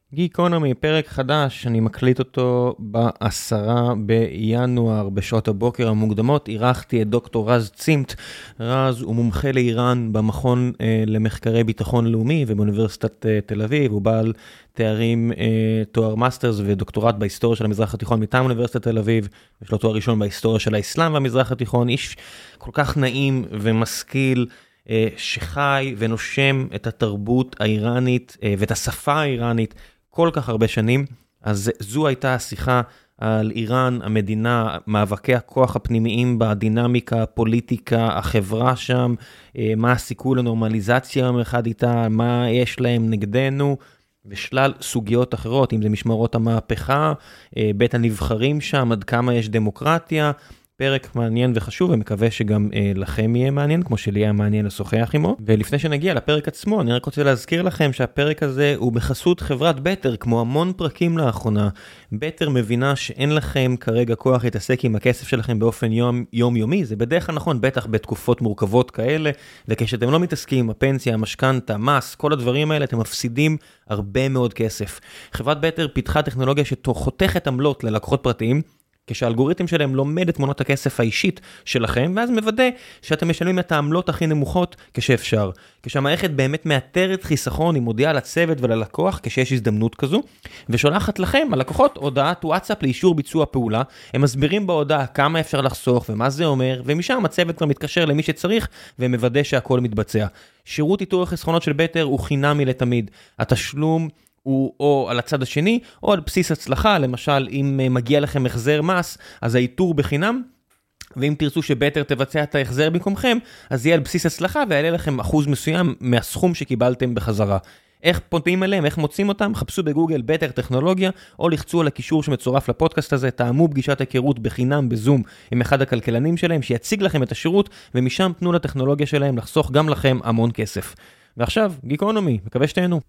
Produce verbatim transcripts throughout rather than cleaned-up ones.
גיקונומי, פרק חדש, אני מקליט אותו בעשרה בינואר בשעות הבוקר המוקדמות. אירחתי את דוקטור רז צימת. רז הוא מומחה לאיראן במכון אה, למחקרי ביטחון לאומי ובאוניברסיטת אה, תל אביב. הוא בעל תארים, אה, תואר מאסטרס ודוקטורט בהיסטוריה של המזרח התיכון מטעם אוניברסיטת תל אביב. יש לו תואר ראשון בהיסטוריה של האסלאם והמזרח התיכון. איש כל כך נעים ומשכיל, אה, שחי ונושם את התרבות האיראנית אה, ואת השפה האיראנית כל כך הרבה שנים. אז זו הייתה השיחה על איראן, המדינה, מאבקי הכוח הפנימיים בדינמיקה, הפוליטיקה, החברה שם, מה הסיכוי לנורמליזציה יום אחד איתה, מה יש להם נגדנו, ושלל סוגיות אחרות, אם זה משמרות המהפכה, בית הנבחרים שם, עד כמה יש דמוקרטיה. פרק מעניין וחשוב, ומקווה שגם אה, לכם יהיה מעניין, כמו שלי היה מעניין לשוחח עמו. ולפני שנגיע לפרק עצמו, אני רק רוצה להזכיר לכם שהפרק הזה הוא בחסות חברת בטר, כמו המון פרקים לאחרונה. בטר מבינה שאין לכם כרגע כוח להתעסק עם הכסף שלכם באופן יום, יומיומי, זה בדרך כלל נכון, בטח בתקופות מורכבות כאלה, וכשאתם לא מתעסקים עם הפנסיה, המשכנתה, מס, כל הדברים האלה, אתם מפסידים הרבה מאוד כסף. חברת בטר פיתחה טכנולוגיה שחותכת עמלות ללקוחות פרטיים, כשהאלגוריתם שלהם לומד את תמונות הכסף האישית שלכם, ואז מוודא שאתם משלמים את העמלות הכי נמוכות כשאפשר. כשהמערכת באמת מאתרת חיסכון, היא מודיעה לצוות וללקוח כשיש הזדמנות כזו, ושולחת לכם, הלקוחות, הודעת וואטסאפ לאישור ביצוע פעולה. הם מסבירים בהודעה כמה אפשר לחסוך ומה זה אומר, ומשם הצוות כבר מתקשר למי שצריך, ומוודא שהכל מתבצע. שירות איתור החסכונות של בטר הוא חינמי לתמיד. התשלום הוא או על הצד השני, או על בסיס הצלחה, למשל, אם מגיע לכם החזר מס, אז האיתור בחינם, ואם תרצו שבטר תבצע את ההחזר במקומכם, אז יהיה על בסיס הצלחה, ויעלה לכם אחוז מסוים מהסכום שקיבלתם בחזרה. איך פונים אליהם, איך מוצאים אותם? חפשו בגוגל בטר טכנולוגיה, או לחצו על הקישור שמצורף לפודקאסט הזה, תאמו פגישת היכרות בחינם בזום עם אחד הכלכלנים שלהם, שיציג לכם את השירות, ומשם תנו לטכנולוגיה שלהם לחסוך גם לכם המון כסף. ועכשיו, גיקונומי, מקווה שתהנו.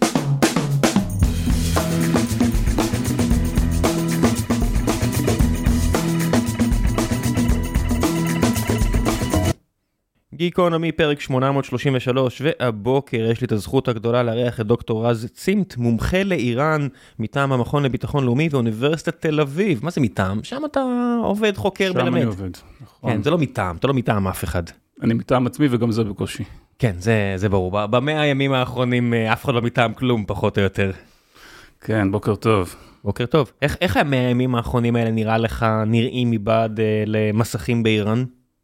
גיקונומי, פרק שמונה מאות שלושים ושלוש, והבוקר יש לי את הזכות הגדולה לארח את דוקטור רז צימת, מומחה לאיראן מטעם המכון לביטחון לאומי ואוניברסיטת תל אביב. מה זה מטעם? שם אתה עובד, חוקר שם מלמד. שם אני עובד, נכון. כן, זה לא מטעם, אתה לא מטעם אף אחד. אני מטעם עצמי וגם זה בקושי. כן, זה, זה ברור. במאה הימים האחרונים אף אחד לא מטעם כלום, פחות או יותר. כן, בוקר טוב. בוקר טוב. איך, איך המאה הימים האחרונים האלה נראה לך, נראים מבעד אה, למסכים באיראן?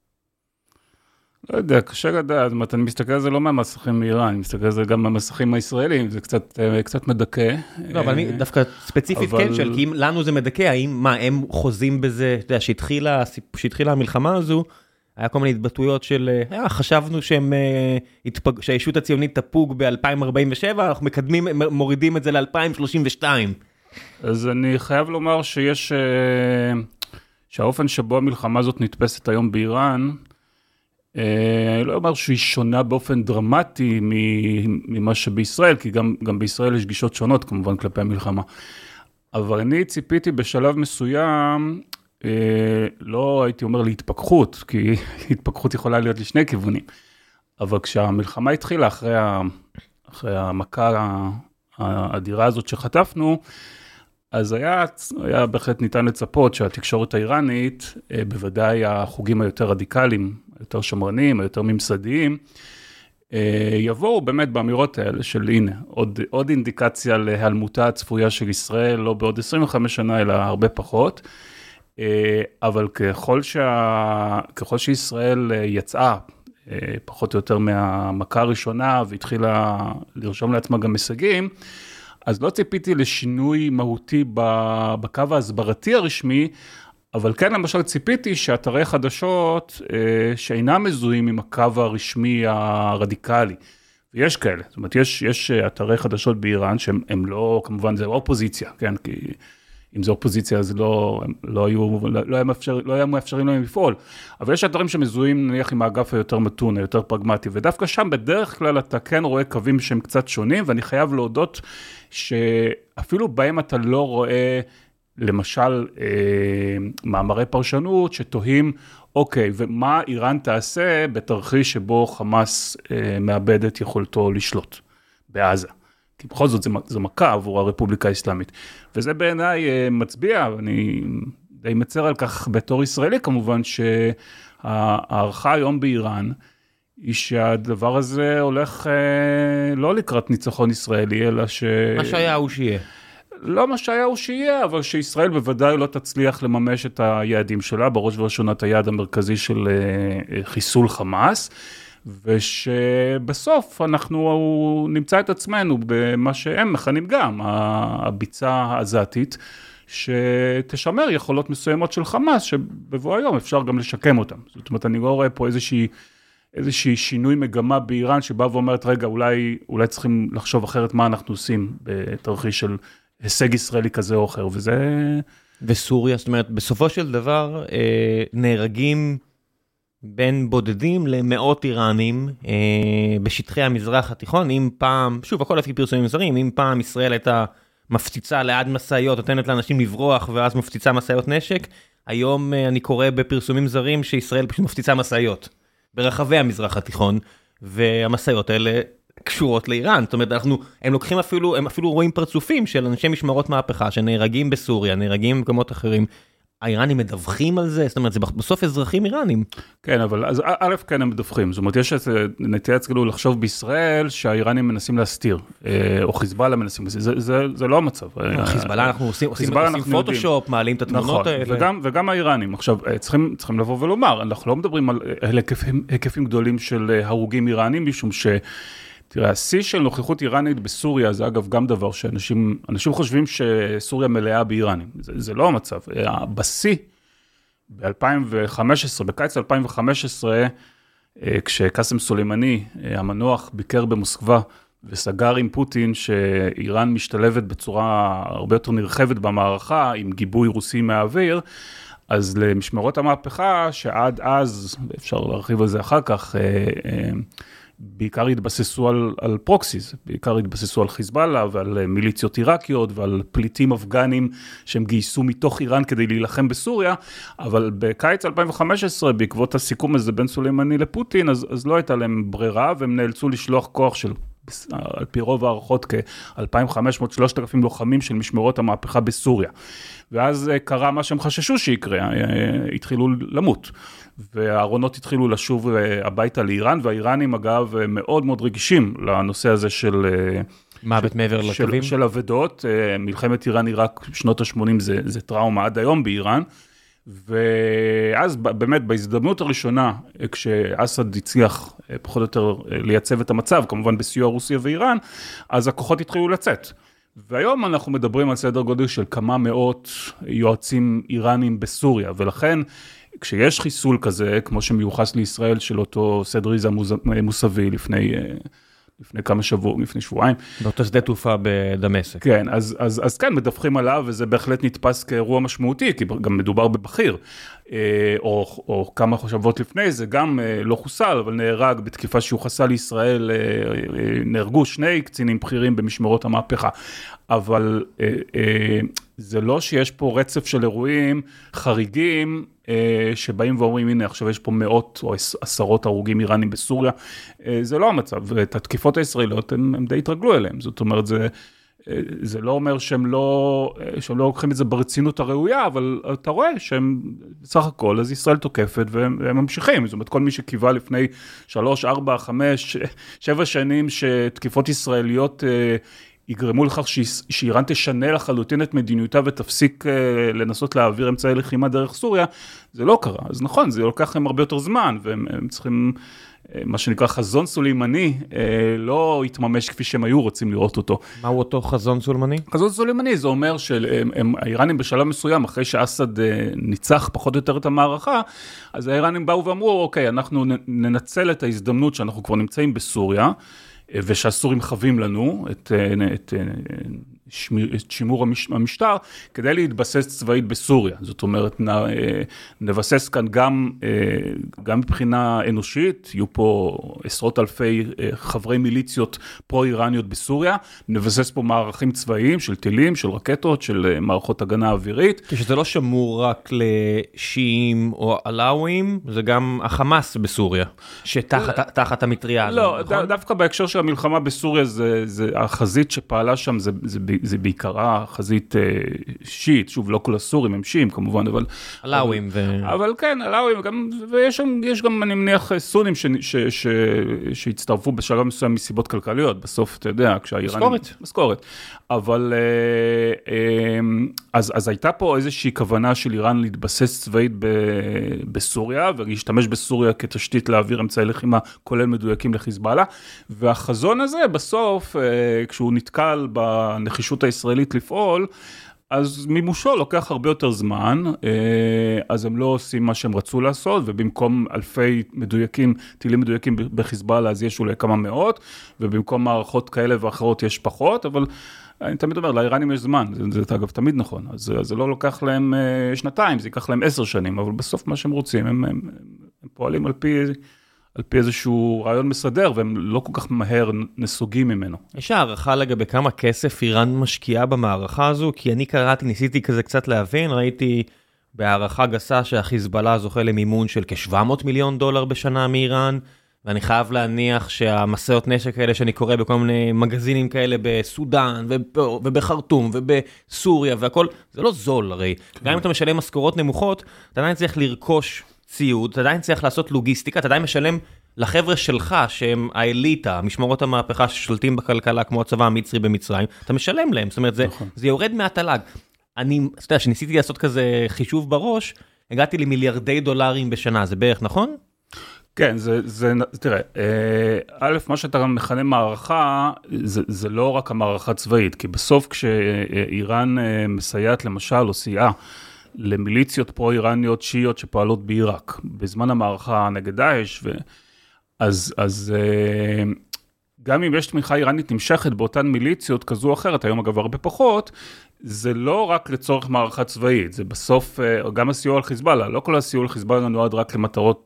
לא יודע, קשה לדעת, זאת אומרת, אני מסתכל על זה לא מהמסכים מאיראן, אני מסתכל על זה גם מהמסכים הישראלים, זה קצת, קצת מדכא. לא, אבל אני דווקא ספציפית כן שואל, כי אם לנו זה מדכא, האם, מה, הם חוזים בזה, אתה יודע, שהתחילה, שהתחילה המלחמה הזו, היה כל מיני התבטאויות של, אה, חשבנו שהם, התפג, שהישות הציונית תפוג ב-אלפיים ארבעים ושבע, אנחנו מקדמים, מורידים את זה ל-אלפיים שלושים ושתיים. אז אני חייב לומר שיש, שהאופן שבו המלחמה הזאת נתפסת היום באיראן, אני לא אומר שהיא שונה באופן דרמטי ממה שבישראל, כי גם, גם בישראל יש גישות שונות כמובן כלפי המלחמה. אבל אני ציפיתי בשלב מסוים, לא הייתי אומר להתפכחות, כי התפכחות יכולה להיות לשני כיוונים. אבל כשהמלחמה התחילה אחרי, ה, אחרי המכה האדירה הזאת שחטפנו, אז היה, היה בהחלט ניתן לצפות שהתקשורת האיראנית, בוודאי החוגים היותר רדיקליים, היותר שמרניים, היותר ממסדיים, יבואו באמת באמירות האלה של הנה, עוד, עוד אינדיקציה להיעלמותה הצפויה של ישראל, לא בעוד עשרים וחמש שנה, אלא הרבה פחות. אבל ככל, שה, ככל שישראל יצאה, פחות או יותר מהמכה הראשונה, והתחילה לרשום לעצמה גם הישגים, אז לא ציפיתי לשינוי מהותי בקו ההסברתי הרשמי, אבל כן למשל ציפיתי שאתרי חדשות שאינם מזוהים עם הקו הרשמי הרדיקלי, ויש כאלה, זאת אומרת יש, יש אתרי חדשות באיראן שהם לא, כמובן זה לא אופוזיציה, כן, כי אם זה אופוזיציה אז לא, לא היו, לא היה מאפשר, לא היה מאפשרים להם לפעול, אבל יש אתרים שמזוהים נניח עם האגף היותר מתון, היותר פרגמטי, ודווקא שם בדרך כלל אתה כן רואה קווים שהם קצת שונים, ואני חייב להודות שאפילו בהם אתה לא רואה, למשל, אה, מאמרי פרשנות שתוהים, אוקיי, ומה איראן תעשה בתרחיש שבו חמאס אה, מאבד את יכולתו לשלוט בעזה? כי בכל זאת זה מכה עבור הרפובליקה האסלאמית. וזה בעיניי מצביע, ואני די מצר על כך בתור ישראלי כמובן, שהערכה היום באיראן, היא שהדבר הזה הולך לא לקראת ניצחון ישראלי, אלא ש... מה שהיה הוא שיהיה. לא מה שהיה הוא שיהיה, אבל שישראל בוודאי לא תצליח לממש את היעדים שלה, בראש ובראשונת היעד המרכזי של חיסול חמאס, ושבסוף אנחנו נמצא את עצמנו במה שהם מכנים גם, הביצה העזתית, שתשמר יכולות מסוימות של חמאס, שבבוא היום אפשר גם לשקם אותם. זאת אומרת, אני לא רואה פה איזושהי, איזושהי שינוי מגמה באיראן, שבא ואומרת, רגע, אולי, אולי צריכים לחשוב אחרת מה אנחנו עושים בתרחיש של הישג ישראלי כזה או אחר, וזה... וסוריה, זאת אומרת, בסופו של דבר, אה, נהרגים בין בודדים למאות איראנים אה, בשטחי המזרח התיכון, אם פעם, שוב, הכל לפי פרסומים זרים, אם פעם ישראל הייתה מפציצה ליד מסעיות, נותנת לאנשים לברוח, ואז מפציצה מסעיות נשק, היום אה, אני קורא בפרסומים זרים, שישראל פשוט מפציצה מסעיות, ברחבי המזרח התיכון, והמסעיות האלה קשורות לאיראן, זאת אומרת, אנחנו, הם לוקחים אפילו, הם אפילו רואים פרצופים של אנשי משמרות מהפכה, שנהרגים בסוריה, נהרגים במקומות אחרים, האיראנים מדווחים על זה, זאת אומרת, זה בסוף אזרחים איראנים. כן, אבל אז א' כן הם מדווחים, זאת אומרת, יש נטייה כאילו לחשוב בישראל שהאיראנים מנסים להסתיר, או חיזבאללה מנסים להסתיר, זה, זה, זה לא המצב. חיזבאללה אנחנו עושים, עושים, עושים פוטושופ, מעלים את התמונות האלה. וגם, וגם האיראנים. עכשיו, צריכים, צריכים לבוא ולומר, אנחנו לא מדברים על היקפים, היקפים גדולים של הרוגים איראנים, משום ש... תראה, השיא של נוכחות איראנית בסוריה, זה אגב גם דבר שאנשים, אנשים חושבים שסוריה מלאה באיראנים. זה, זה לא המצב. בשיא, ב-אלפיים וחמש עשרה, בקיץ אלפיים וחמש עשרה, כשקאסם סולימני, המנוח, ביקר במוסקבה, וסגר עם פוטין שאיראן משתלבת בצורה הרבה יותר נרחבת במערכה, עם גיבוי רוסי מהאוויר, אז למשמרות המהפכה, שעד אז, אפשר להרחיב על זה אחר כך, בעיקר התבססו על, על פרוקסיס, בעיקר התבססו על חיזבאללה ועל מיליציות עיראקיות ועל פליטים אפגנים שהם גייסו מתוך איראן כדי להילחם בסוריה, אבל בקיץ אלפיים וחמש עשרה, בעקבות הסיכום הזה בין סולימני לפוטין, אז, אז לא הייתה להם ברירה, והם נאלצו לשלוח כוח של, על פי רוב הערכות, כ-אלפיים וחמש מאות שלושת אלפים לוחמים של משמרות המהפכה בסוריה. ואז קרה מה שהם חששו שיקרה, התחילו למות. והארונות התחילו לשוב הביתה לאיראן, והאיראנים אגב מאוד מאוד רגישים לנושא הזה של... מוות מעבר לקווים? של, של עבדות, מלחמת איראן עיראק שנות ה-שמונים זה, זה טראומה עד היום באיראן, ואז באמת בהזדמנות הראשונה, כשאסד הצליח פחות או יותר לייצב את המצב, כמובן בסיוע רוסיה ואיראן, אז הכוחות התחילו לצאת. והיום אנחנו מדברים על סדר גודל של כמה מאות יועצים איראנים בסוריה, ולכן כשיש חיסול כזה, כמו שמיוחס לישראל של אותו סדריזה מוסבי לפני, לפני כמה שבוע, לפני שבועיים. באותו שדה תעופה בדמשק. כן, אז, אז, אז כן, מדווחים עליו, וזה בהחלט נתפס כאירוע משמעותי, כי גם מדובר בבחיר, או, או כמה שבועות לפני זה, גם לא חוסל, אבל נהרג בתקיפה שיוחסה לישראל, נהרגו שני קצינים בכירים במשמרות המהפכה. אבל זה לא שיש פה רצף של אירועים חריגים, שבאים ואומרים, הנה, עכשיו יש פה מאות או עשרות הרוגים איראנים בסוריה, זה לא המצב, ואת התקיפות הישראליות הם, הם די התרגלו אליהם, זאת אומרת, זה, זה לא אומר שהם לא, שהם לא לוקחים את זה ברצינות הראויה, אבל אתה רואה שהם בסך הכל, אז ישראל תוקפת והם, והם ממשיכים, זאת אומרת, כל מי שקיווה לפני שלוש, ארבע, חמש, שבע שנים שתקיפות ישראליות יגרמו לכך שאיראן תשנה לחלוטין את מדיניותה ותפסיק לנסות להעביר אמצעי לחימה דרך סוריה, זה לא קרה. אז נכון, זה לוקח להם הרבה יותר זמן, והם צריכים, מה שנקרא חזון סולימני, לא יתממש כפי שהם היו רוצים לראות אותו. מהו אותו חזון סולימני? חזון סולימני זה אומר שהאיראנים בשלב מסוים, אחרי שאסד ניצח פחות או יותר את המערכה, אז האיראנים באו ואמרו, אוקיי, אנחנו ננצל את ההזדמנות שאנחנו כבר נמצאים בסוריה, ושהסורים חווים לנו את, את שימור המשטר, כדי להתבסס צבאית בסוריה. זאת אומרת, נבסס כאן גם, גם מבחינה אנושית, יהיו פה עשרות אלפי חברי מיליציות פרו-איראניות בסוריה, נבסס פה מערכים צבאיים של טילים, של רקטות, של מערכות הגנה אווירית. כשזה לא שמור רק לשיעים או עלאווים, זה גם החמאס בסוריה, שתחת תחת המטריה. לא, דווקא בהקשר של המלחמה בסוריה, זה החזית שפעלה שם, זה זה בעיקרה חזית שיעית, שוב, לא כל הסורים הם שיעים כמובן, אבל... עלאווים ו... אבל כן, עלאווים, ויש שם, יש גם, אני מניח, סונים שהצטרפו בשלב מסוים מסיבות כלכליות, בסוף, אתה יודע, כשהאיראנים... משכורת. משכורת. אבל, אז, אז הייתה פה איזושהי כוונה של איראן להתבסס צבאית בסוריה, ולהשתמש בסוריה כתשתית להעביר אמצעי לחימה, כולל מדויקים לחיזבאללה, והחזון הזה, בסוף, כשהוא נתקל בנחישות הישראלית לפעול, אז מימושו לוקח הרבה יותר זמן, אז הם לא עושים מה שהם רצו לעשות, ובמקום אלפי מדויקים, טילים מדויקים בחיזבאללה, אז יש אולי כמה מאות, ובמקום מערכות כאלה ואחרות יש פחות, אבל אני תמיד אומר, לאיראנים יש זמן, זה, זה אגב תמיד נכון, אז זה לא לוקח להם שנתיים, זה ייקח להם עשר שנים, אבל בסוף מה שהם רוצים, הם, הם, הם פועלים על פי... על פי איזשהו רעיון מסדר, והם לא כל כך מהר נסוגים ממנו. יש הערכה לגבי כמה כסף איראן משקיעה במערכה הזו, כי אני קראתי, ניסיתי כזה קצת להבין, ראיתי בהערכה גסה שהחיזבאללה זוכה למימון של כ-שבע מאות מיליון דולר בשנה מאיראן, ואני חייב להניח שהמסעות נשק האלה שאני קורא בכל מיני מגזינים כאלה בסודן, ובחרטום, ובסוריה, והכל, זה לא זול הרי. כן. גם אם אתה משלם משכורות נמוכות, אתה עדיין צריך לרכוש ציוד, אתה עדיין צריך לעשות לוגיסטיקה, אתה עדיין משלם לחבר'ה שלך, שהם האליטה, משמרות המהפכה ששולטים בכלכלה, כמו הצבא המצרי במצרים, אתה משלם להם, זאת אומרת, זה, נכון. זה יורד מהתל"ג. אני, אתה יודע, שניסיתי לעשות כזה חישוב בראש, הגעתי למיליארדי דולרים בשנה, זה בערך, נכון? כן, זה, זה, תראה, א', מה שאתה מכנה מערכה, זה, זה לא רק המערכה צבאית, כי בסוף כשאיראן מסייעת למשל, או סייעה, למיליציות פרו-איראניות שיעיות שפועלות בעיראק, בזמן המערכה נגד דאעש, ו... אז, אז גם אם יש תמיכה איראנית נמשכת באותן מיליציות כזו או אחרת, היום אגב הרבה פחות, זה לא רק לצורך מערכה צבאית, זה בסוף גם הסיוע על חיזבאללה, לא כל הסיוע על חיזבאללה נועד רק למטרות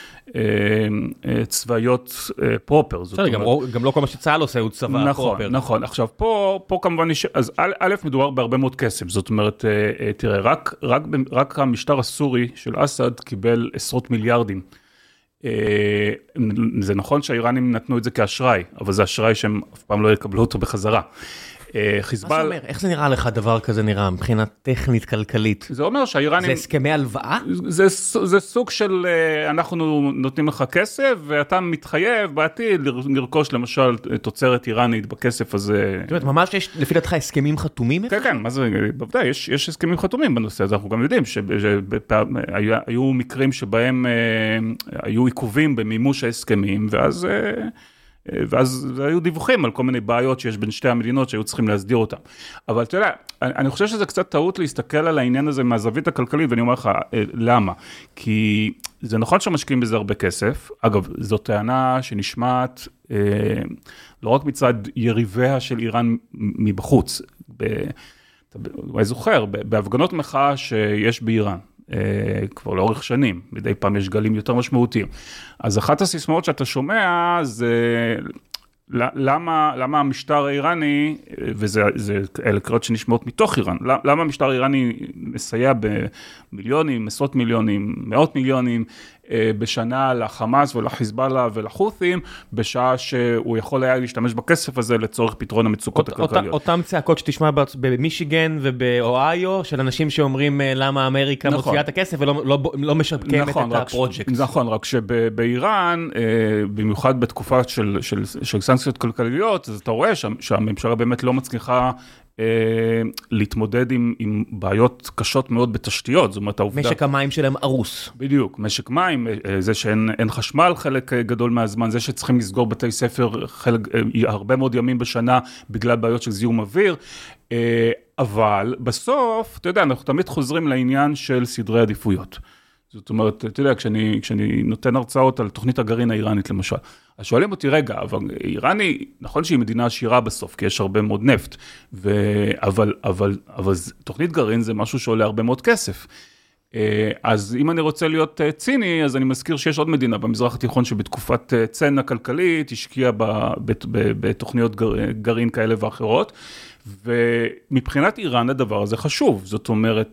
צבאיות פרופר. בסדר, גם, גם לא כל מה שצה"ל עושה הוא צבא נכון, פרופר. נכון, עכשיו פה, פה כמובן, יש, אז א', מדובר בהרבה מאוד כסף, זאת אומרת, תראה, רק, רק, רק המשטר הסורי של אסד קיבל עשרות מיליארדים. זה נכון שהאיראנים נתנו את זה כאשראי, אבל זה אשראי שהם אף פעם לא יקבלו אותו בחזרה. חיזבאללה... מה זה אומר? איך זה נראה לך דבר כזה נראה, מבחינה טכנית, כלכלית? זה אומר שהאיראנים... זה הסכמי הלוואה? זה, זה סוג של, אנחנו נותנים לך כסף, ואתה מתחייב בעתיד לרכוש למשל תוצרת איראנית בכסף הזה. זאת אומרת, ממש יש לפי דעתך הסכמים חתומים? כן, כן, מה זה, בוודאי, יש, יש הסכמים חתומים בנושא הזה, אנחנו גם יודעים שהיו מקרים שבהם היו עיכובים במימוש ההסכמים, ואז... ואז היו דיווחים על כל מיני בעיות שיש בין שתי המדינות שהיו צריכים להסדיר אותם. אבל אתה יודע, אני חושב שזה קצת טעות להסתכל על העניין הזה מהזווית הכלכלית, ואני אומר לך, למה? כי זה נכון שמשקיעים בזה הרבה כסף, אגב, זו טענה שנשמעת לא רק מצד יריביה של איראן מבחוץ, אני זוכר, בהפגנות מחאה שיש באיראן, כבר לאורך שנים, מדי פעם יש גלים יותר משמעותיים. אז אחת הסיסמאות שאתה שומע זה למה, למה המשטר האיראני, וזה זה, אלה קריאות שנשמעות מתוך איראן, למה המשטר האיראני מסייע במיליונים, עשרות מיליונים, מאות מיליונים בשנה לחמאס ולחיזבאללה ולחות'ים, בשעה שהוא יכול היה להשתמש בכסף הזה לצורך פתרון המצוקות הכלכליות. אותם צעקות שתשמע במישיגן ובאוהיו, של אנשים שאומרים למה אמריקה מוציאה את הכסף ולא משקמת את הפרויקט. נכון, רק שבאיראן, במיוחד בתקופה של סנקציות כלכליות, אז אתה רואה שהממשלה באמת לא מצליחה להתמודד עם, עם בעיות קשות מאוד בתשתיות, זאת אומרת העובדה... משק המים שלהם ארוס. בדיוק, משק מים, זה שאין אין חשמל חלק גדול מהזמן, זה שצריכים לסגור בתי ספר חלק, הרבה מאוד ימים בשנה בגלל בעיות של זיהום אוויר, אבל בסוף, אתה יודע, אנחנו תמיד חוזרים לעניין של סדרי עדיפויות. זאת אומרת, אתה יודע, כשאני, כשאני נותן הרצאות על תוכנית הגרעין האיראנית למשל, אז שואלים אותי, רגע, אבל איראן היא, נכון שהיא מדינה עשירה בסוף, כי יש הרבה מאוד נפט, ו... אבל, אבל, אבל תוכנית גרעין זה משהו שעולה הרבה מאוד כסף. אז אם אני רוצה להיות ציני, אז אני מזכיר שיש עוד מדינה במזרח התיכון שבתקופת צנע כלכלית השקיעה בתוכניות גרעין כאלה ואחרות, ומבחינת איראן הדבר הזה חשוב, זאת אומרת,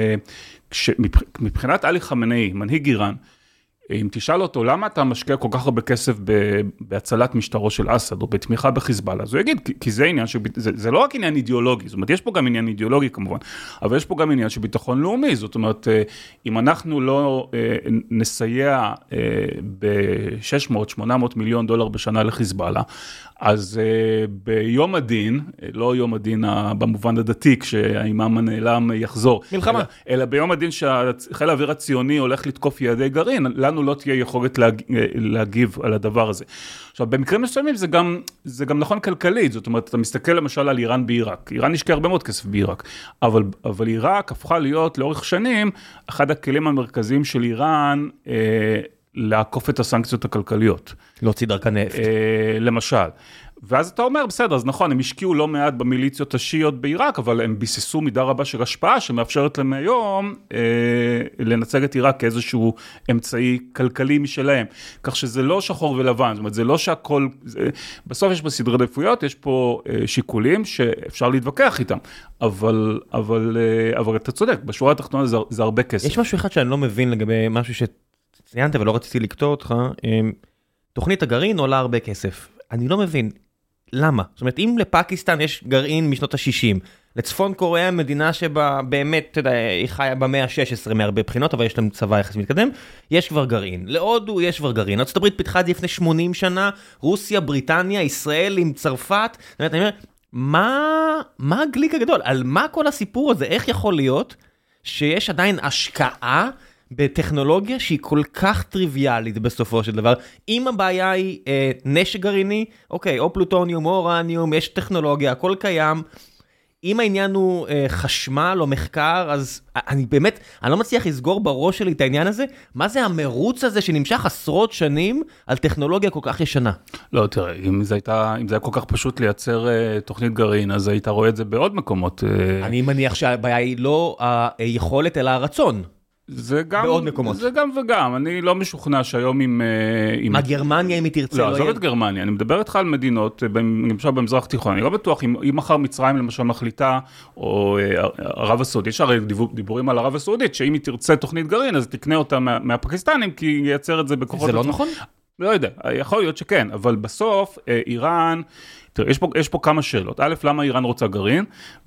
מבחינת עלי חמינאי, מנהיג איראן, אם תשאל אותו, למה אתה משקיע כל כך הרבה כסף בהצלת משטרו של אסד, או בתמיכה בחיזבאללה? אז הוא יגיד, כי זה עניין, זה, זה לא רק עניין אידיאולוגי, זאת אומרת, יש פה גם עניין אידיאולוגי כמובן, אבל יש פה גם עניין של ביטחון לאומי, זאת אומרת, אם אנחנו לא נסייע ב-שש מאות שמונה מאות מיליון דולר בשנה לחיזבאללה, אז uh, ביום הדין, לא יום הדין במובן הדתי, כשהאימאם הנעלם יחזור, מלחמה. אלא, אלא ביום הדין שהחיל האוויר הציוני הולך לתקוף יעדי גרעין, לנו לא תהיה יכולת להג, להגיב על הדבר הזה. עכשיו, במקרים מסוימים זה גם, זה גם נכון כלכלית, זאת אומרת, אתה מסתכל למשל על איראן בעיראק, איראן השקיע הרבה מאוד כסף בעיראק, אבל, אבל עיראק הפכה להיות לאורך שנים, אחד הכלים המרכזיים של איראן, אה, לעקוף את הסנקציות הכלכליות. להוציא דרכה נפט. למשל. ואז אתה אומר, בסדר, אז נכון, הם השקיעו לא מעט במיליציות השיעיות בעיראק, אבל הם ביססו מידה רבה של השפעה, שמאפשרת להם היום אה, לנצג את עיראק כאיזשהו אמצעי כלכלי משלהם. כך שזה לא שחור ולבן, זאת אומרת, זה לא שהכל, זה, בסוף יש בסדרי עדיפויות, יש פה אה, שיקולים שאפשר להתווכח איתם, אבל, אבל, אה, אבל אתה צודק, בשורה התחתונה זה, זה הרבה כסף. יש משהו אחד שאני לא מבין לגבי משהו ש... ציינת ולא רציתי לקטוע אותך, תוכנית הגרעין עולה הרבה כסף. אני לא מבין, למה? זאת אומרת, אם לפקיסטן יש גרעין משנות ה-שישים, לצפון קוריאה, מדינה שבה באמת, אתה יודע, היא חיה במאה ה-שש עשרה מהרבה בחינות, אבל יש להם צבא יחסית מתקדם, יש כבר גרעין. להודו יש כבר גרעין. ארצות הברית פיתחה את זה לפני שמונים שנה, רוסיה, בריטניה, ישראל עם צרפת. זאת אומרת, אני אומר, מה, מה הגליק הגדול? על מה כל הסיפור הזה? איך יכול להיות שיש עדיין השקעה בטכנולוגיה שהיא כל כך טריוויאלית בסופו של דבר? אם הבעיה היא אה, נשק גרעיני, אוקיי, או פלוטוניום או אורניום, יש טכנולוגיה, הכל קיים. אם העניין הוא אה, חשמל או מחקר, אז אני באמת, אני לא מצליח לסגור בראש שלי את העניין הזה. מה זה המרוץ הזה שנמשך עשרות שנים על טכנולוגיה כל כך ישנה? לא, תראה, אם זה הייתה, אם זה היה כל כך פשוט לייצר אה, תוכנית גרעין, אז היית רואה את זה בעוד מקומות. אה... אני מניח שהבעיה היא לא היכולת אלא הרצון. זה גם, בעוד מקומות. זה גם וגם, אני לא משוכנע שהיום עם... עם... מה גרמניה אם היא תרצה? לא, עזוב את גרמניה, אני מדבר איתך על מדינות, למשל במזרח התיכון, אני לא בטוח, אם, אם מחר מצרים למשל מחליטה, או ערב הסעודית, יש הרי דיבורים על ערב הסעודית, שאם היא תרצה תוכנית גרעין, אז תקנה אותה מה, מהפקיסטנים, כי היא ייצר את זה בכוחות... זה לא נכון? לא יודע, יכול להיות שכן, אבל בסוף איראן... תראה, יש פה, יש פה כמה שאלות. א', למה איראן רוצה גרעין?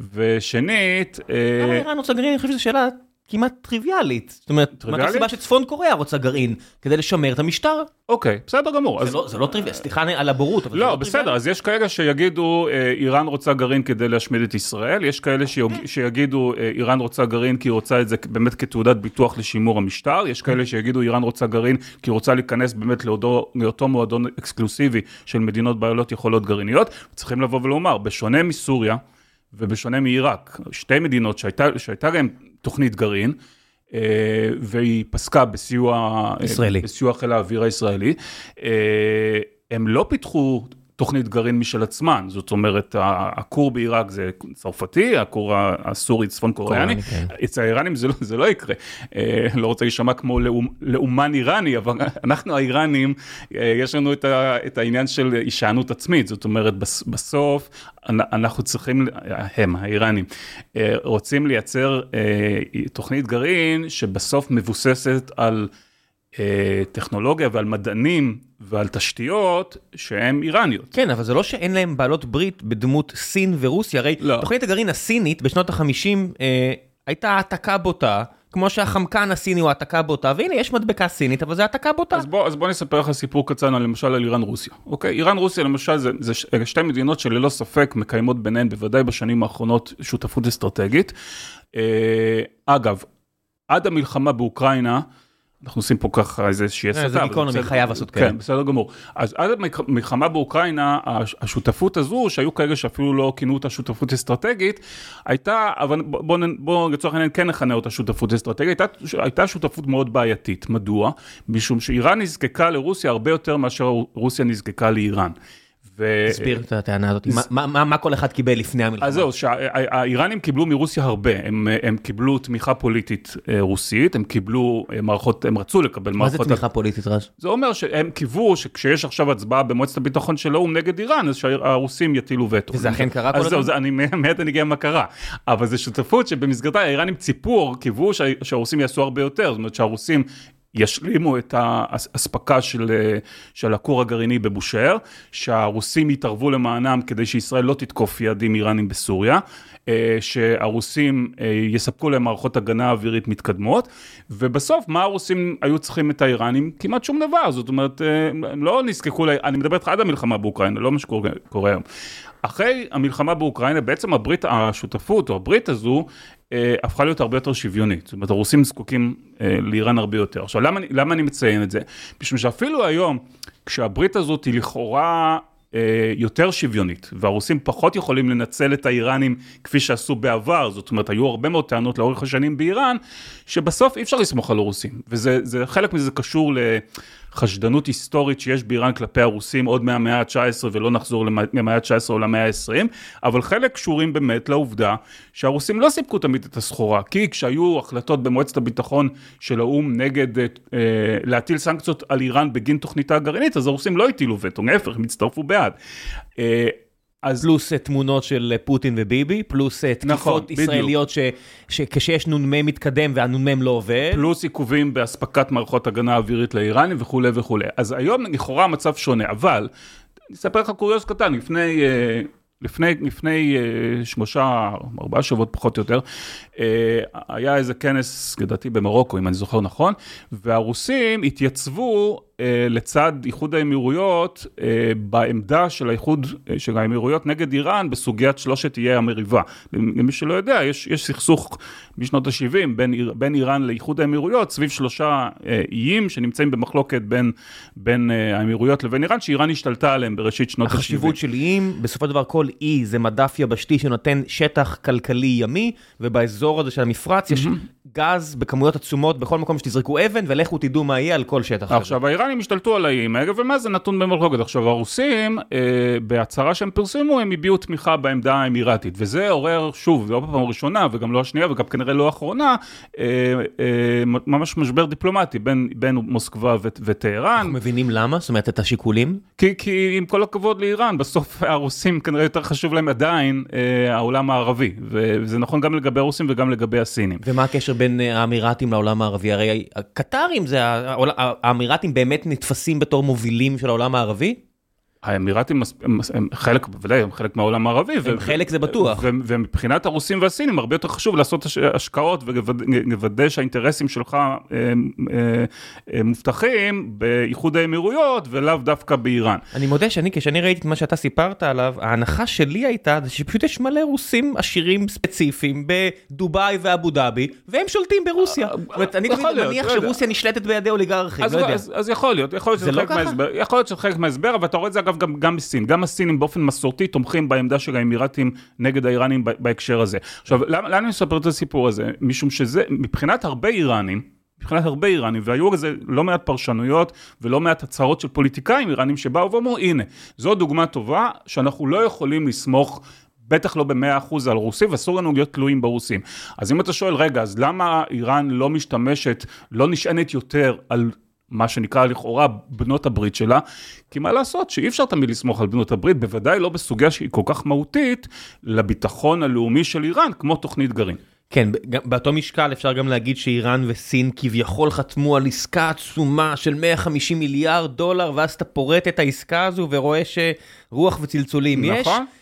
ושנית... למה איראן רוצה גרעין? אני חושב שזו שאלה כמעט טריוויאלית. זאת אומרת, מה הסיבה שצפון קוריאה רוצה גרעין? כדי לשמר את המשטר? אוקיי, בסדר גמור. זה, אז... לא, זה לא טריוויאלי, סליחה על הבורות, אבל לא, זה לא בסדר, טריוויאלי. אז יש כאלה שיגידו, איראן רוצה גרעין כדי להשמיד את ישראל, יש כאלה שיוג... שיגידו, איראן רוצה גרעין כי היא רוצה את זה באמת כתעודת ביטוח לשימור המשטר, יש כאלה שיגידו, איראן רוצה גרעין כי היא רוצה להיכנס באמת לאותו, לאותו מועדון אקסקלוסיבי של מדינות בעלות יכולות גרעיניות, צריכים לבוא ולומר, בשונה מסוריה ובשונה מעיראק, שתי מדינות שהייתה, שהייתה להם תוכנית גרעין, והיא פסקה בסיוע, ישראלי. בסיוע חיל האוויר הישראלי, הם לא פיתחו תוכנית גרעין משל עצמן, זאת אומרת, הכור בעיראק זה צרפתי, הכור הסורי צפון קוריאני, אצל האיראנים זה לא, זה לא יקרה, לא רוצה להישמע כמו לאומן איראני, אבל אנחנו האיראנים, יש לנו את, ה, את העניין של הישענות עצמית, זאת אומרת, בסוף אנחנו צריכים, הם, האיראנים, רוצים לייצר תוכנית גרעין שבסוף מבוססת על טכנולוגיה ועל מדענים ועל תשתיות שהן איראניות. כן, אבל זה לא שאין להם בעלות ברית בדמות סין ורוסיה, הרי לא. תוכנית הגרעין הסינית בשנות ה-חמישים אה, הייתה העתקה בוטה, כמו שהחמקן הסיני הוא העתקה בוטה, והנה יש מדבקה סינית, אבל זה העתקה בוטה. אז בוא, אז בוא נספר לך סיפור קצר, למשל על איראן רוסיה. אוקיי? איראן רוסיה למשל זה, זה שתי מדינות שללא ספק מקיימות ביניהן, בוודאי בשנים האחרונות, שותפות אסטרטגית. אה, אגב, עד המלחמה באוקראינה, אנחנו עושים פה ככה איזושהי הסתה. זה גיקונומי, חייב לעשות כאלה. כן, בסדר גמור. אז עד המלחמה באוקראינה, השותפות הזו, שהיו כאלה שאפילו לא כינו אותה שותפות אסטרטגית, הייתה, אבל בואו לצורך העניין כן נכנה אותה שותפות אסטרטגית, הייתה שותפות מאוד בעייתית. מדוע? משום שאיראן נזקקה לרוסיה הרבה יותר מאשר רוסיה נזקקה לאיראן. תסביר את הטענה הזאת, מה כל אחד קיבל לפני המלחמה? אז זהו, שהאיראנים קיבלו מרוסיה הרבה, הם קיבלו תמיכה פוליטית רוסית, הם קיבלו מערכות, הם רצו לקבל מערכות... מה זה תמיכה פוליטית, רז? זה אומר שהם קיוו שכשיש עכשיו הצבעה במועצת הביטחון של האו"ם נגד איראן, אז שהרוסים יטילו וטו. וזה אכן קרה כל הזמן? אז זהו, אני מעט אני אגיע מה קרה, אבל זו שותפות שבמסגרתה האיראנים ציפו, קיוו שהרוסים יעשו הרבה יותר, זאת אומרת שהרוסים ישלימו את ההספקה של, של הכור הגרעיני בבושר, שהרוסים יתערבו למענם כדי שישראל לא תתקוף יעדים איראנים בסוריה, שהרוסים יספקו להם מערכות הגנה אווירית מתקדמות, ובסוף מה הרוסים היו צריכים את האיראנים? כמעט שום דבר, זאת אומרת, הם לא נזקקו, לה, אני מדבר איתך עד המלחמה באוקראינה, לא מה שקורה היום. אחרי המלחמה באוקראינה, בעצם הברית, השותפות או הברית הזו, הפכה להיות הרבה יותר שוויונית. זאת אומרת, הרוסים זקוקים לאיראן הרבה יותר. עכשיו, למה, למה אני מציין את זה? משום שאפילו היום, כשהברית הזאת היא לכאורה יותר שוויונית, והרוסים פחות יכולים לנצל את האיראנים כפי שעשו בעבר, זאת אומרת, היו הרבה מאוד טענות לאורך השנים באיראן, שבסוף אי אפשר לסמוך על הרוסים, וזה זה, חלק מזה קשור לחשדנות היסטורית שיש באיראן כלפי הרוסים עוד מהמאה ה-תשע עשרה, ולא נחזור למאה ה-תשע עשרה או למאה ה-עשרים, אבל חלק קשורים באמת לעובדה שהרוסים לא סיפקו תמיד את הסחורה, כי כשהיו החלטות במועצת הביטחון של האו"ם נגד אה, להטיל סנקציות על איראן בגין תוכניתה הגרעינית, אז הרוסים לא הטילו וטו, להפך, הם הצטרפו בעד. אה, אז פלוס תמונות של פוטין וביבי, פלוס תקיפות ישראליות שכשיש נ"מ מתקדם והנ"מ לא עובד. פלוס עיכובים בהספקת מערכות הגנה אווירית לאיראנים וכו' וכו'. אז היום לכאורה המצב שונה, אבל אני אספר לך קוריוז קטן, לפני... לפני, לפני שלושה, ארבעה שבועות פחות או יותר, היה איזה כנס, לדעתי במרוקו, אם אני זוכר נכון, והרוסים התייצבו לצד איחוד האמירויות, בעמדה של האיחוד של האמירויות נגד איראן, בסוגיית שלושת איי המריבה. למי שלא יודע, יש, יש סכסוך בשנות ה-שבעים, בין, בין איראן לאיחוד האמירויות, סביב שלושה איים שנמצאים במחלוקת בין, בין האמירויות לבין איראן, שאיראן השתלטה עליהם בראשית שנות ה-שבעים. החשיבות של איים, בסופו של דבר כל אי זה מדף יבשתי שנותן שטח כלכלי ימי, ובאזור הזה של המפרץ יש גז בכמויות עצומות בכל מקום שתזרקו אבן, ולכו תדעו מה יהיה על כל שטח. עכשיו, האיראנים השתלטו על האיים, ומה זה נתון במחלוקת? עכשיו, הרוסים, בהצהרה שהם פרסמו, הם הביעו תמיכה בעמדה האמירתית, וזה עורר, שוב, לא בפעם הראשונה, וגם לא השנייה, וגם כנראה לא האחרונה, ממש משבר דיפלומטי בין, בין מוסקבה וטהרן. אנחנו מבינים למה? זאת אומרת, את השיקולים? כי, כי עם כל הכבוד לאיראן, בסוף הרוסים כנראה יותר חשוב להם עדיין העולם הערבי, וזה נכון גם לגבי הרוסים וגם לגבי הסינים. ומה הקשר בין האמירתים לעולם הערבי? הרי הקטרים זה, האמירתים באמת נתפסים בתור מובילים של העולם הערבי? האמירתים הם חלק, בוודאי, הם חלק מהעולם הערבי. הם חלק זה בטוח. ומבחינת הרוסים והסינים, הרבה יותר חשוב לעשות השקעות ולוודא שהאינטרסים שלך מובטחים באיחוד האמירויות, ולאו דווקא באיראן. אני מודה שאני, כשאני ראיתי את מה שאתה סיפרת עליו, ההנחה שלי הייתה שפשוט יש מלא רוסים עשירים ספציפיים בדובאי ואבו דאבי, והם שולטים ברוסיה. זאת אומרת, אני מניח שרוסיה נשלטת בידי אוליגרכים, לא יודע. אז יכול להיות, יכול להיות שחלק מההסבר, אבל אתה רואה את זה גם, גם בסין, גם הסינים באופן מסורתי תומכים בעמדה של האמירתים נגד האיראנים בהקשר הזה. עכשיו, למה, למה אני מספר את הסיפור הזה? משום שזה, מבחינת הרבה איראנים, מבחינת הרבה איראנים, והיו לזה לא מעט פרשנויות ולא מעט הצהרות של פוליטיקאים איראנים שבאו ואמרו, הנה, זו דוגמה טובה שאנחנו לא יכולים לסמוך בטח לא ב-מאה אחוז על רוסים, ואסור לנו להיות תלויים ברוסים. אז אם אתה שואל, רגע, אז למה איראן לא משתמשת, לא נשענת יותר על מה שנקרא לכאורה בנות הברית שלה, כי מה לעשות שאי אפשר תמיד לסמוך על בנות הברית, בוודאי לא בסוגיה שהיא כל כך מהותית לביטחון הלאומי של איראן, כמו תוכנית גרעין. כן, באותו משקל אפשר גם להגיד שאיראן וסין כביכול חתמו על עסקה עצומה של מאה וחמישים מיליארד דולר, ואז אתה פורט את העסקה הזו ורואה שרוח וצלצולים יש. נכון.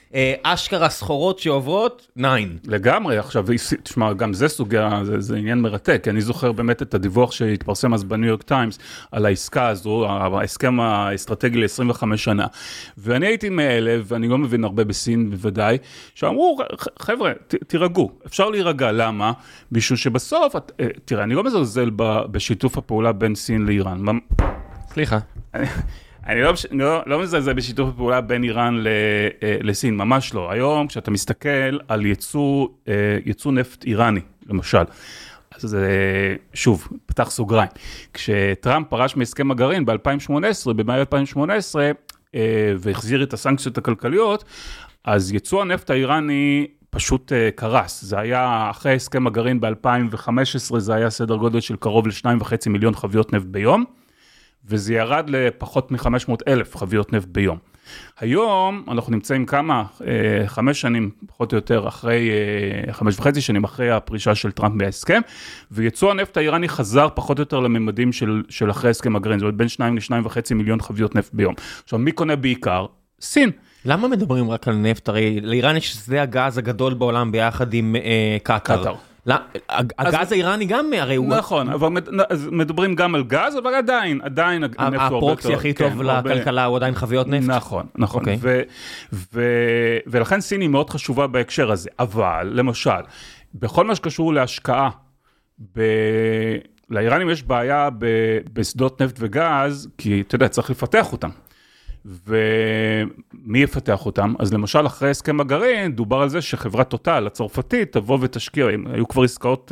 אשכרה סחורות שעוברות, ניין. לגמרי, עכשיו, תשמע, גם זה סוגיה, זה, זה עניין מרתק, כי אני זוכר באמת את הדיווח שהתפרסם אז בניו יורק טיימס, על העסקה הזו, ההסכם האסטרטגי ל-עשרים וחמש שנה, ואני הייתי מאלה, ואני לא מבין הרבה בסין בוודאי, שאמרו, חבר'ה, ת, תירגעו, אפשר להירגע, למה? בשביל שבסוף, תראה, אני לא מזלזל בשיתוף הפעולה בין סין לאיראן. סליחה. אני לא, לא, לא מזלזל בשיתוף הפעולה בין איראן ל, לסין, ממש לא. היום, כשאתה מסתכל על ייצוא, ייצוא נפט איראני, למשל, אז זה, שוב, פתח סוגריים. כשטראמפ פרש מהסכם הגרעין ב-אלפיים שמונה עשרה, במאי אלפיים שמונה עשרה, והחזיר את הסנקציות הכלכליות, אז ייצוא הנפט האיראני פשוט קרס. זה היה, אחרי הסכם הגרעין ב-אלפיים וחמש עשרה, זה היה סדר גודל של קרוב ל-שניים וחצי מיליון חביות נפט ביום, וזה ירד לפחות מ-חמש מאות אלף חביות נפט ביום. היום אנחנו נמצאים כמה, חמש שנים פחות או יותר אחרי, חמש וחצי שנים אחרי הפרישה של טראמפ מההסכם, ויצוא הנפט האיראני חזר פחות או יותר לממדים של, של אחרי הסכם הגרעין, זאת אומרת בין שניים לשניים וחצי מיליון חביות נפט ביום. עכשיו, מי קונה בעיקר? סין. למה מדברים רק על נפט? הרי לאיראן יש זה הגז הגדול בעולם ביחד עם אה, קטר. קטר. לא, הגז האיראני גם הרי הוא... נכון, אבל מדברים גם על גז, אבל עדיין, עדיין הנפט הוא הרבה יותר... הפרוקסי הכי טוב לכלכלה הוא עדיין חביות נפט. נכון, נכון. ולכן סין היא מאוד חשובה בהקשר הזה. אבל, למשל, בכל מה שקשור להשקעה, לאיראנים יש בעיה בשדות נפט וגז, כי אתה יודע, צריך לפתח אותם. ומי יפתח אותם? אז למשל, אחרי הסכם הגרעין, דובר על זה שחברת טוטל, הצרפתית, תבוא ותשקיע, היו כבר עסקאות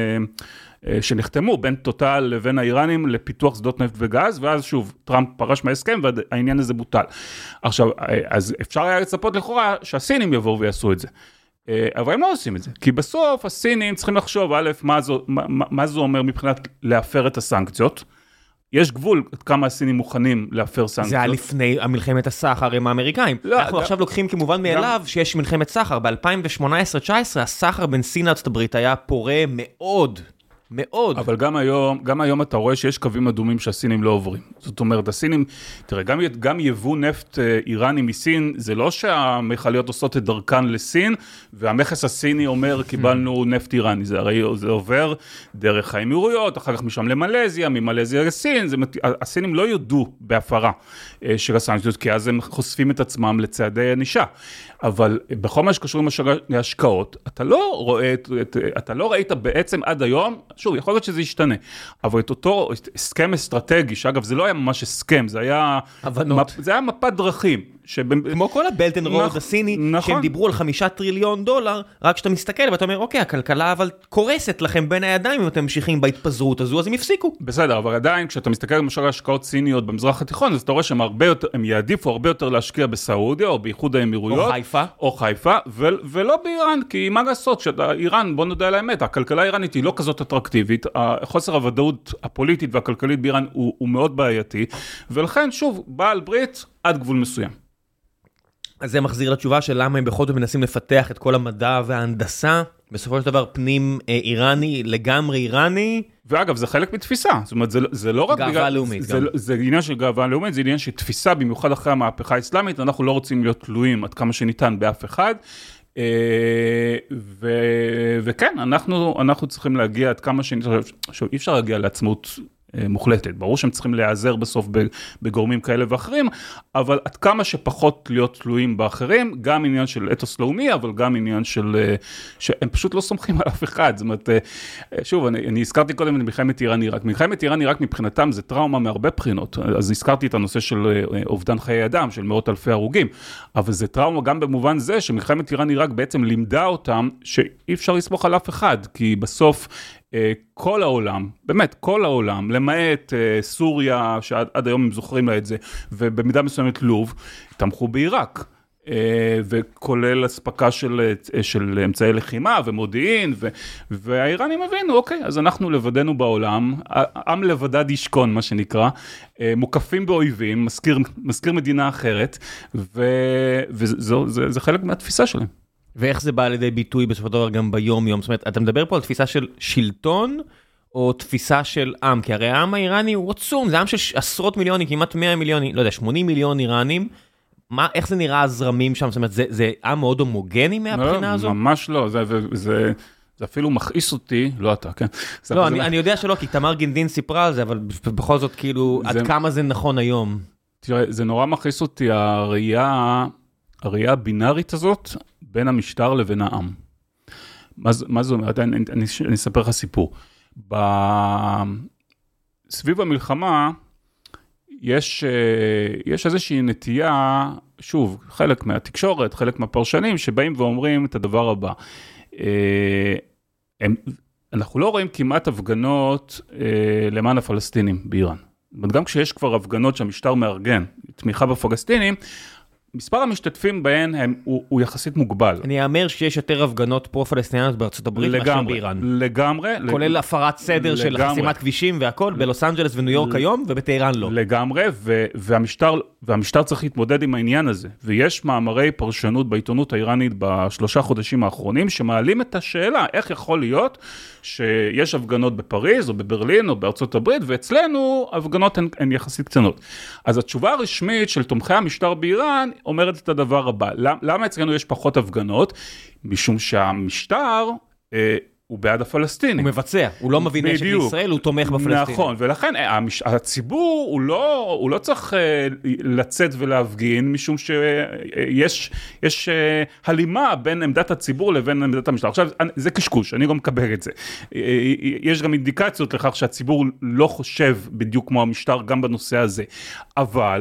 אה, אה, שנחתמו בין טוטל לבין האיראנים לפיתוח שדות נפט וגז, ואז שוב, טראמפ פרש מההסכם, והעניין הזה בוטל. עכשיו, אז אפשר היה לצפות לכאורה שהסינים יבואו ויעשו את זה. אבל הם לא עושים את זה, כי בסוף הסינים צריכים לחשוב, א', מה זה, מה, מה זה אומר מבחינת להפר את הסנקציות, יש גבול כמה הסינים מוכנים להפר סנקציות. זה היה לפני מלחמת הסחר עם האמריקאים. לא, אנחנו גם, עכשיו לוקחים כמובן מאליו גם, שיש מלחמת סחר. ב-אלפיים שמונה עשרה תשע עשרה הסחר בין סין לארצות הברית היה פורה מאוד. מאוד. אבל גם היום, גם היום אתה רואה שיש קווים אדומים שהסינים לא עוברים. זאת אומרת, הסינים, תראה, גם, גם יבוא נפט איראני מסין, זה לא שהמכליות עושות את דרכן לסין, והמכס הסיני אומר, קיבלנו נפט איראני. זה הרי זה עובר דרך האמירויות, אחר כך משם למלזיה, ממלזיה לסין, זה, הסינים לא יודו בהפרה של הסנקציות, כי אז הם חושפים את עצמם לצעדי ענישה. אבל בכל מה שקשור להשקעות, אתה לא רואה, אתה לא ראית בעצם עד היום, שוב, יכול להיות שזה ישתנה, אבל את אותו הסכם אסטרטגי, שאגב, זה לא היה ממש הסכם, זה היה, הבנות. זה היה מפת דרכים. כמו כל הבלט אנד רוד הסיני, שהם דיברו על חמישה טריליון דולר, רק שאתה מסתכל ואתה אומר, אוקיי, הכלכלה אבל קורסת לכם בין הידיים, אם אתם ממשיכים בהתפזרות הזו, אז הם יפסיקו. בסדר, אבל עדיין, כשאתה מסתכל למשל על השקעות סיניות במזרח התיכון, אז אתה רואה שהם הרבה יותר, הם יעדיפו הרבה יותר להשקיע בסעודיה, או באיחוד האמירויות. או חיפה. או חיפה, ולא באיראן, כי מה לעשות, שאיראן, בוא נדע על האמת, הכלכלה האיראנית היא לא כזאת אטרקטיבית, חוסר הוודאות הפוליטית והכלכלית באיראן הוא, הוא מאוד בעייתי, ולכן, שוב, בעל ברית עד גבול מסוים. אז זה מחזיר לתשובה של למה הם בכל זאת מנסים לפתח את כל המדע וההנדסה, בסופו של דבר פנים אה, איראני, לגמרי איראני. ואגב, זה חלק מתפיסה, זאת אומרת, זה, זה לא רק... גאווה בגלל, לאומית. זה, זה, זה עניין של גאווה לאומית, זה עניין של תפיסה, במיוחד אחרי המהפכה האסלאמית, אנחנו לא רוצים להיות תלויים עד כמה שניתן באף אחד, אה, ו, וכן, אנחנו, אנחנו צריכים להגיע עד כמה שניתן, אי אפשר להגיע לעצמאות מוחלטת. ברור שהם צריכים להיעזר בסוף בגורמים כאלה ואחרים, אבל עד כמה שפחות להיות תלויים באחרים, גם עניין של אתוס לאומי, אבל גם עניין של, שהם פשוט לא סומכים על אף אחד. זאת אומרת, שוב, אני, אני הזכרתי קודם את מלחמת איראן עיראק. מלחמת איראן עיראק מבחינתם זה טראומה מהרבה בחינות. אז הזכרתי את הנושא של אובדן חיי אדם, של מאות אלפי הרוגים, אבל זה טראומה גם במובן זה שמלחמת איראן עיראק בעצם לימדה אותם שאי אפשר לסמוך על אף אחד, כי בסוף כל העולם, באמת כל העולם, למעט סוריה, שעד היום הם זוכרים לה את זה, ובמידה מסוימת לוב, תמכו בעיראק, וכולל הספקה של, של אמצעי לחימה ומודיעין, ו, והאיראנים הבינו, אוקיי, אז אנחנו לבדנו בעולם, עם לבדד ישכון, מה שנקרא, מוקפים באויבים, מזכיר, מזכיר מדינה אחרת, ו, וזה זה, זה חלק מהתפיסה שלהם. ואיך זה בא לידי ביטוי בסופו של דבר גם ביום יום? זאת אומרת, אתה מדבר פה על תפיסה של שלטון, או תפיסה של עם? כי הרי העם האיראני הוא עצום, זה עם של עשרות מיליונים, כמעט מאה מיליונים, לא יודע, שמונים מיליון איראנים, מה, איך זה נראה הזרמים שם? זאת אומרת, זה, זה עם מאוד הומוגני מהבחינה הזו? ממש לא, זה, זה, זה, זה אפילו מכעיס אותי, לא אתה, כן? לא, אני, אני יודע שלא, כי תמר גינדין סיפרה על זה, אבל בכל זאת, כאילו, עד כמה זה נכון היום? תראה, זה נורא מכעיס אותי, הראייה, הראייה הבינארית הזאת, בין המשטר לבין העם. מה, מה זה אומר? אני, אני, אני אספר לך סיפור. ב... סביב המלחמה, יש, יש איזושהי נטייה, שוב, חלק מהתקשורת, חלק מהפרשנים, שבאים ואומרים את הדבר הבא. הם, אנחנו לא רואים כמעט הפגנות למען הפלסטינים באיראן. גם כשיש כבר הפגנות שהמשטר מארגן, תמיכה בפלסטינים, מספר המשתתפים בהן הם, הוא, הוא יחסית מוגבל. אני אאמר שיש יותר הפגנות פרו-פלסטיניות בארצות הברית מאשר באיראן. לגמרי. כולל הפרת סדר של חסימת כבישים והכל, בלוס אנג'לס וניו יורק היום, ובטהרן לא. לגמרי, ו- והמשטר, והמשטר צריך להתמודד עם העניין הזה. ויש מאמרי פרשנות בעיתונות האיראנית בשלושה חודשים האחרונים, שמעלים את השאלה, איך יכול להיות שיש הפגנות בפריז, או בברלין, או בארצות הברית, ואצלנו הפגנות הן, הן יחסית קטנות. אז התשובה הרשמית של תומכי המשטר באיראן, אומרת את הדבר הבא, למה אצלנו יש פחות הפגנות? משום שהמשטר אה, הוא בעד הפלסטינים. הוא מבצע, הוא לא מביא נשק לישראל, הוא תומך בפלסטינים. נכון, ולכן המש... הציבור הוא לא, הוא לא צריך אה, לצאת ולהפגין, משום שיש יש, אה, הלימה בין עמדת הציבור לבין עמדת המשטר. עכשיו, זה קשקוש, אני גם מקבל את זה. אה, יש גם אינדיקציות לכך שהציבור לא חושב בדיוק כמו המשטר, גם בנושא הזה. אבל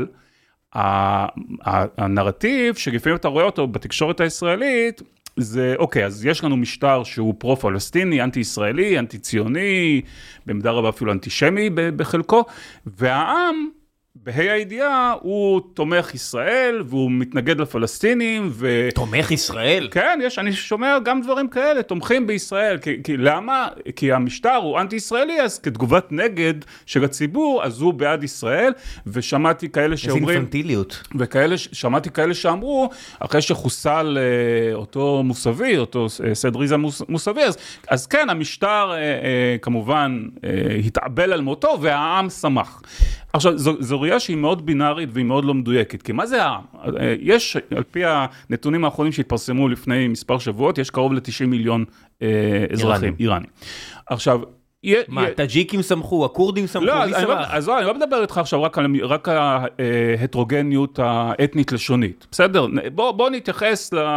הנרטיב שלפעמים אתה רואה אותו בתקשורת הישראלית, זה אוקיי, אז יש לנו משטר שהוא פרו-פלסטיני, אנטי-ישראלי, אנטי-ציוני, במידה רבה אפילו אנטישמי בחלקו, והעם, בהי הידיעה, הוא תומך ישראל, והוא מתנגד לפלסטינים, ו... תומך ישראל? כן, יש, אני שומע גם דברים כאלה, תומכים בישראל, כי, כי למה? כי המשטר הוא אנטי-ישראלי, אז כתגובת נגד של הציבור, אז הוא בעד ישראל, ושמעתי כאלה שאומרים... איזה אינפנטיליות. וכאלה, שמעתי כאלה שאמרו, אחרי שחוסל אה, אותו מוסבי, אותו אה, סדריזה מוס, מוסבי, אז, אז כן, המשטר אה, אה, כמובן אה, התעבל על מותו, והעם שמח. עכשיו, זו, זו ראייה שהיא מאוד בינארית והיא מאוד לא מדויקת, כי מה זה העם? יש, על פי הנתונים האחרונים שהתפרסמו לפני מספר שבועות, יש קרוב ל-תשעים מיליון אה, אזרחים, איראנים. עכשיו, מה, טאג'יקים סמכו, הקורדים סמכו, לא, מי אני, סמך? אז לא, אני לא מדבר איתך עכשיו רק על רק ההטרוגניות האתנית לשונית, בסדר? בוא, בוא נתייחס ל...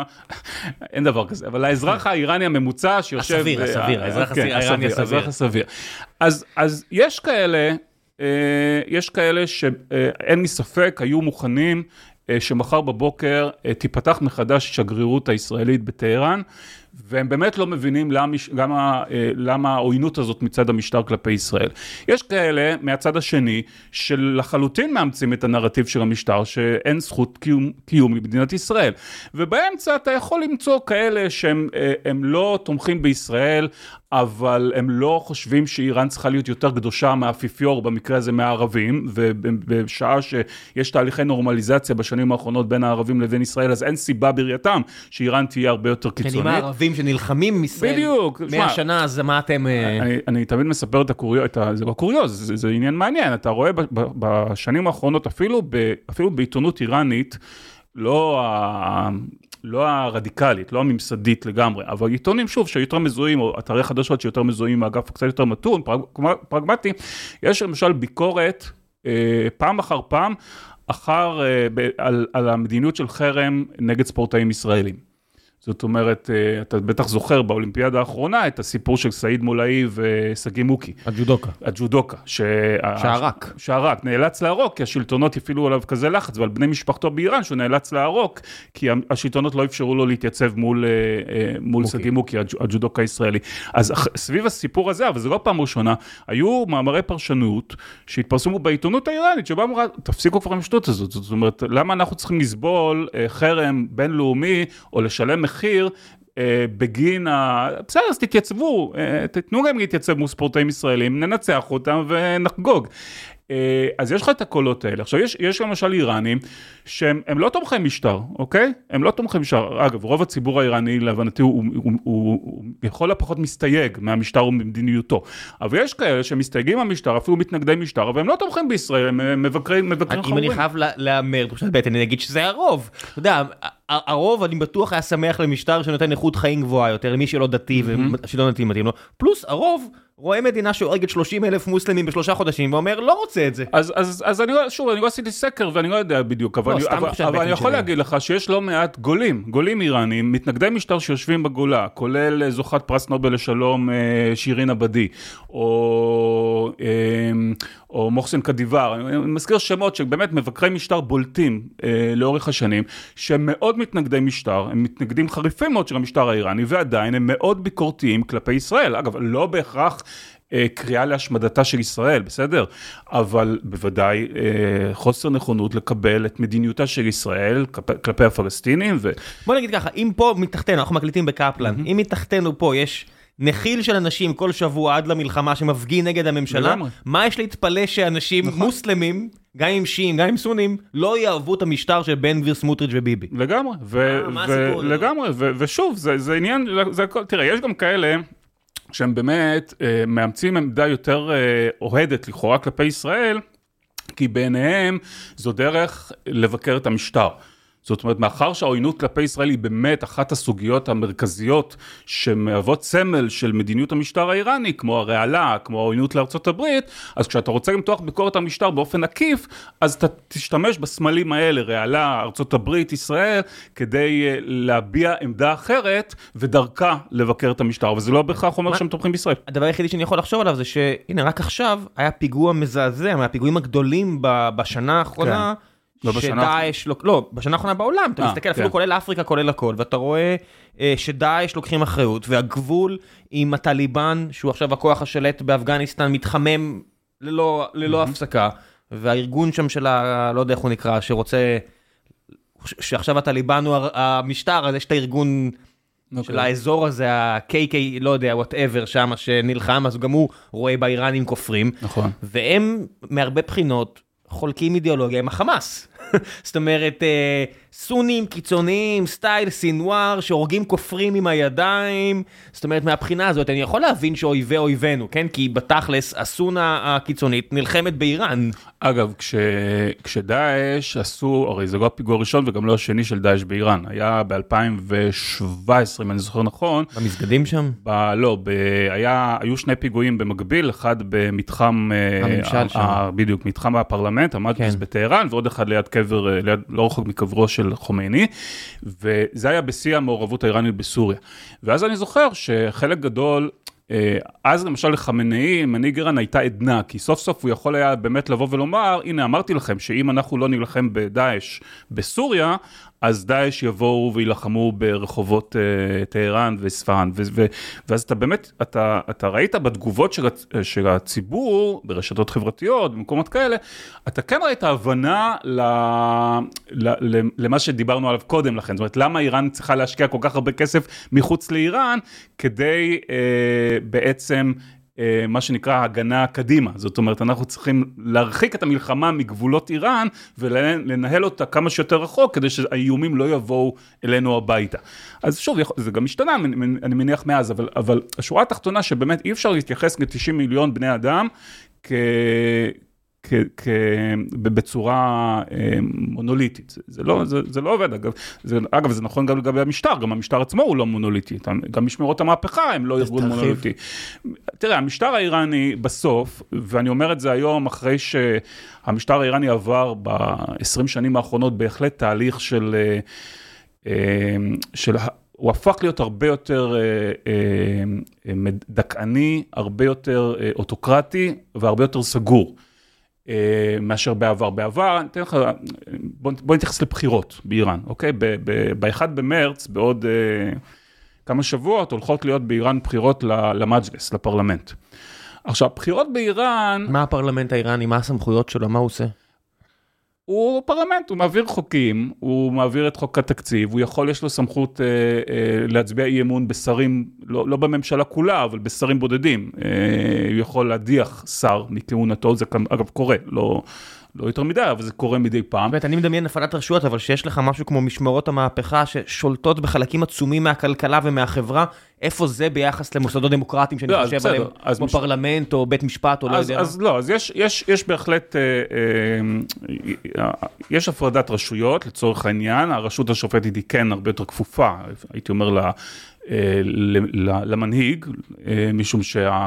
אין דבר כזה, אבל האזרח האיראני הממוצע שיושב... הסביר, הסביר, האזרח האיראני הסביר. הסביר. אז, אז יש כאלה... יש כאלה שאין לי ספק, היו מוכנים שמחר בבוקר תיפתח מחדש שגרירות הישראלית בטהרן, והם באמת לא מבינים למה, למה, למה העוינות הזאת מצד המשטר כלפי ישראל. יש כאלה מהצד השני שלחלוטין מאמצים את הנרטיב של המשטר, שאין זכות קיום, קיום למדינת ישראל. ובאמצע אתה יכול למצוא כאלה שהם הם לא תומכים בישראל, אבל הם לא חושבים שאיראן צריכה להיות יותר קדושה מהאפיפיור, במקרה הזה מהערבים, ובשעה שיש תהליכי נורמליזציה בשנים האחרונות בין הערבים לבין ישראל, אז אין סיבה בראייתם שאיראן תהיה הרבה יותר קיצונית. עם הערבים שנלחמים עם ישראל, בדיוק, מאה שנה, אז מה אתם... אני, אני תמיד מספר את הקוריוז, את ה, זה לא קוריוז, זה, זה עניין מעניין, אתה רואה בשנים האחרונות, אפילו, ב, אפילו בעיתונות איראנית, לא ה... לא הרדיקלית, לא הממסדית לגמרי, אבל עיתונים שוב שיותר מזוהים, או אתרי חדשות שיותר מזוהים מהאגף קצת יותר מתון, פרג, פרגמטי, יש למשל ביקורת אה, פעם אחר פעם, אחר, אה, ב, על, על המדיניות של חרם נגד ספורטאים ישראלים. זאת אומרת, אתה בטח זוכר באולימפיאדה האחרונה את הסיפור של סעיד מולאי וסגי מוקי. הג'ודוקה. הג'ודוקה. שערק. שערק. נאלץ לערוק, כי השלטונות הפעילו עליו כזה לחץ, ועל בני משפחתו באיראן שהוא נאלץ לערוק, כי השלטונות לא אפשרו לו להתייצב מול, מול סגי מוקי, הג'ודוקה הישראלי. אז סביב הסיפור הזה, אבל זה לא פעם ראשונה, היו מאמרי פרשנות שהתפרסמו בעיתונות האיראנית, שבה אמרה, תפסיקו כבר עם השטות הזאת. זאת אומרת, למה אנחנו צריכים לסבול חרם בינלאומי, או לשלם מחיר בגין ה... בסדר, אז תתייצבו, תתנו גם להתייצב מול ספורטאים ישראלים, ננצח אותם ונחגוג. אז יש לך את הקולות האלה. עכשיו, יש, יש למשל איראנים שהם הם לא תומכי משטר, אוקיי? הם לא תומכי משטר. אגב, רוב הציבור האיראני, להבנתי, הוא, הוא, הוא, הוא יכול לפחות מסתייג מהמשטר וממדיניותו. אבל יש כאלה שמסתייגים מהמשטר, אפילו מתנגדי משטר, והם לא תומכים בישראל, הם מבקרים, מבקרים חמורים. אם אני חייב לאמר, אני אגיד שזה הרוב. אתה יודע, הרוב אני בטוח היה שמח למשטר שנותן איכות חיים גבוהה יותר, למי שלא דתי ושלא דתי מתאים לו. פלוס הרוב רואה מדינה שהורגת שלושים אלף מוסלמים בשלושה חודשים, ואומר, לא רוצה את זה. אז, אז, אז אני, שוב, אני לא עשיתי סקר, ואני לא יודע בדיוק, אבל, אני, אבל, אבל אני יכול להגיד לך שיש לא מעט גולים, גולים איראנים, מתנגדי משטר שיושבים בגולה, כולל זוכת פרס נובל לשלום שירין עבדי, או, או מוחסן קדיבר. אני מזכיר שמות שבאמת מבקרי משטר בולטים לאורך השנים, שהם מאוד מתנגדי משטר, הם מתנגדים חריפים מאוד של המשטר האיראני, ועדיין הם מאוד ביקורתיים כלפי ישראל. אגב, לא בהכרח קריאה להשמדתה של ישראל, בסדר? אבל בוודאי חוסר נכונות לקבל את מדיניותה של ישראל כלפי הפלסטינים. ו... בוא נגיד ככה, אם פה מתחתנו, אנחנו מקליטים בקפלן, אם מתחתנו פה יש נחיל של אנשים כל שבוע עד למלחמה שמפגין נגד הממשלה, מה יש להתפלא שאנשים מוסלמים, גם עם שיעים, גם עם סונים, לא יאהבו את המשטר של בן גביר, סמוטריץ' וביבי? לגמרי. לגמרי. ושוב, זה עניין, תראה, יש גם כאלה שהם באמת אה, מאמצים עמדה יותר אה, אוהדת לכאורה כלפי ישראל, כי בעיניהם זו דרך לבקר את המשטר. זאת אומרת, מאחר שהעוינות כלפי ישראל היא באמת אחת הסוגיות המרכזיות שמהוות סמל של מדיניות המשטר האיראני, כמו הרעלה, כמו העוינות לארצות הברית, אז כשאתה רוצה למתוח ביקורת המשטר באופן עקיף, אז אתה תשתמש בסמלים האלה, רעלה, ארצות הברית, ישראל, כדי להביע עמדה אחרת ודרכה לבקר את המשטר, וזה לא בהכרח אומר שהם תומכים בישראל. הדבר היחידי שאני יכול לחשוב עליו זה שהנה, רק עכשיו היה פיגוע מזעזע, מהפיגועים הגדולים בשנה האחרונה, שדאעש, לא, בשנה האחרונה בעולם, אתה מסתכל אפילו כולל אפריקה, כולל הכל, ואתה רואה שדאעש לוקחים אחריות, והגבול עם הטליבן, שהוא עכשיו הכוח השלט באפגניסטן, מתחמם ללא הפסקה, והארגון שם של ה... לא יודע איך הוא נקרא, שרוצה, שעכשיו הטליבן הוא המשטר, אז יש את הארגון של האזור הזה, ה-קיי קיי, לא יודע, whatever, שם שנלחם, אז גם הוא רואה באיראנים כופרים, והם מהרבה בחינות, חולקים אידיאולוגיה עם החמאס. זאת אומרת, סונים קיצוניים, סטייל סינואר, שהורגים כופרים עם הידיים. זאת אומרת, מהבחינה הזאת, אני יכול להבין שאויבי אויבינו, כן? כי בתכלס, הסונה הקיצונית נלחמת באיראן. אגב, כש, כשדאעש עשו, הרי זה לא הפיגוע הראשון וגם לא השני של דאעש באיראן. היה ב-אלפיים שבע עשרה, אם אני זוכר נכון. במסגדים שם? ב, לא, ב, היה, היו שני פיגועים במקביל, אחד במתחם... הממשל שם. ה, בדיוק, מתחם הפרלמנט, עמד כן. בטהרן, ועוד אחד ליד קבר, ליד, לא רחוק מקברו של חומייני, וזה היה בשיא המעורבות האיראנית בסוריה. ואז אני זוכר שחלק גדול, אז למשל לחמינאי, מנהיג איראן הייתה עדנה, כי סוף סוף הוא יכול היה באמת לבוא ולומר, הנה אמרתי לכם שאם אנחנו לא נלחם בדאעש בסוריה, אז דאעש יבואו וילחמו ברחובות uh, טהרן וספרן, ו- ו- ואז אתה באמת, אתה, אתה ראית בתגובות של, של הציבור, ברשתות חברתיות, במקומות כאלה, אתה כן ראית הבנה ל- ל- ל- למה שדיברנו עליו קודם לכן, זאת אומרת, למה איראן צריכה להשקיע כל כך הרבה כסף מחוץ לאיראן, כדי uh, בעצם... מה שנקרא הגנה קדימה, זאת אומרת, אנחנו צריכים להרחיק את המלחמה מגבולות איראן, ולנהל אותה כמה שיותר רחוק, כדי שהאיומים לא יבואו אלינו הביתה. אז שוב, זה גם משתנה, אני מניח מאז, אבל, אבל השורה התחתונה שבאמת אי אפשר להתייחס ל-תשעים מיליון בני אדם, כ... בצורה מונוליטית. זה לא, זה, זה לא עובד, אגב. זה, אגב, זה נכון גם לגבי המשטר, גם המשטר עצמו הוא לא מונוליטי. גם משמרות המהפכה הם לא ארגון מונוליטי. תראה, המשטר האיראני בסוף, ואני אומר את זה היום אחרי שהמשטר האיראני עבר ב-עשרים שנים האחרונות בהחלט תהליך של, של הוא הפך להיות הרבה יותר דכאני, הרבה יותר אוטוקרטי והרבה יותר סגור. מאשר בעבר. בעבר, אני אתן לך, בוא, בוא נתייחס לבחירות באיראן, אוקיי? ב-אחד במרץ, בעוד uh, כמה שבועות, הולכות להיות באיראן בחירות למג'לס, לפרלמנט. עכשיו, בחירות באיראן... מה הפרלמנט האיראני? מה הסמכויות שלו? מה הוא עושה? הוא פרלמנט, הוא מעביר חוקים, הוא מעביר את חוק התקציב, הוא יכול, יש לו סמכות אה, אה, להצביע אי אמון בשרים, לא, לא בממשלה כולה, אבל בשרים בודדים. אה, הוא יכול להדיח שר מכהונתו, זה אגב קורה, לא, לא יותר מדי, אבל זה קורה מדי פעם. באמת, אני מדמיין הפרדת רשויות, אבל שיש לך משהו כמו משמרות המהפכה, ששולטות בחלקים עצומים מהכלכלה ומהחברה, איפה זה ביחס למוסדות דמוקרטיים, שאני לא, חושב בסדר, עליהם, כמו מש... פרלמנט או בית משפט, או אז, לא יודע. אז לא, אז יש, יש, יש בהחלט, אה, אה, יש הפרדת רשויות, לצורך העניין, הרשות השופטת היא כן הרבה יותר כפופה, הייתי אומר לה, למנהיג, משום שה...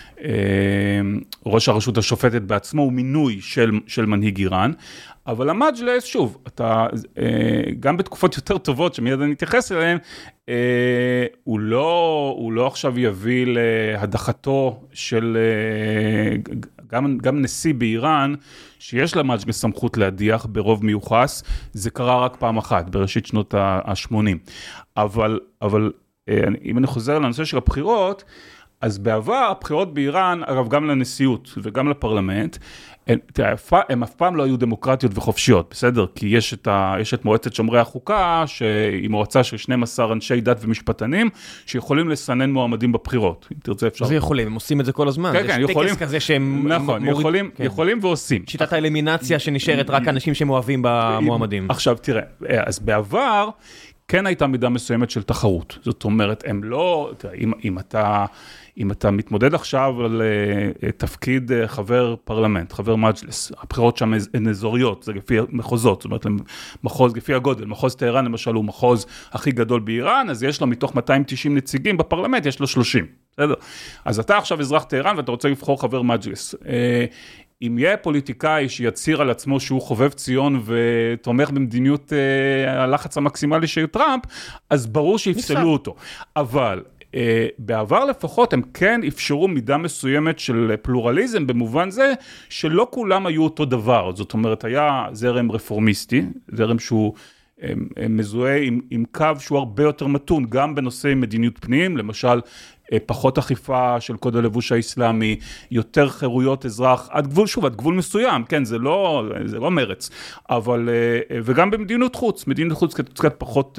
ראש הרשות השופטת בעצמו הוא מינוי של, של מנהיג איראן, אבל המג'לס, שוב, אתה, גם בתקופות יותר טובות, שמיד אני אתייחס אליהן, הוא לא, הוא לא עכשיו יביא להדחתו של, גם, גם נשיא באיראן, שיש למג'לס סמכות להדיח ברוב מיוחס, זה קרה רק פעם אחת, בראשית שנות ה-שמונים. אבל, אבל, אם אני חוזר לנושא של הבחירות, אז בעבר הבחירות באיראן, אגב גם לנשיאות וגם לפרלמנט, הם, הם אף פעם לא היו דמוקרטיות וחופשיות, בסדר? כי יש את, ה, יש את מועצת שומרי החוקה, שהיא מועצה של שנים עשר אנשי דת ומשפטנים, שיכולים לסנן מועמדים בבחירות. אם תרצה אפשר. זה יכולים, הם עושים את זה כל הזמן. כן, כן, יש יכולים. טקס כזה שהם נכון, מוריד, יכולים, כן. יכולים ועושים. שיטת האלימינציה שנשארת רק אנשים שמואבים במועמדים. עכשיו תראה, אז בעבר, כן הייתה מידה מסוימת של תחרות. זאת אומרת, הם לא, אם, אם אתה, אם אתה מתמודד עכשיו על uh, תפקיד uh, חבר פרלמנט, חבר מג'לס, הבחירות שם הן אזוריות, זה לפי מחוזות, זאת אומרת, מחוז לפי הגודל, מחוז טהרן למשל הוא מחוז הכי גדול באיראן, אז יש לו מתוך מאתיים ותשעים נציגים בפרלמנט, יש לו שלושים, בסדר? אז אתה עכשיו אזרח טהרן ואתה רוצה לבחור חבר מג'לס. Uh, אם יהיה פוליטיקאי שיציר על עצמו שהוא חובב ציון ותומך במדיניות אה, הלחץ המקסימלי של טראמפ, אז ברור שיפסלו אותו. אבל אה, בעבר לפחות הם כן אפשרו מידה מסוימת של פלורליזם, במובן זה שלא כולם היו אותו דבר. זאת אומרת, היה זרם רפורמיסטי, זרם שהוא אה, מזוהה עם, עם קו שהוא הרבה יותר מתון, גם בנושאי מדיניות פנים, למשל, פחות אכיפה של קוד הלבוש האסלאמי, יותר חירויות אזרח, עד גבול, שוב, עד גבול מסוים, כן, זה לא, זה לא מרץ, אבל, וגם במדינות חוץ, מדינות חוץ קצת פחות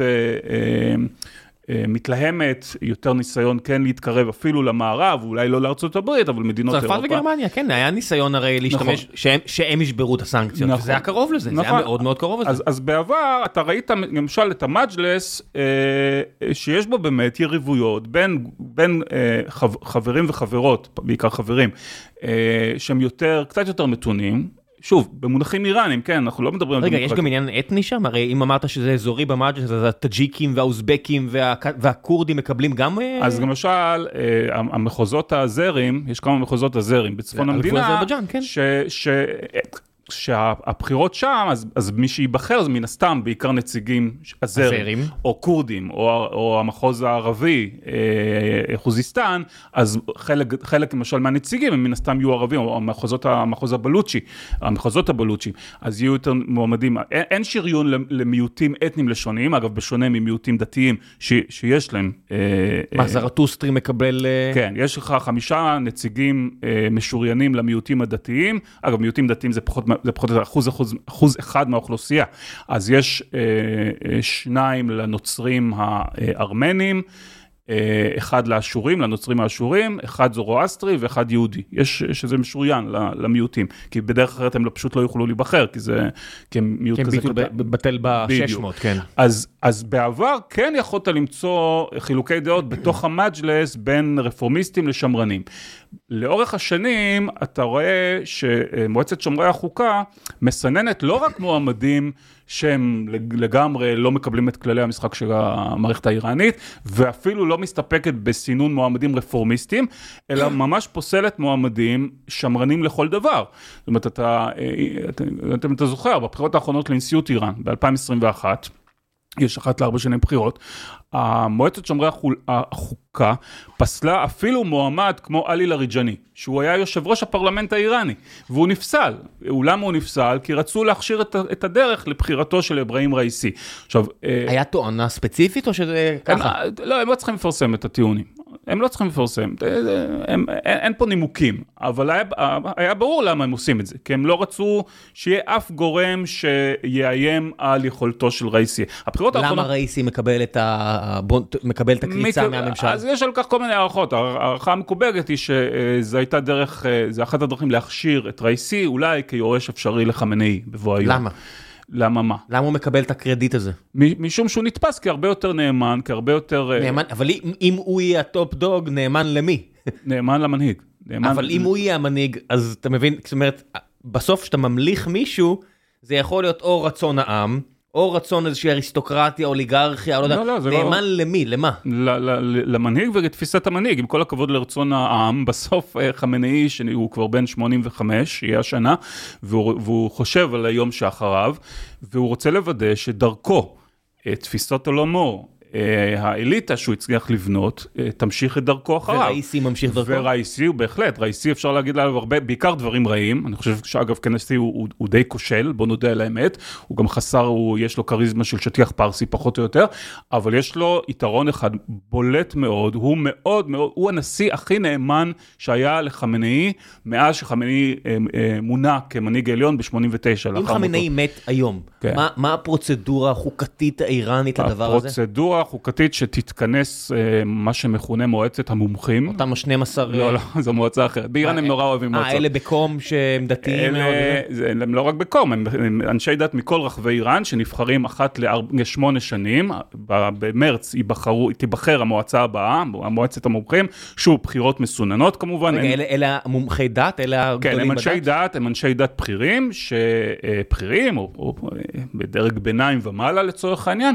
מתלהמת, יותר ניסיון כן להתקרב אפילו למערב, אולי לא לארצות הברית, אבל מדינות אירופה. צרפת וגרמניה, כן, היה ניסיון הרי להשתמש, שהם ישברו את הסנקציות, זה היה קרוב לזה, זה היה מאוד מאוד קרוב לזה. אז בעבר, אתה ראית למשל את המג'לס, שיש בו באמת יריבויות, בין חברים וחברות, בעיקר חברים, שהם יותר, קצת יותר מתונים, שוב, במונחים איראנים, כן, אנחנו לא מדברים... רגע, יש גם עניין אתני שם? הרי אם אמרת שזה אזורי במג'לס, אז הטאג'יקים והאוזבקים והכורדים מקבלים גם... אז למשל, המחוזות הזרים, יש כמה מחוזות הזרים בצפון המדינה, ש... שהבחירות שם, אז, אז מי שיבחר זה מן הסתם בעיקר נציגים הזרים, או קורדים, או, או המחוז הערבי, אה, חוזיסטן, אז חלק, חלק למשל מהנציגים הם מן הסתם יהיו ערבים, או המחוזות, המחוז הבלוצ'י, המחוזות הבלוצ'ים, אז יהיו יותר מועמדים, אין, אין שריון למיעוטים אתניים לשוניים, אגב בשונה ממיעוטים דתיים ש, שיש להם. אה, מה, זרטוסטרי מקבל... כן, יש לך חמישה נציגים אה, משוריינים למיעוטים הדתיים, אגב מיעוטים דתיים זה פחות... זה פחות אחוז, אחוז, אחוז אחד מהאוכלוסייה. אז יש אה, שניים לנוצרים הארמנים, אה, אחד לאשורים, לנוצרים האשורים, אחד זורואסטרי ואחד יהודי. יש שזה משוריין למיעוטים, כי בדרך אחרת הם פשוט לא יוכלו להיבחר, כי זה, כי הם מיעוט כזה קטן. בטל ב-שש מאות, כן. אז, אז בעבר כן יכולת למצוא חילוקי דעות בתוך המג'לס בין רפורמיסטים לשמרנים. לאורך השנים אתה רואה שמועצת שומרי החוקה מסננת לא רק מועמדים שהם לגמרי לא מקבלים את כללי המשחק של המערכת האיראנית, ואפילו לא מסתפקת בסינון מועמדים רפורמיסטים, אלא ממש פוסלת מועמדים שמרנים לכל דבר. זאת אומרת, אתה, אתה, אתה, אתה זוכר, בבחירות האחרונות לנשיאות איראן, ב-אלפיים עשרים ואחת, יש אחת לארבע שנים בחירות, המועצת שומרי החוקה פסלה אפילו מועמד כמו עלי לריג'ני, שהוא היה יושב ראש הפרלמנט האיראני, והוא נפסל. אולם הוא נפסל? כי רצו להכשיר את הדרך לבחירתו של אברהים ראיסי. עכשיו, היה טוענה ספציפית או שזה ככה? לא, הם לא צריכים לפרסם את הטיעונים. הם לא צריכים לפרסם, הם, אין, אין פה נימוקים, אבל היה, היה ברור למה הם עושים את זה, כי הם לא רצו שיהיה אף גורם שיאיים על יכולתו של ראיסי. למה האחרונות... ראיסי מקבל את, ה... מקבל את הקריצה מק... מהממשל? אז יש על כך כל מיני הערכות, הערכה המקובלת היא שזה הייתה דרך, זה אחת הדרכים להכשיר את ראיסי, אולי כיורש אפשרי לחמנאי בבוא היום. למה? למה מה? למה הוא מקבל את הקרדיט הזה? משום שהוא נתפס כהרבה יותר נאמן, כהרבה יותר... נאמן, אבל אם הוא יהיה הטופ דוג, נאמן למי? נאמן למנהיג. נאמן... אבל אם הוא יהיה המנהיג, אז אתה מבין, זאת אומרת, בסוף שאתה ממליך מישהו, זה יכול להיות או רצון העם, או רצון איזושהי אריסטוקרטיה, אוליגרכיה, לא, לא, יודע, לא, נאמן לא... למי, למה? ל- ל- למנהיג ולתפיסת המנהיג, עם כל הכבוד לרצון העם, בסוף חמנאי, שהוא כבר בן שמונים וחמש, יהיה השנה, והוא, והוא חושב על היום שאחריו, והוא רוצה לוודא שדרכו, תפיסת עולמו, האליטה שהוא הצליח לבנות, תמשיך את דרכו אחריו. וראיסי ממשיך דרכו? וראיסי הוא בהחלט, ראיסי אפשר להגיד עליו הרבה, בעיקר דברים רעים, אני חושב שאגב כנשיא הוא, הוא, הוא די כושל, בוא נודה על האמת, הוא גם חסר, הוא, יש לו קריזמה של שטיח פרסי פחות או יותר, אבל יש לו יתרון אחד בולט מאוד, הוא מאוד מאוד, הוא הנשיא הכי נאמן שהיה לחמנאי, מאז שחמנאי אה, אה, מונה כמנהיג העליון ב-שמונים ותשע. אם חמנאי מת היום, כן. מה, מה הפרוצדורה החוקתית האיראנית לדבר הזה? הפרוצדורה חוקתית שתתכנס מה שמכונה מועצת המומחים. אותם ה-שנים עשר... לא, לא, זו מועצה אחרת. באיראן הם נורא אוהבים מועצות. אה, אלה בקום שהם דתיים מאוד? הם לא רק בקום, הם אנשי דת מכל רחבי איראן, שנבחרים אחת לשמונה שנים, במרץ תיבחר המועצה הבאה, המועצת המומחים, שוב, בחירות מסוננות כמובן. אלה המומחי דת? אלה הגדולים בדת? כן, הם אנשי דת, הם אנשי דת בכירים, שבכירים, או בדרג ביניים ומעלה לצורך העניין,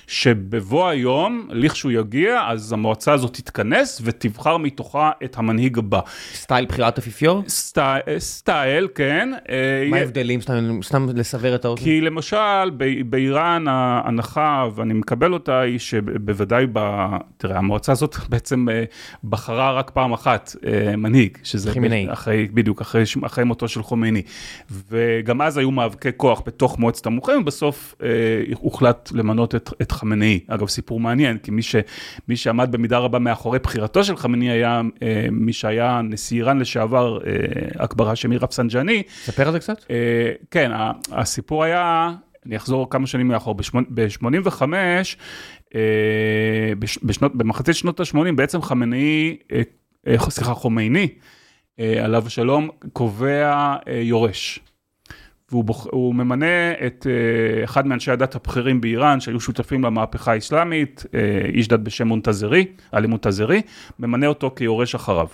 שבבוא היום, לכשהוא יגיע, אז המועצה הזאת תתכנס ותבחר מתוכה את המנהיג הבא. סטייל בחירת אפיפיור? סטייל, סטייל, כן. מה ההבדלים? סתם, סתם לסבר את האוזן? כי למשל, באיראן ההנחה, ואני מקבל אותה, היא שבוודאי, ב... תראה, המועצה הזאת בעצם בחרה רק פעם אחת מנהיג, שזה חמינאי. אחרי, בדיוק, אחרי, אחרי מותו של חומייני. וגם אז היו מאבקי כוח בתוך מועצת המומחים, ובסוף אה, הוחלט למנות את, את חמינאי. אגב, סיפור מעניין, כי מי, ש, מי שעמד במידה רבה מאחורי בחירתו של חמינאי היה אה, מי שהיה נשיא איראן לשעבר, אה, אכבר האשמי רפסנג'אני. ספר על זה קצת? אה, כן, הסיפור היה, אני אחזור כמה שנים מאחור, ב-שמונים וחמש, אה, בשנות, במחצית שנות ה-שמונים, בעצם חמינאי, אה, אה, סליחה, חומייני, אה, עליו שלום, קובע אה, יורש. והוא בוח... ממנה את uh, אחד מאנשי הדת הבכירים באיראן, שהיו שותפים למהפכה האסלאמית, uh, איש דת בשם מונטזרי, עלי מונטזרי, ממנה אותו כיורש אחריו.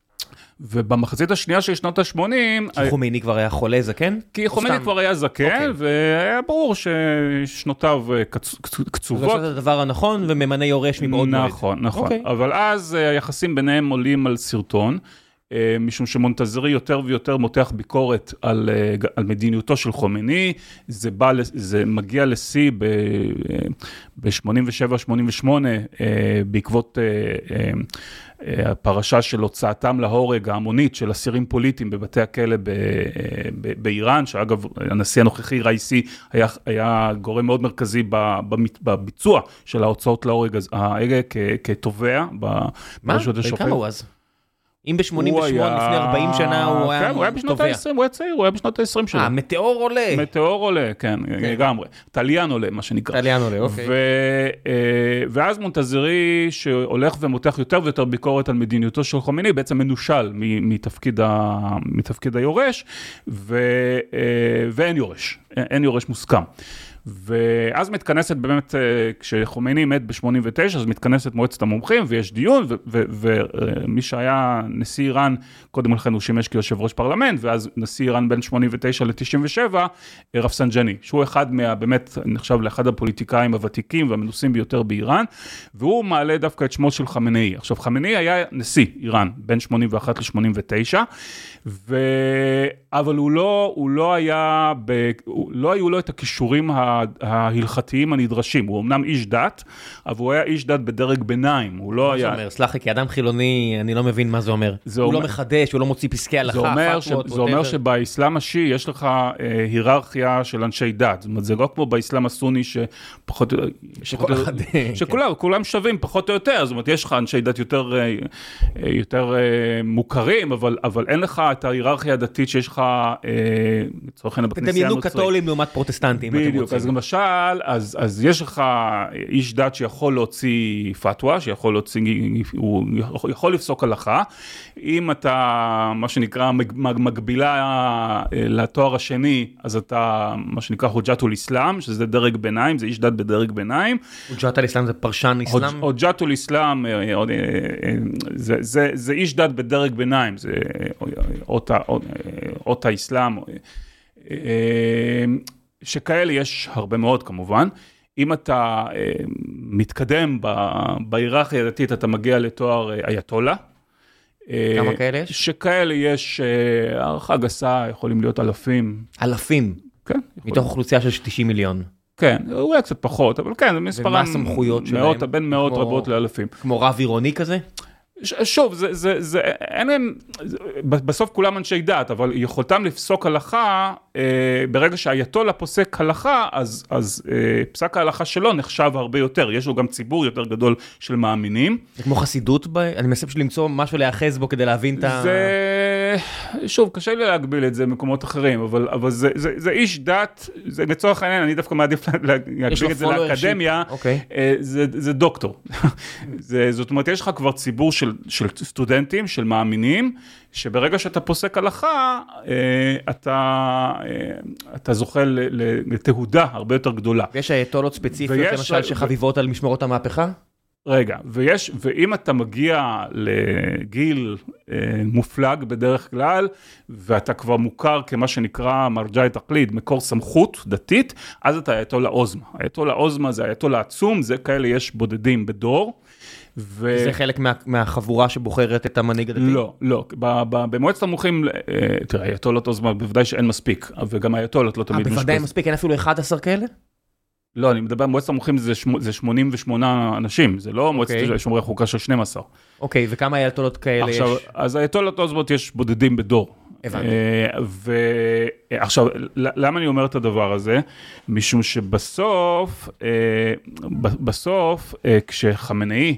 ובמחצית השנייה של שנות ה-שמונים... כי חומייני כבר היה חולה זקן? כי חומייני כבר היה זקן, והיה ברור ששנותיו קצובות. זה הדבר הנכון, וממנה יורש מבעוד מועד. נכון, נכון. אבל אז היחסים ביניהם עולים על סרטון, משום שמונטזרי יותר ויותר מותח ביקורת על, על מדיניותו של חומייני, זה, בא, זה מגיע לשיא ב-שמונים ושבע שמונים ושמונה, בעקבות הפרשה של הוצאתם להורג ההמונית של אסירים פוליטיים בבתי הכלא באיראן, שאגב הנשיא הנוכחי ראיסי היה, היה גורם מאוד מרכזי בביצוע של ההוצאות להורג האלה כתובע ברשות השופט. מה? כמה הוא אז? אם ב-שמונים ושמונה, לפני ארבעים שנה, הוא היה... כן, הוא היה בשנות ה-עשרים, הוא היה צעיר, הוא היה בשנות ה-עשרים שלו. אה, מטאור עולה. מטאור עולה, כן, לגמרי. טליאן עולה, מה שנקרא. טליאן עולה, אוקיי. ואז מונטזרי, שהולך ומותח יותר ויותר ביקורת על מדיניותו של חומייני, בעצם מנושל מתפקיד היורש, ואין יורש, אין יורש מוסכם. ואז מתכנסת באמת, כשחומייני מת ב-שמונים ותשע, אז מתכנסת מועצת המומחים, ויש דיון, ומי שהיה נשיא איראן, קודם לכן הוא שימש כיושב ראש פרלמנט, ואז נשיא איראן בין שמונים ותשע ל-תשעים ושבע, רפסנג'אני, שהוא אחד מה, באמת, נחשב לאחד הפוליטיקאים הוותיקים והמנוסים ביותר באיראן, והוא מעלה דווקא את שמו של חמינאי. עכשיו, חמינאי היה נשיא איראן, בין שמונים ואחת ל-שמונים ותשע, ו... אבל הוא לא, הוא לא היה, ב... לא היו לו את הכישורים ההלכתיים הנדרשים. הוא אמנם איש דת, אבל הוא היה איש דת בדרג ביניים. הוא לא היה... מה זה אומר? סלח לי, כי אדם חילוני, אני לא מבין מה זה אומר. הוא לא מחדש, הוא לא מוציא פסקי הלכה. זה אומר שבאסלאם השיעי יש לך היררכיה של אנשי דת. זאת אומרת, זה לא כמו באסלאם הסוני שפחות... שכולם שווים פחות או יותר. זאת אומרת, יש לך אנשי דת יותר, יותר מוכרים, אבל, אבל אין לך את ההיררכיה הדתית שיש לך, לצורך העניין בכנסייה הנוצרית. תדמיינו קתולים לעומת פרוטסטנטים. בדיוק, אז למשל, אז, אז יש לך איש דת שיכול להוציא פתווה, שיכול להוציא, הוא יכול לפסוק הלכה. אם אתה, מה שנקרא, מגבילה לתואר השני, אז אתה, מה שנקרא, חוג'אתול אסלאם, שזה דרג ביניים, זה איש דת בדרג ביניים. חוג'אתול אסלאם זה פרשן אסלאם? חוג'אתול אסלאם, זה, זה, זה איש דת בדרג ביניים, זה אות האסלאם, שכאלה יש הרבה מאוד כמובן. אם אתה מתקדם בהיררכיה הדתית, אתה מגיע לתואר אייתולה. כמה כאלה יש? שכאלה יש, הערכה גסה, יכולים להיות אלפים. אלפים? כן. מתוך אוכלוסייה של תשעים מיליון. כן, אולי קצת פחות, אבל כן, זה מספרם... ומה הסמכויות שלהם? בין מאות רבות לאלפים. כמו רב עירוני כזה? שוב, זה, זה, זה, אין להם, בסוף כולם אנשי דת, אבל יכולתם לפסוק הלכה, אה, ברגע שהאייתולה פוסק הלכה, אז, אז אה, פסק ההלכה שלו נחשב הרבה יותר, יש לו גם ציבור יותר גדול של מאמינים. זה כמו חסידות, ב... אני מנסה פשוט למצוא משהו להיאחז בו כדי להבין את ה... זה, שוב, קשה לי להגביל את זה במקומות אחרים, אבל, אבל זה, זה, זה איש דת, זה לצורך העניין, אני דווקא מעדיף להגביל את זה לאקדמיה, אוקיי. אה, זה, זה דוקטור. זה, זאת אומרת, יש לך כבר ציבור של של סטודנטים, של מאמינים, שברגע שאתה פוסק הלכה, אתה, אתה זוכה לתהודה הרבה יותר גדולה. ויש אייתולות ספציפיות, למשל, שחביבות על משמרות המהפכה? רגע, ויש, ואם אתה מגיע לגיל מופלג בדרך כלל, ואתה כבר מוכר כמה שנקרא מרג'אי תקליד, מקור סמכות דתית, אז אתה אייתולה עוזמה. אייתולה עוזמה זה אייתולה עצום, זה כאלה יש בודדים בדור, ו... זה חלק מה, מהחבורה שבוחרת את המנהיג הדתי? לא, לא. במועצת המומחים, תראה, אייתולות עוזמה, בוודאי שאין מספיק, וגם האייתולות לא תמיד... אה, בוודאי מספיק, אין אפילו אחד עשר כאלה? לא, אני מדבר, מועצת המומחים זה, זה שמונים ושמונה אנשים, זה לא מועצת okay. שומרי חוקה של שנים עשר. אוקיי, okay, וכמה אייתולות כאלה עכשיו, יש? אז האייתולות עוזמות יש בודדים בדור. הבנתי. ועכשיו, למה אני אומר את הדבר הזה? משום שבסוף, בסוף, כשחמנאי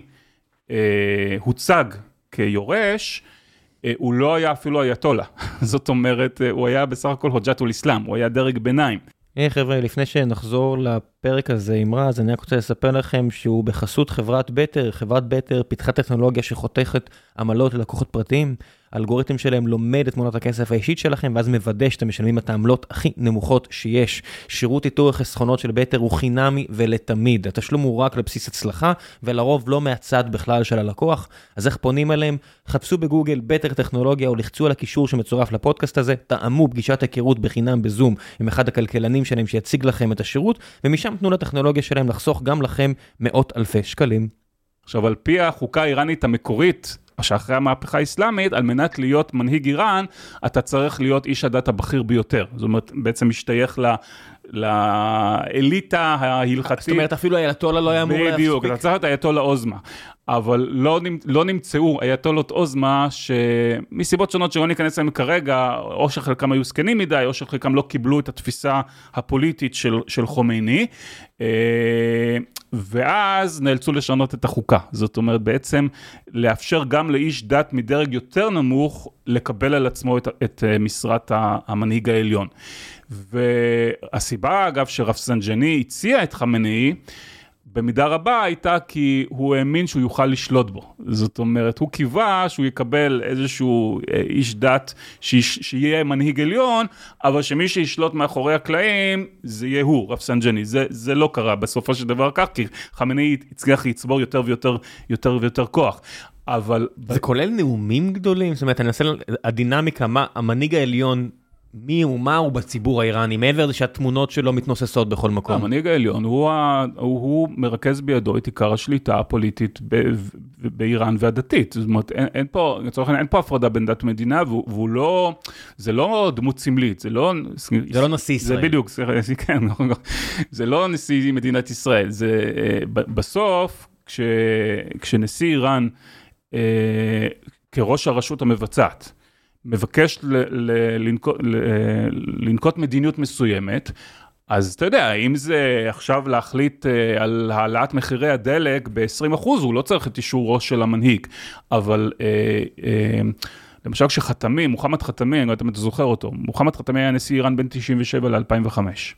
הוצג כיורש, הוא לא היה אפילו אייתולה. זאת אומרת, הוא היה בסך הכל חוג'אתול אסלאם, הוא היה דרג ביניים. היי חבר'ה, לפני שנחזור לפרק הזה עם רז, אני רק רוצה לספר לכם שהוא בחסות חברת בטר. חברת בטר פיתחה טכנולוגיה שחותכת עמלות ללקוחות פרטיים. האלגוריתם שלהם לומד את תמונת הכסף האישית שלכם, ואז מוודא שאתם משלמים את העמלות הכי נמוכות שיש. שירות איתור החסכונות של בטר הוא חינמי ולתמיד. התשלום הוא רק לבסיס הצלחה, ולרוב לא מהצד בכלל של הלקוח. אז איך פונים אליהם? חפשו בגוגל בטר טכנולוגיה, או לחצו על הקישור שמצורף לפודקאסט הזה, תאמו פגישת היכרות בחינם בזום עם אחד הכלכלנים שלהם שיציג לכם את השירות, ומשם תנו לטכנולוגיה שלהם לחסוך גם לכם מאות אלפי שקלים. עכשיו, על פי החוקה האיראנית המקורית, שאחרי המהפכה האסלאמית, על מנת להיות מנהיג איראן, אתה צריך להיות איש הדת הבכיר ביותר. זאת אומרת, בעצם משתייך ל... לאליטה ההלכתית. זאת אומרת, אפילו האייתולה לא היה אמור להספיק. בדיוק, אתה צריך את האייתולה עוזמה. אבל לא, לא נמצאו אייתולות עוזמה, שמסיבות שונות שלא ניכנס להם כרגע, או שחלקם היו סקנים מדי, או שחלקם לא קיבלו את התפיסה הפוליטית של, של חומייני, ואז נאלצו לשנות את החוקה. זאת אומרת, בעצם לאפשר גם לאיש דת מדרג יותר נמוך, לקבל על עצמו את, את משרת המנהיג העליון. והסיבה, אגב, שרפסנג'אני הציע את חמינאי, במידה רבה הייתה כי הוא האמין שהוא יוכל לשלוט בו. זאת אומרת, הוא קיווה שהוא יקבל איזשהו איש דת שיהיה מנהיג עליון, אבל שמי שישלוט מאחורי הקלעים, זה יהיה הוא, רפסנג'אני. זה, זה לא קרה בסופו של דבר כך, כי חמינאי הצליח לצבור יותר ויותר, יותר ויותר כוח. אבל... זה כולל נאומים גדולים? זאת אומרת, אני אנסה, הדינמיקה, מה, המנהיג העליון מי ומה הוא בציבור האיראני, מעבר לזה שהתמונות שלו מתנוססות בכל מקום. המנהיג העליון, הוא, הוא, הוא מרכז בידו את עיקר השליטה הפוליטית ב, באיראן והדתית. זאת אומרת, אין, אין פה, לצורך העניין, אין פה הפרדה בין דת ומדינה, והוא, והוא לא, זה לא דמות סמלית, זה לא... זה לא נשיא ישראל. זה בדיוק, זה, כן, זה לא נשיא מדינת ישראל. זה, בסוף, כש, כשנשיא איראן, כראש הרשות המבצעת, מבקש ל, ל, לנקוט, ל, לנקוט מדיניות מסוימת, אז אתה יודע, אם זה עכשיו להחליט על העלאת מחירי הדלק ב-עשרים אחוז, הוא לא צריך את אישורו של המנהיג, אבל אה, אה, למשל כשחתמי, מוחמד חתמי, אני לא יודע אם אתה זוכר אותו, מוחמד חתמי היה נשיא איראן בין תשעים ושבע ל-אלפיים וחמש,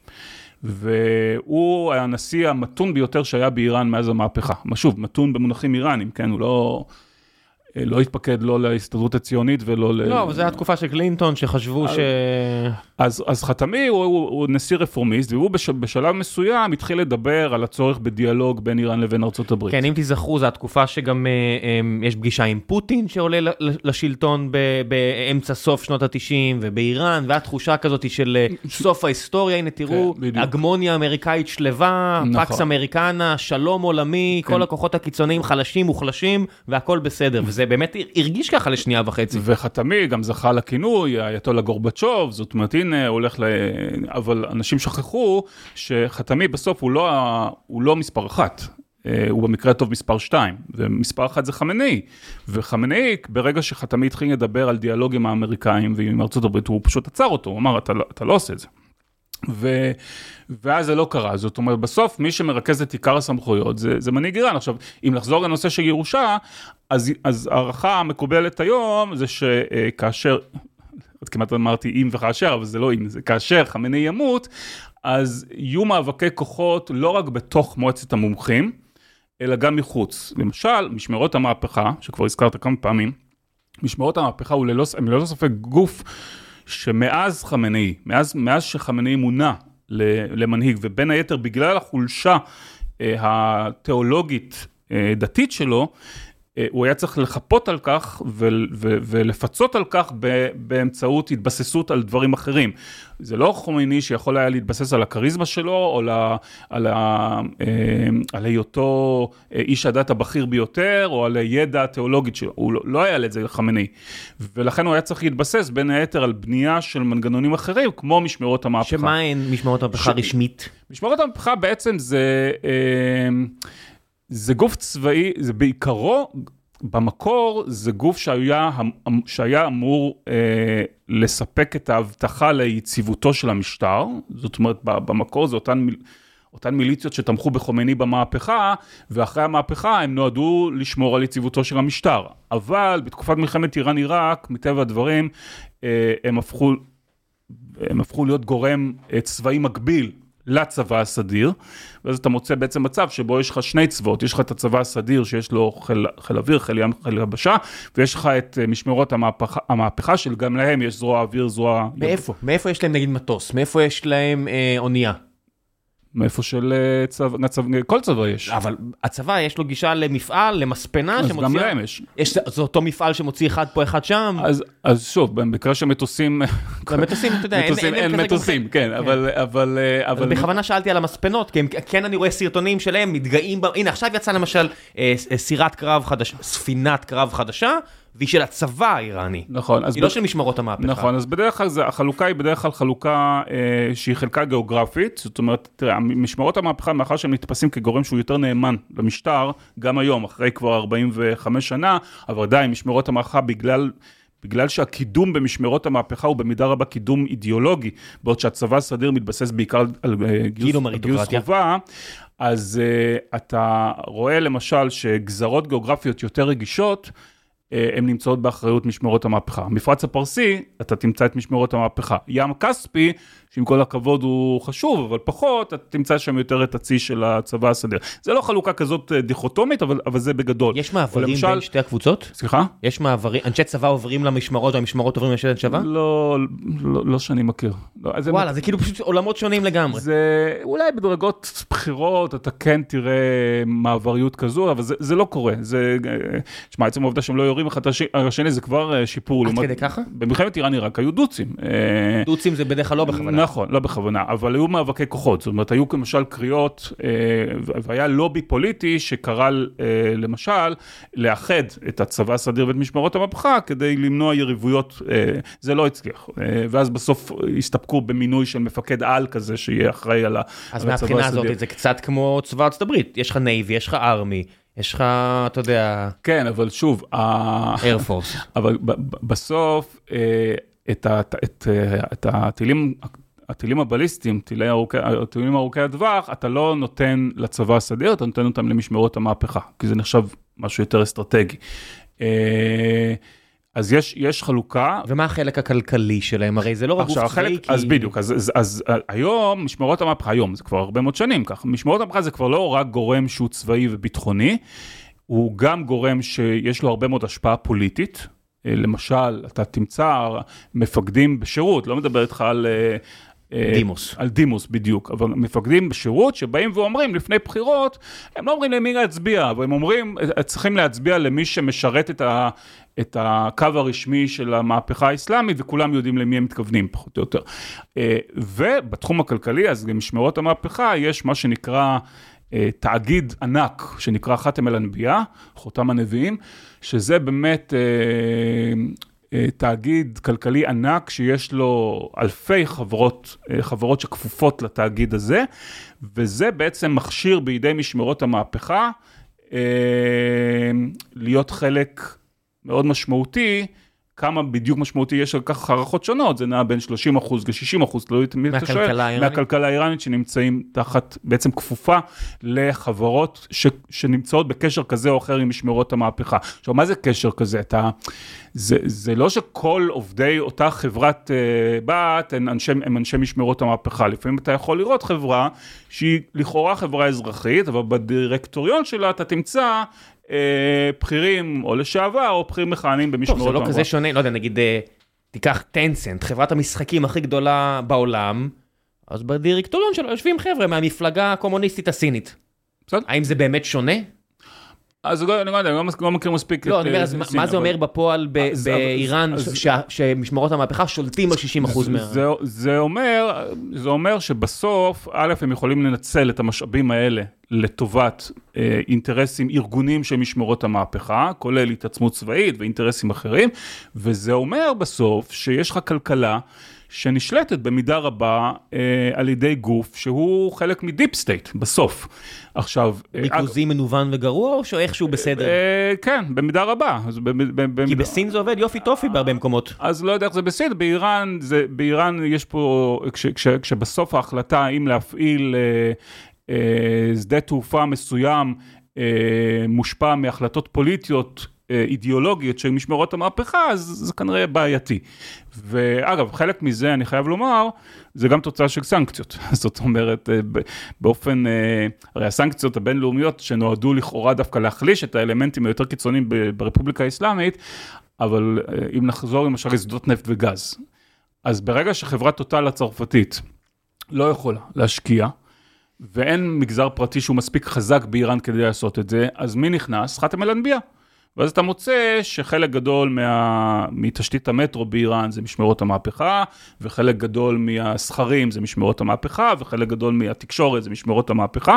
והוא היה הנשיא המתון ביותר שהיה באיראן מאז המהפכה, שוב, מתון במונחים איראנים, כן, הוא לא... לא התפקד לא להסתדרות הציונית ולא ל... לא, אבל זו התקופה של קלינטון שחשבו ש... אז, אז חתמי הוא, הוא, הוא נשיא רפורמיסט, והוא בש, בשלב מסוים התחיל לדבר על הצורך בדיאלוג בין איראן לבין ארצות הברית. כן, אם תזכרו, זו התקופה שגם אה, יש פגישה עם פוטין שעולה לשלטון ב, באמצע סוף שנות ה-תשעים, ובאיראן, והתחושה כזאת של סוף ההיסטוריה, הנה תראו, כן, הגמוניה אמריקאית שלווה, נכון. פקס אמריקנה, שלום עולמי, כן. כל הכוחות הקיצוניים חלשים, מוחלשים, והכל בסדר, וזה באמת הרגיש ככה לשנייה וחצי. וחתמי גם זכה לכינוי, האייתולה גורבצ'וב, זאת אומרת, הנה, הולך ל... אבל אנשים שכחו שחתמי בסוף הוא לא, הוא לא מספר אחת, הוא במקרה טוב מספר שתיים, ומספר אחת זה חמינאי, וחמינאי, ברגע שחתמי התחיל לדבר על דיאלוג עם האמריקאים ועם ארצות הברית, הוא פשוט עצר אותו, הוא אמר, אתה, אתה לא עושה את זה. ו... ואז זה לא קרה, זאת אומרת, בסוף מי שמרכז את עיקר הסמכויות זה, זה מנהיג איראן. עכשיו, אם לחזור לנושא של ירושה, אז, אז הערכה המקובלת היום זה שכאשר, עוד כמעט אמרתי אם וכאשר, אבל זה לא אם, זה כאשר חמינאי ימות, אז יהיו מאבקי כוחות לא רק בתוך מועצת המומחים, אלא גם מחוץ. למשל, משמרות המהפכה, שכבר הזכרת כמה פעמים, משמרות המהפכה הוא ללא, הם ללא ספק גוף שמאז חמינאי, מאז, מאז שחמינאי מונה למנהיג, ובין היתר בגלל החולשה התיאולוגית דתית שלו, הוא היה צריך לחפות על כך ולפצות על כך באמצעות התבססות על דברים אחרים. זה לא חומייני שיכול היה להתבסס על הכריזמה שלו, או על היותו איש הדת הבכיר ביותר, או על הידע התיאולוגית שלו. הוא לא היה לזה חומייני. ולכן הוא היה צריך להתבסס בין היתר על בנייה של מנגנונים אחרים, כמו משמרות המהפכה. שמה הן משמרות המהפכה רשמית? משמרות המהפכה בעצם זה... זה גוף צבאי, זה בעיקרו, במקור זה גוף שהיה, שהיה אמור אה, לספק את ההבטחה ליציבותו של המשטר, זאת אומרת, במקור זה אותן, אותן מיליציות שתמכו בחומייני במהפכה, ואחרי המהפכה הם נועדו לשמור על יציבותו של המשטר. אבל בתקופת מלחמת איראן-עיראק, מטבע הדברים, אה, הם הפכו, הם הפכו להיות גורם אה, צבאי מקביל, לצבא הסדיר, ואז אתה מוצא בעצם מצב שבו יש לך שני צבאות, יש לך את הצבא הסדיר שיש לו חיל, חיל אוויר, חיל ים, חיל יבשה, ויש לך את משמרות המהפכה, המהפכה של גם להם יש זרוע אוויר, זרוע... מאיפה? מאיפה יש להם נגיד מטוס? מאיפה יש להם אה, אונייה? מאיפה של צבא, צבא, כל צבא יש. אבל הצבא יש לו גישה למפעל, למספנה אז שמוציאה... גם להם יש. יש, זה אותו מפעל שמוציא אחד פה, אחד שם. אז, אז שוב, במקרה שמטוסים... במטוסים, אתה יודע, מטוסים, אין, אין, אין מטוסים, כן, כן, אבל... אבל, אבל... בכוונה שאלתי על המספנות, כי הם, כן אני רואה סרטונים שלהם, מתגאים... ב... הנה, עכשיו יצא למשל אה, סירת קרב חדשה, ספינת קרב חדשה, והיא של הצבא האיראני. נכון. היא ב... לא של משמרות המהפכה. נכון, אז בדרך כלל זה, החלוקה היא בדרך כלל חלוקה אה, שהיא חלקה גיאוגרפית, זאת אומרת, תראה, משמרות המהפכה, מאחר שהם נתפסים כגורם שהוא יותר נאמן למשטר, גם היום, אחרי כבר ארבעים וחמש שנה, אבל עדיין משמרות המהפכה בגלל... בגלל שהקידום במשמרות המהפכה הוא במידה רבה קידום אידיאולוגי, בעוד שהצבא הסדיר מתבסס בעיקר על גיוס חובה, אז uh, אתה רואה למשל שגזרות גיאוגרפיות יותר רגישות, הן נמצאות באחריות משמרות המהפכה. מפרץ הפרסי, אתה תמצא את משמרות המהפכה. ים כספי, שעם כל הכבוד הוא חשוב, אבל פחות, אתה תמצא שם יותר את הצי של הצבא הסדיר. זה לא חלוקה כזאת דיכוטומית, אבל, אבל זה בגדול. יש מעברים למשל... בין שתי הקבוצות? סליחה? יש מעברים, אנשי צבא עוברים למשמרות, והמשמרות עוברים לאנשי צבא? לא, לא, לא שאני מכיר. לא, וואלה, זה, זה כאילו פשוט עולמות שונים לגמרי. זה אולי בדרגות בחירות, אתה כן תראה מעבריות כזו, אבל זה, זה לא קורה. זה, תשמע, עצם העובדה שהם לא יורים יורים אחד השני, זה כבר שיפור. עד כדי ככה? במלחמת איראן עיראק היו דוצים. דוצים זה בדרך כלל לא בכוונה. נכון, לא בכוונה, אבל היו מאבקי כוחות, זאת אומרת, היו כמשל קריאות, והיה לובי פוליטי שקרא למשל לאחד את הצבא הסדיר ואת משמרות המהפכה, כדי למנוע יריבויות, זה לא הצליח. ואז בסוף הסתפקו במינוי של מפקד על כזה, שיהיה אחראי על הצבא הסדיר. אז מהבחינה הזאת זה קצת כמו צבא ארצות הברית, יש לך נייבי, יש לך ארמי, יש לך, אתה יודע... כן, אבל שוב, איירפורס. אבל בסוף, את הטילים... הטילים הבליסטיים, הטילים ארוכי הדווח, אתה לא נותן לצבא הסדיר, אתה נותן אותם למשמרות המהפכה, כי זה נחשב משהו יותר אסטרטגי. אז יש, יש חלוקה. ומה החלק הכלכלי שלהם? הרי זה לא רק גוף צבאי, כי... אז בדיוק, אז, אז, אז היום, משמרות המהפכה, היום, זה כבר הרבה מאוד שנים ככה, משמרות המהפכה זה כבר לא רק גורם שהוא צבאי וביטחוני, הוא גם גורם שיש לו הרבה מאוד השפעה פוליטית, למשל, אתה תמצא מפקדים בשירות, לא מדבר איתך על... דימוס. על דימוס בדיוק, אבל מפקדים בשירות שבאים ואומרים לפני בחירות, הם לא אומרים למי להצביע, אבל הם אומרים, צריכים להצביע למי שמשרת את, ה, את הקו הרשמי של המהפכה האסלאמית, וכולם יודעים למי הם מתכוונים, פחות או יותר. ובתחום הכלכלי, אז במשמרות המהפכה, יש מה שנקרא תאגיד ענק, שנקרא חתם אל-אנבייה, חותם הנביאים, שזה באמת... תאגיד כלכלי ענק שיש לו אלפי חברות, חברות שכפופות לתאגיד הזה, וזה בעצם מכשיר בידי משמרות המהפכה, להיות חלק מאוד משמעותי, כמה בדיוק משמעותי יש על כך הערכות שונות, זה נע בין שלושים אחוז ל-שישים אחוז, תלוי תמיד אתה שואל, מהכלכלה האיראנית שנמצאים תחת, בעצם כפופה לחברות ש, שנמצאות בקשר כזה או אחר עם משמרות המהפכה. עכשיו, מה זה קשר כזה? אתה, זה, זה לא שכל עובדי אותה חברת uh, בת הם אנשי, הם אנשי משמרות המהפכה. לפעמים אתה יכול לראות חברה שהיא לכאורה חברה אזרחית, אבל בדירקטוריון שלה אתה תמצא בחירים או לשעבר, או בחירים מכהנים במשמרות המהפכה. טוב, זה לא כזה שונה, לא יודע, נגיד, תיקח טנסנט, חברת המשחקים הכי גדולה בעולם, אז בדירקטוריון שלו יושבים חבר'ה מהמפלגה הקומוניסטית הסינית. האם זה באמת שונה? אז אני לא יודע, אני לא מכיר מספיק. לא, אני אומר, מה זה אומר בפועל באיראן, שמשמרות המהפכה שולטים על שישים אחוז מה... זה אומר, זה אומר שבסוף, א', הם יכולים לנצל את המשאבים האלה לטובת אינטרסים ארגונים של משמרות המהפכה, כולל התעצמות צבאית ואינטרסים אחרים, וזה אומר בסוף שיש לך כלכלה שנשלטת במידה רבה אה, על ידי גוף שהוא חלק מדיפ סטייט, בסוף. עכשיו... ריכוזי, מנוון וגרוע, או שאיכשהו בסדר? אה, כן, במידה רבה. אז ב, ב, ב, כי ב, בסין זה עובד יופי טופי בהרבה מקומות. אז לא יודע איך זה בסדר, באיראן, זה, באיראן יש פה, כש, כש, כשבסוף ההחלטה האם להפעיל אה, אה, שדה תעופה מסוים, אה, מושפע מהחלטות פוליטיות, אידיאולוגיות של משמרות המהפכה, אז זה כנראה בעייתי. ואגב, חלק מזה, אני חייב לומר, זה גם תוצאה של סנקציות. זאת אומרת, באופן, הרי הסנקציות הבינלאומיות שנועדו לכאורה דווקא להחליש את האלמנטים היותר קיצוניים ברפובליקה האסלאמית, אבל אם נחזור למשל לשדות נפט וגז, אז ברגע שחברת טוטל הצרפתית לא יכולה להשקיע, ואין מגזר פרטי שהוא מספיק חזק באיראן כדי לעשות את זה, אז מי נכנס? חתם אל-אנבייה. ואז אתה מוצא שחלק גדול מה... מתשתית המטרו באיראן זה משמרות המהפכה, וחלק גדול מהסחרים זה משמרות המהפכה, וחלק גדול מהתקשורת זה משמרות המהפכה.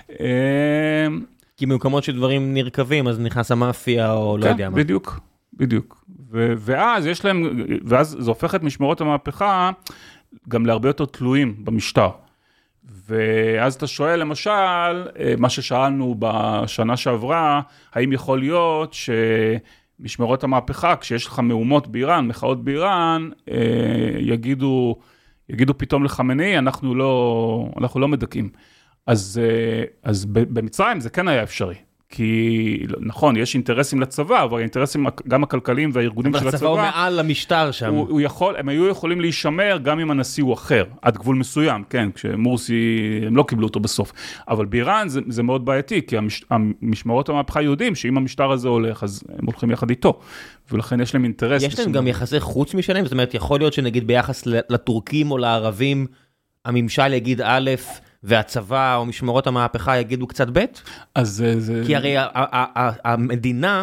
כי במקומות שדברים נרכבים, אז נכנס המאפיה או לא יודע מה. בדיוק, בדיוק. ו... ואז יש להם, ואז זה הופך את משמרות המהפכה גם להרבה יותר תלויים במשטר. ואז אתה שואל, למשל, מה ששאלנו בשנה שעברה, האם יכול להיות שמשמרות המהפכה, כשיש לך מהומות באיראן, מחאות באיראן, יגידו, יגידו פתאום לחמני, אנחנו לא, אנחנו לא מדכאים. אז, אז במצרים זה כן היה אפשרי. כי, נכון, יש אינטרסים לצבא, אבל האינטרסים גם הכלכליים והארגונים של הצבא... אבל הצבא הוא מעל המשטר שם. הוא, הוא יכול, הם היו יכולים להישמר גם אם הנשיא הוא אחר, עד גבול מסוים, כן, כשמורסי, הם לא קיבלו אותו בסוף. אבל באיראן זה, זה מאוד בעייתי, כי המש, המשמרות המהפכה יודעים שאם המשטר הזה הולך, אז הם הולכים יחד איתו. ולכן יש להם אינטרס... יש להם גם יחסי חוץ משלהם? זאת אומרת, יכול להיות שנגיד ביחס לטורקים או לערבים, הממשל יגיד א', והצבא או משמרות המהפכה יגידו קצת ב'? אז זה... כי הרי המדינה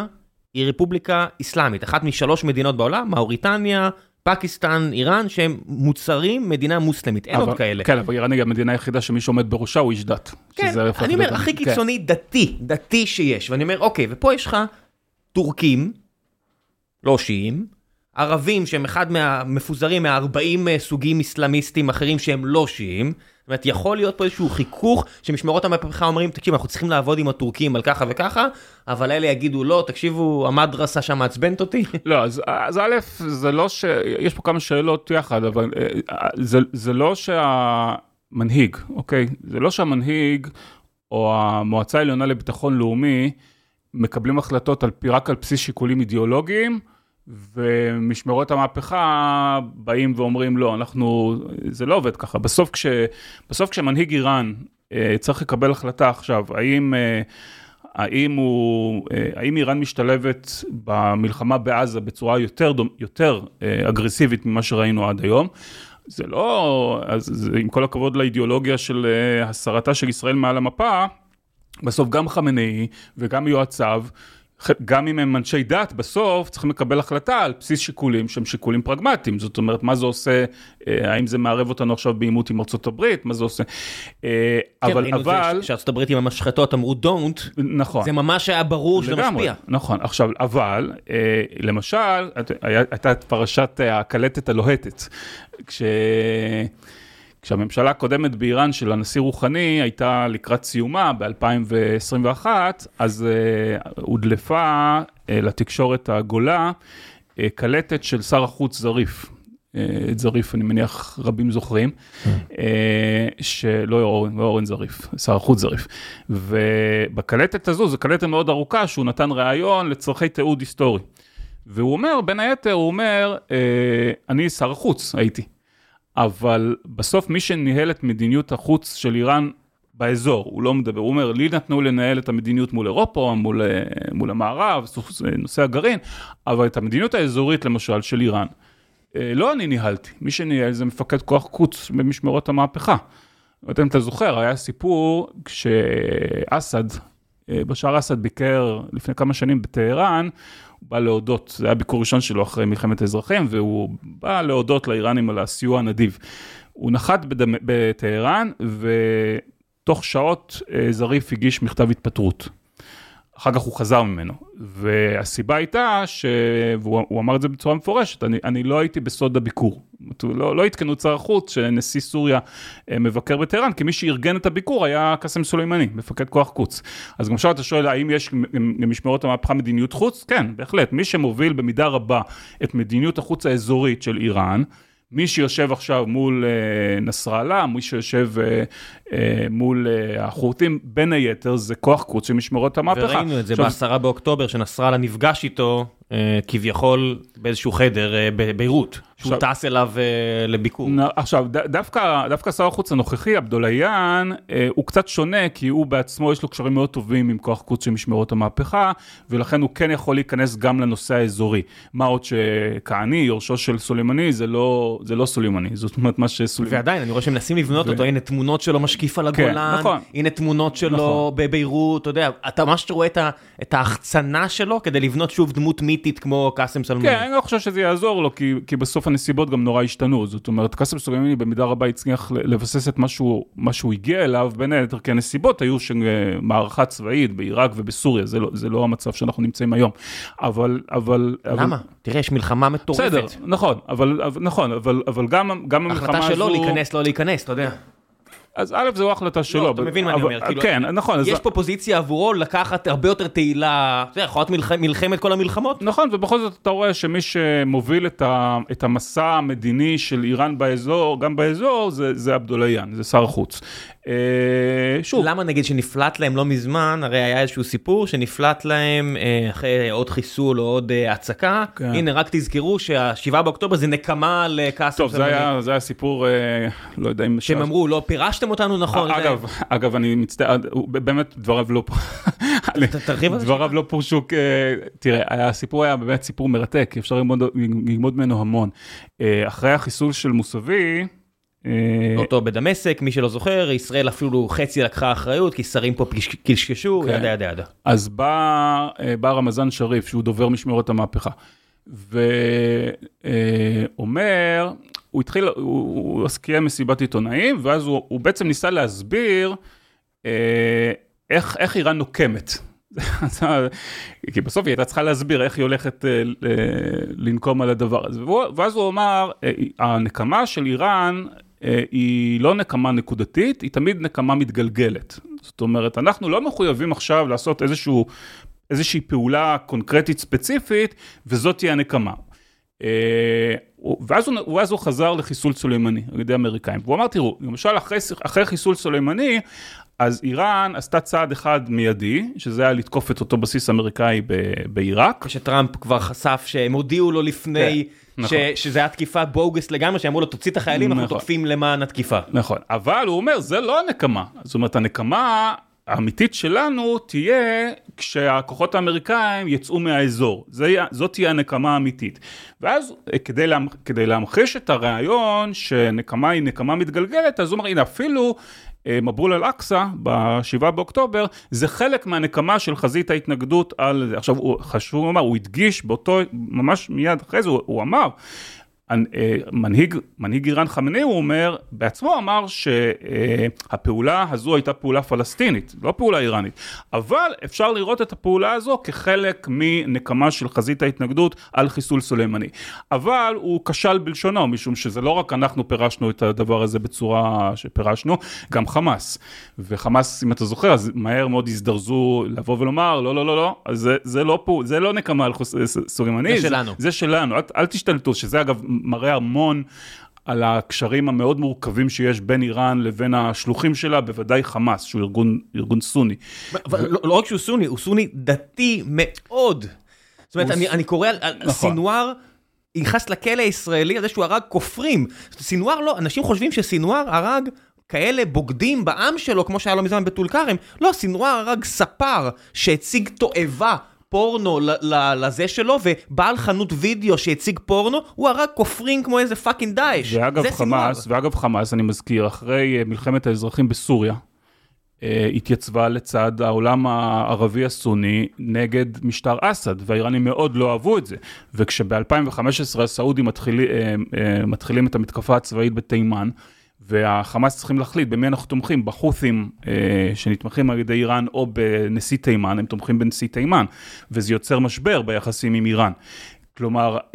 היא רפובליקה אסלאמית, אחת משלוש מדינות בעולם, מאוריטניה, פקיסטן, איראן, שהם מוצרים מדינה מוסלמית, אין עוד כאלה. כן, אבל איראן היא המדינה היחידה שמי שעומד בראשה הוא איש דת. כן, אני אומר, הכי קיצוני דתי, דתי שיש, ואני אומר, אוקיי, ופה יש לך טורקים, לא שיעים, ערבים שהם אחד מהמפוזרים מה-ארבעים סוגים אסלאמיסטים אחרים שהם לא שיעים, זאת אומרת, יכול להיות פה איזשהו חיכוך שמשמרות המהפכה אומרים, תקשיב, אנחנו צריכים לעבוד עם הטורקים על ככה וככה, אבל אלה יגידו, לא, תקשיבו, המדרסה שם מעצבנת אותי. לא, אז, אז א', זה לא ש... יש פה כמה שאלות יחד, אבל זה, זה לא שהמנהיג, אוקיי? זה לא שהמנהיג או המועצה העליונה לביטחון לאומי מקבלים החלטות על פי, רק על בסיס שיקולים אידיאולוגיים, ומשמרות המהפכה באים ואומרים לא, אנחנו, זה לא עובד ככה. בסוף כש, בסוף כשמנהיג איראן צריך לקבל החלטה עכשיו, האם, האם הוא, האם איראן משתלבת במלחמה בעזה בצורה יותר, יותר אגרסיבית ממה שראינו עד היום, זה לא, אז זה, עם כל הכבוד לאידיאולוגיה של הסרתה של ישראל מעל המפה, בסוף גם חמינאי וגם יועציו, גם אם הם אנשי דת, בסוף צריכים לקבל החלטה על בסיס שיקולים שהם שיקולים פרגמטיים. זאת אומרת, מה זה עושה, האם זה מערב אותנו עכשיו בעימות עם ארצות הברית, מה זה עושה. אבל, אבל... שארצות הברית עם המשחטות אמרו don't, נכון. זה ממש היה ברור שזה משפיע. נכון, עכשיו, אבל, למשל, הייתה פרשת הקלטת הלוהטת, כש... כשהממשלה הקודמת באיראן של הנשיא רוחני הייתה לקראת סיומה ב-אלפיים עשרים ואחת, אז uh, הודלפה uh, לתקשורת הגולה uh, קלטת של שר החוץ זריף. Uh, את זריף, אני מניח, רבים זוכרים, uh, שלא אורן, לא אורן זריף, שר החוץ זריף. ובקלטת הזו, זו קלטת מאוד ארוכה, שהוא נתן ראיון לצרכי תיעוד היסטורי. והוא אומר, בין היתר, הוא אומר, uh, אני שר החוץ, הייתי. אבל בסוף מי שניהל את מדיניות החוץ של איראן באזור, הוא לא מדבר, הוא אומר, לי נתנו לנהל את המדיניות מול אירופה, מול, מול המערב, נושא הגרעין, אבל את המדיניות האזורית למשל של איראן, לא אני ניהלתי, מי שניהל זה מפקד כוח חוץ במשמרות המהפכה. ואתם אתה זוכר, היה סיפור כשאסד, בשאר אסד ביקר לפני כמה שנים בטהרן, הוא בא להודות, זה היה ביקור ראשון שלו אחרי מלחמת האזרחים, והוא בא להודות לאיראנים על הסיוע הנדיב. הוא נחת בטהרן, ותוך שעות זריף הגיש מכתב התפטרות. אחר כך הוא חזר ממנו, והסיבה הייתה, והוא אמר את זה בצורה מפורשת, אני, אני לא הייתי בסוד הביקור, לא, לא התקנו שר החוץ שנשיא סוריה מבקר בטהרן, כי מי שארגן את הביקור היה קאסם סולימני, מפקד כוח חוץ. אז גם עכשיו אתה שואל, האם יש למשמרות המהפכה מדיניות חוץ? כן, בהחלט, מי שמוביל במידה רבה את מדיניות החוץ האזורית של איראן, מי שיושב עכשיו מול נסראללה, מי שיושב מול החות'ים, בין היתר זה כוח חוץ שמשמרות המהפכה. וראינו את זה בעשרה באוקטובר, שנסראללה נפגש איתו כביכול באיזשהו חדר בביירות, שהוא טס אליו לביקור. עכשיו, דווקא, דווקא שר החוץ הנוכחי, עבדולאיין, הוא קצת שונה, כי הוא בעצמו יש לו קשרים מאוד טובים עם כוח חוץ של משמרות המהפכה, ולכן הוא כן יכול להיכנס גם לנושא האזורי. מה עוד שכעני, יורשו של סולימני, זה לא, זה לא סולימני, זאת אומרת מה שסולימני. ועדיין, אני רואה שהם מנסים לבנות אותו, הנה תמונות שלו משקיף על הגולן, הנה תמונות שלו בביירות, אתה יודע, אתה ממש רואה את ההחצנה שלו, כדי לבנות שוב דמות מיתית כמו קאסם סולימני. כן, אני לא חושב שזה יעזור לו, כי, כי בסוף הנסיבות גם נורא השתנו. זאת אומרת, קאסם סולימני במידה רבה הצליח לבסס את משהו, משהו הגיע אליו, בין היתר, כי הנסיבות היו שמערכה צבאית בעיראק ובסוריה, זה לא, זה לא המצב שאנחנו נמצאים היום. אבל, אבל... למה? אבל... תראה, יש מלחמה מטורפת. בסדר, נכון, אבל, אבל, נכון, אבל, אבל גם, גם המלחמה הזו... החלטה שלו להיכנס, לא להיכנס, אתה יודע. אז א' זו החלטה שלו. לא, אתה מבין מה אני אומר. כן, נכון. יש פה פוזיציה עבורו לקחת הרבה יותר תהילה, זה יכול להיות מלחמת כל המלחמות. נכון, ובכל זאת אתה רואה שמי שמוביל את המסע המדיני של איראן באזור, גם באזור, זה עבדולאיין, זה שר החוץ. שוב. למה נגיד שנפלט להם לא מזמן, הרי היה איזשהו סיפור שנפלט להם אחרי עוד חיסול או עוד הצקה, הנה רק תזכרו שהשבעה באוקטובר זה נקמה לקאסם. טוב, זה היה סיפור, לא יודע אם... שהם אמרו, לא פירשתם אותנו נכון. אגב, אגב, אני מצטער, באמת דבריו לא... תרחיב על זה? דבריו לא פורשו, תראה, הסיפור היה באמת סיפור מרתק, אפשר ללמוד ממנו המון. אחרי החיסול של מוסאווי, אותו בדמשק, מי שלא זוכר, ישראל אפילו חצי לקחה אחריות, כי שרים פה קשקשו, ידה ידה ידה. אז בא, בא רמזן שריף, שהוא דובר משמרות המהפכה, ואומר, הוא התחיל, הוא קיים מסיבת עיתונאים, ואז הוא, הוא בעצם ניסה להסביר איך, איך איראן נוקמת. כי בסוף היא הייתה צריכה להסביר איך היא הולכת לנקום על הדבר הזה. ואז הוא אמר, הנקמה של איראן היא לא נקמה נקודתית, היא תמיד נקמה מתגלגלת. זאת אומרת, אנחנו לא מחויבים עכשיו לעשות איזשהו, איזושהי פעולה קונקרטית ספציפית, וזאת תהיה הנקמה. ואז הוא, ואז הוא חזר לחיסול סולימני, על ידי האמריקאים. והוא אמר, תראו, למשל אחרי, אחרי חיסול סולימני, אז איראן עשתה צעד אחד מיידי, שזה היה לתקוף את אותו בסיס אמריקאי בעיראק. כשטראמפ כבר חשף שהם הודיעו לו לפני, כן, ש, נכון. שזה היה תקיפה בוגוס לגמרי, שאמרו לו תוציא את החיילים, נכון. אנחנו תוקפים למען התקיפה. נכון, אבל הוא אומר, זה לא הנקמה. זאת אומרת, הנקמה האמיתית שלנו תהיה כשהכוחות האמריקאים יצאו מהאזור. זה, זאת תהיה הנקמה האמיתית. ואז כדי, לה, כדי להמחיש את הרעיון שנקמה היא נקמה מתגלגלת, אז הוא אומר, הנה אפילו מבול אל-אקסה, בשבעה באוקטובר, זה חלק מהנקמה של חזית ההתנגדות על זה. עכשיו, הוא, חשוב לומר, הוא הדגיש באותו, ממש מיד אחרי זה, הוא, הוא אמר, מנהיג, מנהיג איראן חמינאי, הוא אומר, בעצמו אמר שהפעולה הזו הייתה פעולה פלסטינית, לא פעולה איראנית, אבל אפשר לראות את הפעולה הזו כחלק מנקמה של חזית ההתנגדות על חיסול סולימני. אבל הוא כשל בלשונו, משום שזה לא רק אנחנו פירשנו את הדבר הזה בצורה שפירשנו, גם חמאס. וחמאס, אם אתה זוכר, אז מהר מאוד הזדרזו לבוא ולומר, לא, לא, לא, לא, זה, זה לא פה, זה לא נקמה על סולימני. זה שלנו. זה שלנו, אל, אל תשתלטו, שזה אגב מראה המון על הקשרים המאוד מורכבים שיש בין איראן לבין השלוחים שלה, בוודאי חמאס, שהוא ארגון, ארגון סוני. לא, לא רק שהוא סוני, הוא סוני דתי מאוד. זאת אומרת, אני, אני קורא על סינואר, נכנס לכלא הישראלי, על זה שהוא הרג כופרים. סינואר לא, אנשים חושבים שסינואר הרג כאלה בוגדים בעם שלו, כמו שהיה לו מזמן בטול כרם. לא, סינואר הרג ספר שהציג תועבה, פורנו לזה שלו, ובעל חנות וידאו שהציג פורנו, הוא הרג כופרים כמו איזה פאקינג דאעש. ואגב חמאס, ואגב חמאס, אני מזכיר, אחרי מלחמת האזרחים בסוריה, התייצבה לצד העולם הערבי הסוני נגד משטר אסד, והאיראנים מאוד לא אהבו את זה. וכשב-אלפיים וחמש עשרה הסעודים מתחילים, מתחילים את המתקפה הצבאית בתימן, והחמאס צריכים להחליט במי אנחנו תומכים, בחות'ים אה, שנתמכים על ידי איראן או בנשיא תימן, הם תומכים בנשיא תימן, וזה יוצר משבר ביחסים עם איראן. כלומר, אה,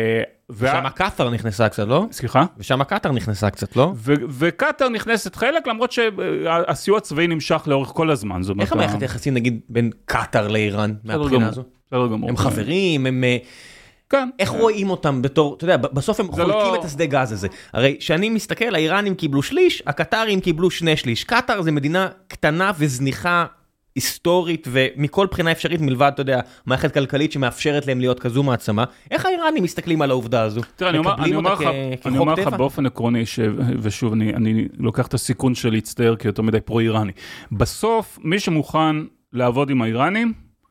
ושם הקטר נכנסה קצת, לא? סליחה? ושם הקטר נכנסה קצת, לא? ו- וקטר נכנסת חלק, למרות שהסיוע הצבאי נמשך לאורך כל הזמן. איך המערכת יחסים, נגיד, בין קטר לאיראן, מהבחינה הזו? הם חברים, הם... כן. איך רואים אותם בתור, אתה יודע, בסוף הם חולקים את השדה גז הזה. הרי שאני מסתכל, האיראנים קיבלו שליש, הקטרים קיבלו שני שליש. קטר זה מדינה קטנה וזניחה היסטורית, ומכל בחינה אפשרית מלבד, אתה יודע, מערכת כלכלית שמאפשרת להם להיות כזו מעצמה. איך האיראנים מסתכלים על העובדה הזו? תראה, אני אומר לך באופן עקרוני, ושוב, אני לוקח את הסיכון של להצטער, כי יותר מדי פרו-איראני. בסוף, מי שמוכן לעבוד עם האיראנים,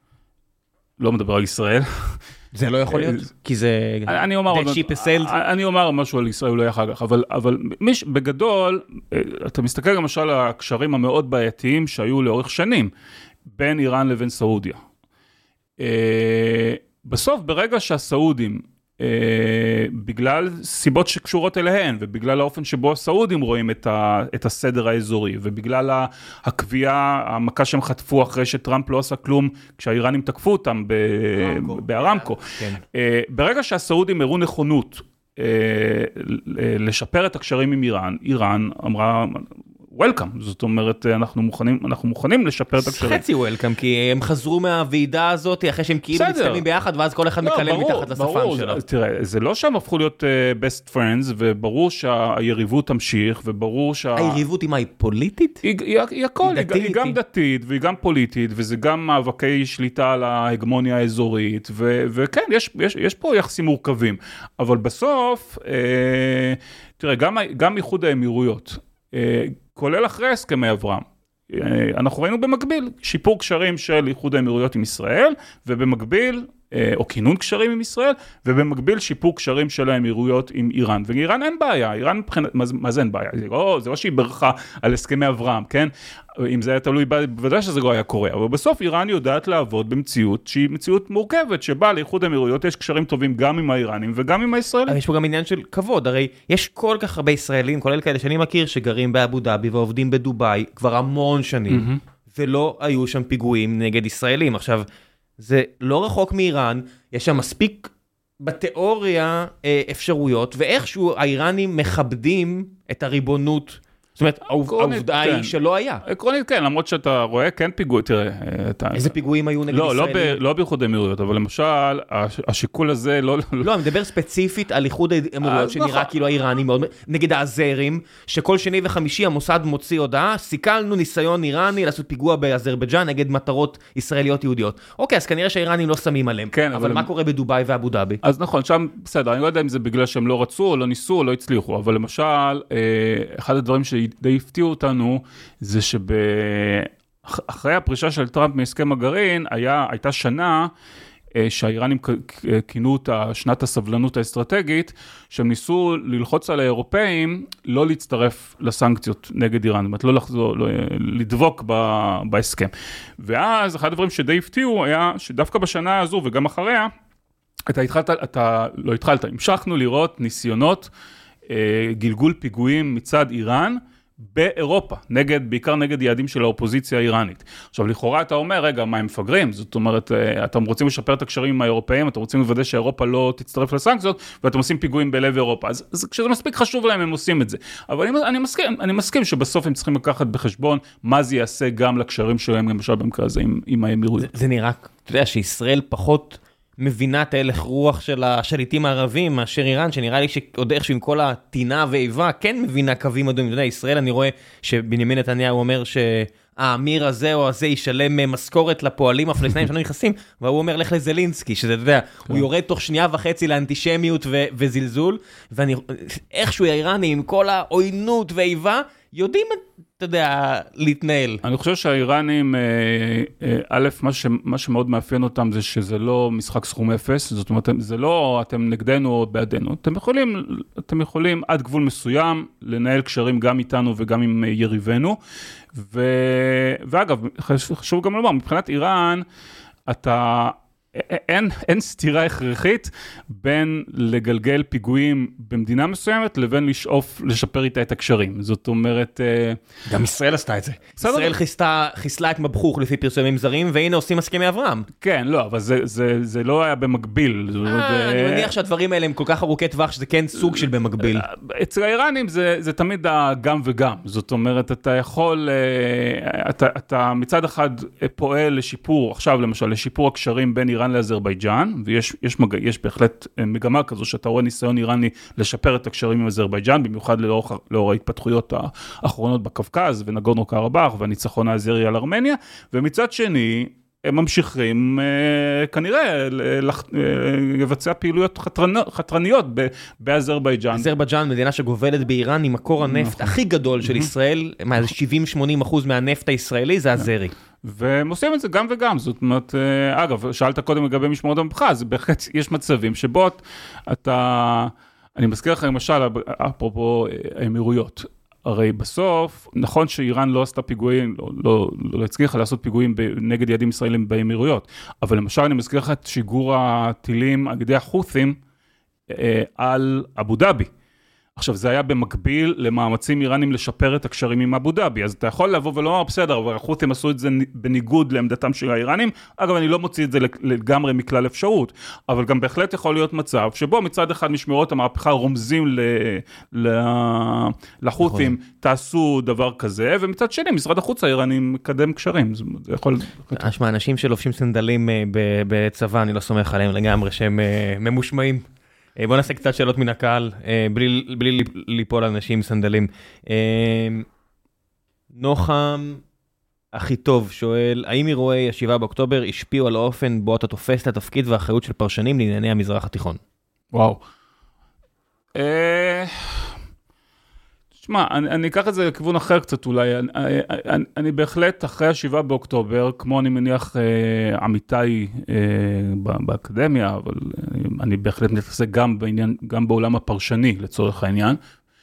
לא מדבר על ישראל, זה לא יכול להיות, כי זה... אני אומר, אני אומר משהו על ישראל אולי אחר כך, אבל, אבל מיש, בגדול, אתה מסתכל למשל על הקשרים המאוד בעייתיים שהיו לאורך שנים, בין איראן לבין סעודיה. בסוף, ברגע שהסעודים, בגלל סיבות שקשורות אליהן, ובגלל האופן שבו הסעודים רואים את, ה, את הסדר האזורי, ובגלל הקביעה, המכה שהם חטפו אחרי שטראמפ לא עשה כלום, כשהאיראנים תקפו אותם בארמקו. כן. ברגע שהסעודים הראו נכונות לשפר את הקשרים עם איראן, איראן אמרה... וולקאם, זאת אומרת, אנחנו מוכנים, אנחנו מוכנים לשפר את הקשרים. חצי וולקאם, כי הם חזרו מהוועידה הזאת, אחרי שהם כאילו מצטלמים ביחד, ואז כל אחד מקלל מתחת לשפם שלו. תראה, זה לא שהם הפכו להיות best friends, וברור שהיריבות תמשיך, וברור שה... היריבות היא פוליטית? היא הכל, היא גם דתית, והיא גם פוליטית, וזה גם מאבקי שליטה על ההגמוניה האזורית, וכן, יש פה יחסים מורכבים. אבל בסוף, תראה, גם איחוד האמירויות, כולל אחרי הסכמי אברהם. אנחנו ראינו במקביל שיפור קשרים של איחוד האמירויות עם ישראל, ובמקביל או כינון קשרים עם ישראל, ובמקביל שיפור קשרים של האמירויות עם איראן. ואיראן אין בעיה, איראן מבחינת, מה, מה זה אין בעיה? זה לא, זה לא שהיא ברכה על הסכמי אברהם, כן? אם זה היה תלוי, בוודאי שזה לא היה קורה, אבל בסוף איראן יודעת לעבוד במציאות שהיא מציאות מורכבת, שבה לאיחוד האמירויות יש קשרים טובים גם עם האיראנים וגם עם הישראלים. אבל יש פה גם עניין של כבוד, הרי יש כל כך הרבה ישראלים, כולל כאלה שאני מכיר, שגרים באבו דאבי ועובדים בדובאי כבר המון שנים, ולא היו שם פיגועים נגד ישראלים. עכשיו, זה לא רחוק מאיראן, יש שם מספיק בתיאוריה אפשרויות, ואיכשהו האיראנים מכבדים את הריבונות. זאת אומרת, העובדה היא שלא היה. עקרונית כן, למרות שאתה רואה, כן פיגוע, תראה. איזה פיגועים היו נגד ישראלים? לא באיחוד האמירויות, אבל למשל, השיקול הזה לא... לא, אני מדבר ספציפית על איחוד האמירויות, שנראה כאילו האיראנים מאוד... נגד האזרים, שכל שני וחמישי המוסד מוציא הודעה, סיכלנו ניסיון איראני לעשות פיגוע באזרבייג'אן נגד מטרות ישראליות יהודיות. אוקיי, אז כנראה שהאיראנים לא שמים עליהם. אבל מה קורה בדובאי ואבו דאבי? אז נכון, שם בסדר, אני לא יודע אם זה בגלל שהם לא רצו או לא ניסו או לא הצליחו, אבל למשל, אחד הדברים שדי הפתיעו אותנו, זה שבאחרי הפרישה של טראמפ מהסכם הגרעין, היה, הייתה שנה שהאיראנים כינו אותה שנת הסבלנות האסטרטגית, שהם ניסו ללחוץ על האירופאים לא להצטרף לסנקציות נגד איראן, זאת אומרת, לא לחזור, לא, לדבוק ב, בהסכם. ואז אחד הדברים שדי הפתיעו היה שדווקא בשנה הזו וגם אחריה, אתה התחלת, אתה לא התחלת, המשכנו לראות ניסיונות, גלגול פיגועים מצד איראן, באירופה, נגד, בעיקר נגד יעדים של האופוזיציה האיראנית. עכשיו, לכאורה אתה אומר, רגע, מה הם מפגרים? זאת אומרת, אתם רוצים לשפר את הקשרים עם האירופאים, אתם רוצים לוודא שאירופה לא תצטרף לסנקציות, ואתם עושים פיגועים בלב אירופה. אז, אז כשזה מספיק חשוב להם, הם עושים את זה. אבל אני, אני מסכים, אני מסכים שבסוף הם צריכים לקחת בחשבון מה זה יעשה גם לקשרים שלהם, למשל במקרה הזה, עם, עם האמירויות. זה, זה נראה, אתה יודע, שישראל פחות מבינה את ההלך רוח של השליטים הערבים, מאשר איראן, שנראה לי שעוד איכשהו עם כל הטינה ואיבה, כן מבינה קווים אדומים. אתה יודע, ישראל, אני רואה שבנימין נתניהו אומר שהאמיר הזה או הזה ישלם משכורת לפועלים הפלסטינאים שלנו נכנסים, והוא אומר לך לזלינסקי, שזה, אתה יודע, הוא יורד תוך שנייה וחצי לאנטישמיות ו- וזלזול, ואני, איכשהו האיראנים עם כל העוינות ואיבה, יודעים, אתה יודע, להתנהל. אני חושב שהאיראנים, א', מה, ש, מה שמאוד מאפיין אותם זה שזה לא משחק סכום אפס, זאת אומרת, זה לא אתם נגדנו או בעדנו, אתם יכולים, אתם יכולים עד גבול מסוים לנהל קשרים גם איתנו וגם עם יריבנו, ו, ואגב, חשוב גם לומר, מבחינת איראן, אתה... אין, אין סתירה הכרחית בין לגלגל פיגועים במדינה מסוימת לבין לשאוף לשפר איתה את הקשרים. זאת אומרת... גם ישראל עשתה את זה. ישראל חיסלה, חיסלה את מבחוך לפי פרסומים זרים, והנה עושים הסכמי אברהם. כן, לא, אבל זה, זה, זה לא היה במקביל. אה, אני מניח שהדברים האלה הם כל כך ארוכי טווח, שזה כן סוג של במקביל. אצל האיראנים זה, זה תמיד גם וגם. זאת אומרת, אתה יכול, אתה, אתה מצד אחד פועל לשיפור, עכשיו למשל, לשיפור הקשרים בין איראן לאזרבייג'אן, ויש יש מג... יש בהחלט מגמה כזו שאתה רואה ניסיון איראני לשפר את הקשרים עם אזרבייג'אן, במיוחד לאור, לאור ההתפתחויות האחרונות בקווקז, ונגורנו קרבאח, והניצחון האזרי על ארמניה, ומצד שני, הם ממשיכים אה, כנראה לח... אה, לבצע פעילויות חתרנ... חתרניות ב... באזרבייג'אן. אזרבייג'אן, מדינה שגובלת באיראן, עם מקור הנפט נכון. הכי גדול של ישראל, מה, שבעים שמונים אחוז מהנפט הישראלי, זה הזרי. והם עושים את זה גם וגם, זאת אומרת, אגב, שאלת קודם לגבי משמעות המבחר, אז בהחלט יש מצבים שבו אתה, אני מזכיר לך למשל, אפרופו האמירויות, הרי בסוף, נכון שאיראן לא עשתה פיגועים, לא, לא, לא הצליחה לעשות פיגועים נגד יעדים ישראלים באמירויות, אבל למשל אני מזכיר לך את שיגור הטילים על ידי החות'ים על אבו דאבי. עכשיו, זה היה במקביל למאמצים איראנים לשפר את הקשרים עם אבו דאבי, אז אתה יכול לבוא ולומר, בסדר, אבל החות'ים עשו את זה בניגוד לעמדתם של האיראנים, אגב, אני לא מוציא את זה לגמרי מכלל אפשרות, אבל גם בהחלט יכול להיות מצב, שבו מצד אחד משמרות המהפכה רומזים לחות'ים, תעשו דבר כזה, ומצד שני, משרד החוץ האיראני מקדם קשרים, זה יכול... אשמה, אנשים שלובשים סנדלים בצבא, אני לא סומך עליהם לגמרי, שהם ממושמעים. בואו נעשה קצת שאלות מן הקהל, בלי, בלי ליפול על אנשים סנדלים. נוחם הכי טוב שואל, האם אירועי השבעה באוקטובר השפיעו על האופן בו אתה תופס את התפקיד והאחריות של פרשנים לענייני המזרח התיכון? וואו. תשמע, אני, אני אקח את זה לכיוון אחר קצת אולי, אני, אני, אני בהחלט אחרי השבעה באוקטובר, כמו אני מניח אה, עמיתי אה, באקדמיה, אבל אני, אני בהחלט מתעסק גם בעניין, גם בעולם הפרשני לצורך העניין,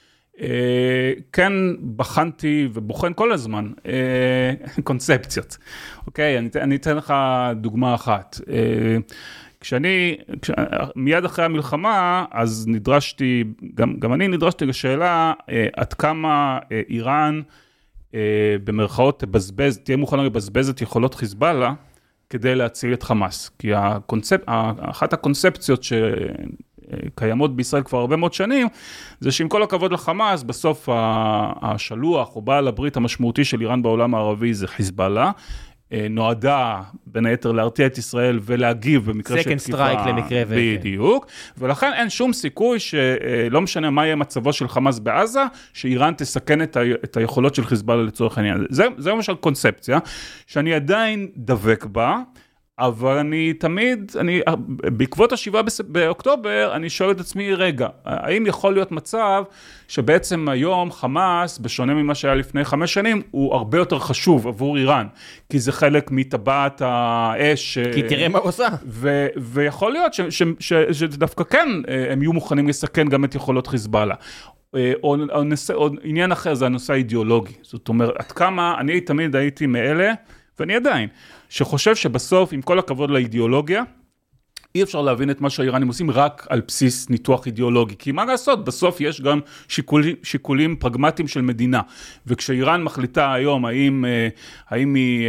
אה, כן בחנתי ובוחן כל הזמן אה, קונספציות, אוקיי? אני, אני אתן לך דוגמה אחת, אה, כשאני, כש, מיד אחרי המלחמה, אז נדרשתי, גם, גם אני נדרשתי לשאלה, אה, עד כמה אה, איראן, אה, במרכאות תבזבז, תהיה מוכנה לבזבז את יכולות חיזבאללה, כדי להציל את חמאס. כי הקונספ, אחת הקונספציות שקיימות בישראל כבר הרבה מאוד שנים, זה שעם כל הכבוד לחמאס, בסוף השלוח או בעל הברית המשמעותי של איראן בעולם הערבי זה חיזבאללה, נועדה בין היתר להרתיע את ישראל ולהגיב במקרה של תקיפה. Second strike למקרה. בדיוק. ולכן אין שום סיכוי שלא משנה מה יהיה מצבו של חמאס בעזה, שאיראן תסכן את, ה... את היכולות של חיזבאללה לצורך העניין. זה, זה למשל קונספציה שאני עדיין דבק בה, אבל אני תמיד, אני, בעקבות השבעה באוקטובר, אני שואל את עצמי, רגע, האם יכול להיות מצב שבעצם היום חמאס, בשונה ממה שהיה לפני חמש שנים, הוא הרבה יותר חשוב עבור איראן, כי זה חלק מטבעת האש. כי תראה מה הוא עושה. ו, ויכול להיות ש, ש, ש, שדווקא כן, הם יהיו מוכנים לסכן גם את יכולות חיזבאללה. או, או, נס, או עניין אחר, זה הנושא האידיאולוגי. זאת אומרת, עד כמה, אני תמיד הייתי מאלה, ואני עדיין, שחושב שבסוף, עם כל הכבוד לאידיאולוגיה, אי אפשר להבין את מה שהאיראנים עושים רק על בסיס ניתוח אידיאולוגי. כי מה לעשות? בסוף יש גם שיקולים, שיקולים פרגמטיים של מדינה. וכשאיראן מחליטה היום האם, האם היא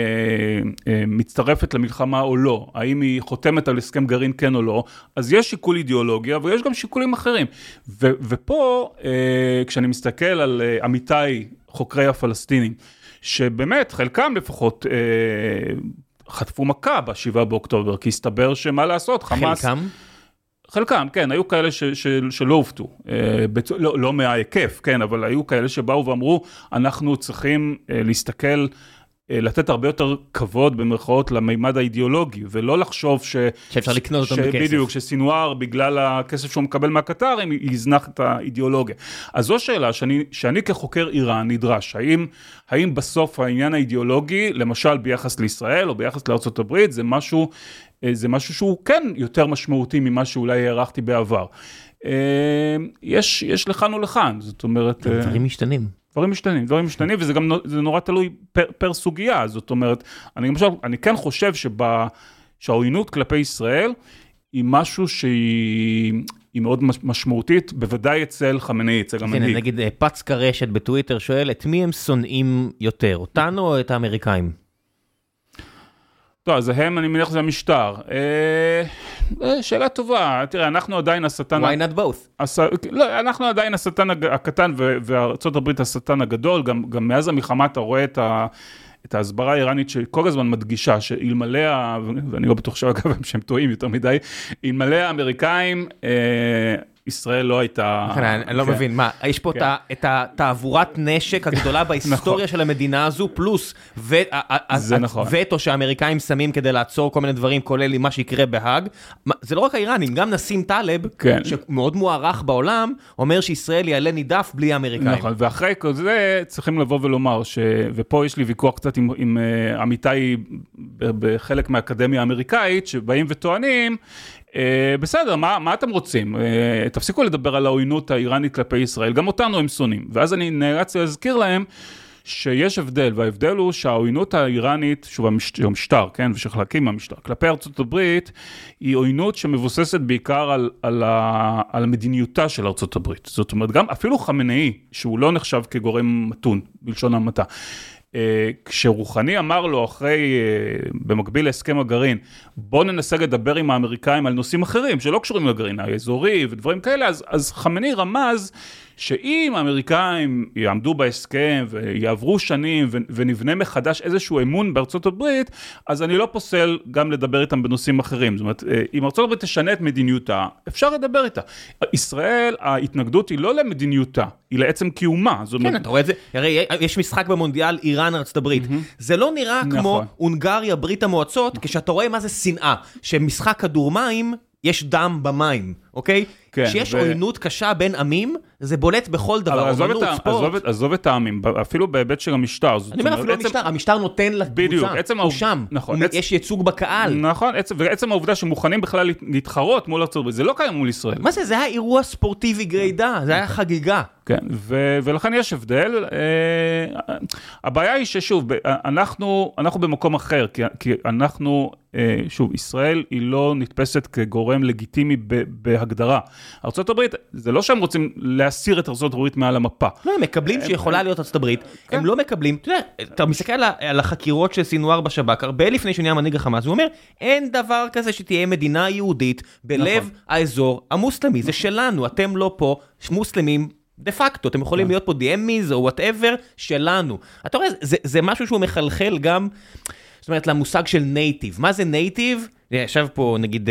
מצטרפת למלחמה או לא, האם היא חותמת על הסכם גרעין כן או לא, אז יש שיקול אידיאולוגיה ויש גם שיקולים אחרים. ו, ופה, כשאני מסתכל על עמיתי חוקרי הפלסטינים, שבאמת, חלקם לפחות אה, חטפו מכה בשבעה באוקטובר, כי הסתבר שמה לעשות, חמאס... חלקם? חלקם, כן, היו כאלה ש, ש, שלא הופתו, אה, בצ... לא, לא מההיקף, כן, אבל היו כאלה שבאו ואמרו, אנחנו צריכים אה, להסתכל, אה, לתת הרבה יותר כבוד במרכאות למימד האידיאולוגי, ולא לחשוב ש... שאפשר לקנות אותם בכסף. בדיוק, שסינואר בגלל הכסף שהוא מקבל מהקטרים, יזנח את האידיאולוגיה. אז זו שאלה שאני, שאני כחוקר איראן נדרש, האם, האם בסוף העניין האידיאולוגי, למשל ביחס לישראל או ביחס לארצות הברית, זה משהו, זה משהו שהוא כן יותר משמעותי ממה שאולי הערכתי בעבר. יש, יש לכאן ולכאן, זאת אומרת... דברים משתנים. דברים משתנים, דברים משתנים, וזה גם זה נורא תלוי פר, פר סוגיה, זאת אומרת, אני למשל, אני כן חושב שבה, שהעוינות כלפי ישראל, היא משהו שהיא היא מאוד משמעותית, בוודאי אצל חמינאי, אצל המנהיג. כן, נגיד פץ קרשת בטוויטר שואל, את מי הם שונאים יותר, אותנו או את האמריקאים? טוב, אז הם, אני מניח, זה המשטר. שאלה טובה, תראה, אנחנו עדיין השטן... Why not both? לא, אנחנו עדיין השטן הקטן, וארצות הברית השטן הגדול, גם מאז המלחמה אתה רואה את ה... את ההסברה האיראנית שכל הזמן מדגישה, שאלמלא, ואני לא בטוח שאגב שהם טועים יותר מדי, אלמלא האמריקאים, ישראל לא הייתה... אני לא מבין, מה, יש פה את התעבורת נשק הגדולה בהיסטוריה של המדינה הזו, פלוס וטו שהאמריקאים שמים כדי לעצור כל מיני דברים, כולל מה שיקרה בהאג. זה לא רק האיראנים, גם נסים טלב, שמאוד מוערך בעולם, אומר שישראל יעלה נידף בלי האמריקאים. נכון, ואחרי כל זה צריכים לבוא ולומר, ופה יש לי ויכוח קצת עם עמיתי בחלק מהאקדמיה האמריקאית, שבאים וטוענים, בסדר, מה, מה אתם רוצים? תפסיקו לדבר על העוינות האיראנית כלפי ישראל, גם אותנו הם שונאים. ואז אני נאלץ להזכיר להם שיש הבדל, וההבדל הוא שהעוינות האיראנית, שוב, המשטר, כן, ושחלקים מהמשטר, כלפי ארצות הברית, היא עוינות שמבוססת בעיקר על, על, ה, על המדיניותה של ארצות הברית. זאת אומרת, גם אפילו חמינאי, שהוא לא נחשב כגורם מתון, בלשון המעטה, כשרוחני אמר לו אחרי, במקביל להסכם הגרעין, בוא ננסה לדבר עם האמריקאים על נושאים אחרים, שלא קשורים לגרעין, האזורי ודברים כאלה, אז, אז חמינאי רמז, שאם האמריקאים יעמדו בהסכם ויעברו שנים ונבנה מחדש איזשהו אמון בארצות הברית, אז אני לא פוסל גם לדבר איתם בנושאים אחרים. זאת אומרת, אם ארצות הברית תשנה את מדיניותה, אפשר לדבר איתה. ישראל, ההתנגדות היא לא למדיניותה, היא לעצם קיומה. כן, אתה רואה את זה, הרי יש משחק במונדיאל איראן ארצות הברית. זה לא נראה כמו הונגריה, ברית המועצות, כשאתה רואה מה זה שנאה, שמשחק כדור מים, יש דם במים, אוקיי? כשיש עוינות קשה בין עמים, זה בולט בכל דבר, אומנות, ספורט. עזוב את העמים, אפילו בהיבט של המשטר. אני אומר אפילו המשטר, המשטר נותן לקבוצה, הוא שם, יש ייצוג בקהל. נכון, ועצם העובדה שמוכנים בכלל להתחרות מול ארצות הברית, זה לא קיים מול ישראל. מה זה? זה היה אירוע ספורטיבי גרידה, זה היה חגיגה. כן, ולכן יש הבדל. הבעיה היא ששוב, אנחנו במקום אחר, כי אנחנו, שוב, ישראל היא לא נתפסת כגורם לגיטימי בהגדרה. ארצות הברית, זה לא שהם רוצים להסיר את ארצות הברית מעל המפה. לא, הם מקבלים שיכולה להיות ארצות הברית, הם לא מקבלים, אתה יודע, אתה מסתכל על החקירות של סינואר בשב"כ, הרבה לפני שנהיה מנהיג החמאס, הוא אומר, אין דבר כזה שתהיה מדינה יהודית בלב האזור המוסלמי, זה שלנו, אתם לא פה, מוסלמים, דה פקטו, אתם יכולים להיות פה די-אמיז או whatever שלנו. אתה רואה, זה, זה משהו שהוא מחלחל גם, זאת אומרת, למושג של נייטיב. מה זה נייטיב? ישב פה, נגיד,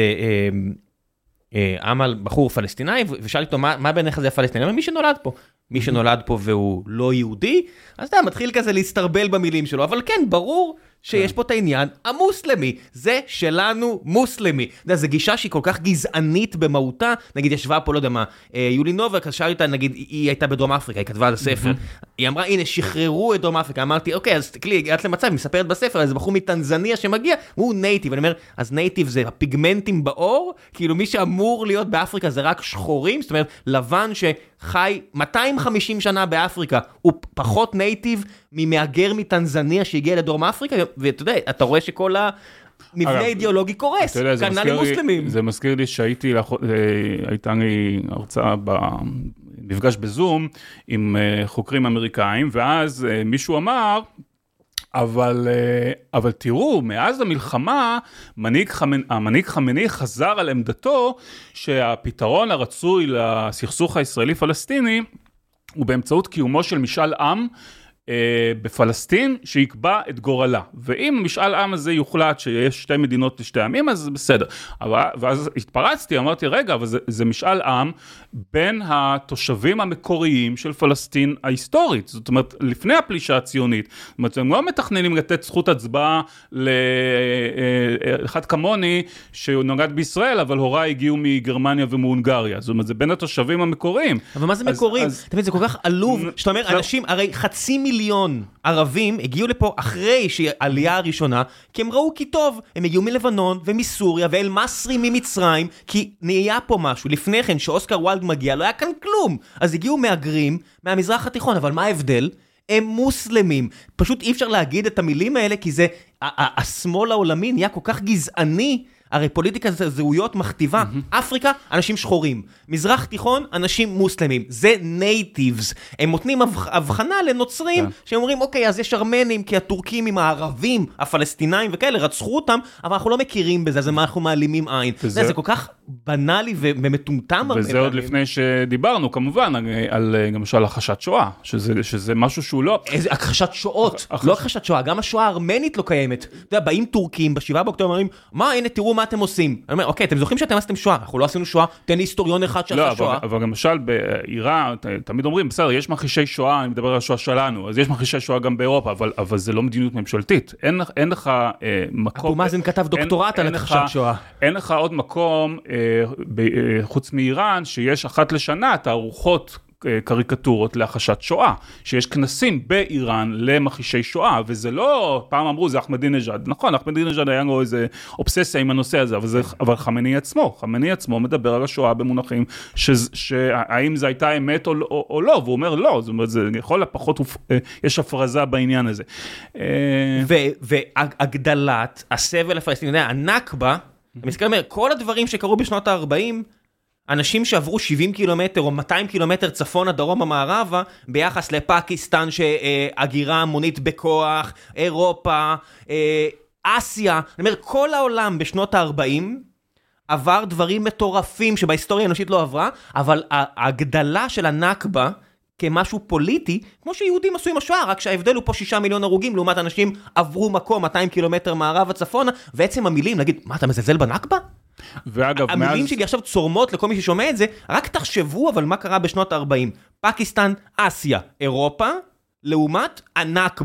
עמל, בחור פלסטיני, ושאל איתו, מה, מה בעיניך זה הפלסטיני? מי שנולד פה. מי שנולד פה והוא לא יהודי, אז אתה מתחיל כזה להסתרבל במילים שלו, אבל כן, ברור שיש פה את העניין המוסלמי, זה שלנו מוסלמי. זו גישה שהיא כל כך גזענית במהותה, נגיד ישבה פה, לא יודע מה, יולי נובק, שאל איתה, נגיד, היא הייתה בדרום אפריקה, היא כתבה על הספר, היא אמרה, הנה, שחררו את דרום אפריקה, אמרתי, אוקיי, אז תקלי, הגעת למצב, היא מספרת בספר, אז בחור מטנזניה שמגיע, הוא נייטיב, אני אומר, אז נייטיב זה הפיגמנטים באור, כאילו מי שאמור להיות באפריקה זה רק שחורים, זאת אומרת, לבן שחי מאתיים וחמישים שנה באפריקה, הוא פחות נייטיב ממאגר מטנזניה שהגיע לדרום אפריקה, ואתה יודע, אתה רואה שכל המבנה אידיאולוגי קורס, כנ"ל למוסלמים. זה מזכיר לי שהייתי, הייתה לי הרצאה במפגש בזום עם חוקרים אמריקאים, ואז מישהו אמר, אבל, אבל תראו, מאז המלחמה, מנהיג חמני, המנהיג חמני חזר על עמדתו שהפתרון הרצוי לסכסוך הישראלי-פלסטיני הוא באמצעות קיומו של משאל עם בפלסטין שיקבע את גורלה. ואם המשאל עם הזה יוחלט שיש שתי מדינות לשתי עמים, אז בסדר. אבל, ואז התפרצתי, אמרתי, רגע, אבל זה, זה משאל עם בין התושבים המקוריים של פלסטין ההיסטורית. זאת אומרת, לפני הפלישה הציונית. זאת אומרת, הם לא מתכננים לתת זכות הצבעה לאחד כמוני שנוגד בישראל, אבל הוריי הגיעו מגרמניה ומהונגריה. זאת אומרת, זה בין התושבים המקוריים. אבל מה זה אז, מקוריים? אז, אתה מבין, זה כל כך עלוב, שאתה אומר, אנשים, הרי חצי מיליון ערבים הגיעו לפה אחרי שהעלייה הראשונה, כי הם ראו כי טוב, הם הגיעו מלבנון ומסוריה ואל-מסרי ממצרים, כי נהיה פה משהו. לפני כן, שאוסקר וולד מגיע, לא היה כאן כלום. אז הגיעו מהגרים מהמזרח התיכון, אבל מה ההבדל? הם מוסלמים. פשוט אי אפשר להגיד את המילים האלה, כי זה, השמאל העולמי נהיה כל כך גזעני, הרי פוליטיקה זה זהויות מכתיבה. אפריקה, אנשים שחורים. מזרח תיכון, אנשים מוסלמים. זה נייטיבס. הם נותנים הבחנה לנוצרים, שהם אומרים, אוקיי, אז יש ארמנים, כי הטורקים עם הערבים, הפלסטינאים וכאלה, רצחו אותם, אבל אנחנו לא מכירים בזה, זה מה אנחנו מעלימים עין. זה כל כך בנאלי ומטומטם. וזה עוד לפני שדיברנו, כמובן, על למשל הכחשת שואה, שזה משהו שהוא לא... איזה הכחשת שואות, לא הכחשת שואה, גם השואה הארמנית לא קיימת. אתה יודע, באים טורקים, בשבעה באוקטובר אומרים, מה, הנה, תראו מה אתם עושים. אני אומר, אוקיי, אתם זוכרים שאתם עשיתם שואה, אנחנו לא עשינו שואה, תן לי היסטוריון אחד שעשה שואה. אבל למשל באיראן, תמיד אומרים, בסדר, יש מכחישי שואה, אני מדבר על השואה שלנו, אז יש מכחישי שואה גם באירופה, אבל זה לא מדיניות ממשלתית. אין לך מקום... אבו מאזן כתב דוקטורט על הכחשת שואה. אין לך עוד מקום, חוץ מאיראן, שיש אחת לשנה תערוכות קריקטורות להכחשת שואה, שיש כנסים באיראן למכחישי שואה, וזה לא, פעם אמרו, זה אחמדינג'אד, נכון, אחמדינג'אד היה לו איזה אובססיה עם הנושא הזה, אבל, זה, אבל חמני עצמו, חמני עצמו מדבר על השואה במונחים, ש, שהאם זה הייתה אמת או, או, או לא, והוא אומר לא, זאת אומרת, זה יכול לפחות, יש הפרזה בעניין הזה. והגדלת הסבל הפלסטיני, הנכבה, אני מסתכל אומר, כל הדברים שקרו בשנות ה-ארבעים, אנשים שעברו שבעים קילומטר או מאתיים קילומטר צפון הדרום המערבה, ביחס לפקיסטן שהגירה המונית בכוח, אירופה, אסיה, אני אומר, כל העולם בשנות ה-ארבעים עבר דברים מטורפים שבהיסטוריה האנושית לא עברה, אבל ההגדלה של הנכבה כמשהו פוליטי, כמו שיהודים עשו עם השואה, רק שההבדל הוא פה שישה מיליון הרוגים, לעומת אנשים עברו מקום מאתיים קילומטר מערב הצפונה, ועצם המילים, להגיד, מה, אתה מזלזל בנכבה? ואגב, המילים מאז... שלי עכשיו צורמות לכל מי ששומע את זה, רק תחשבו אבל מה קרה בשנות ה-ארבעים. פקיסטן, אסיה, אירופה, לעומת הנכבה.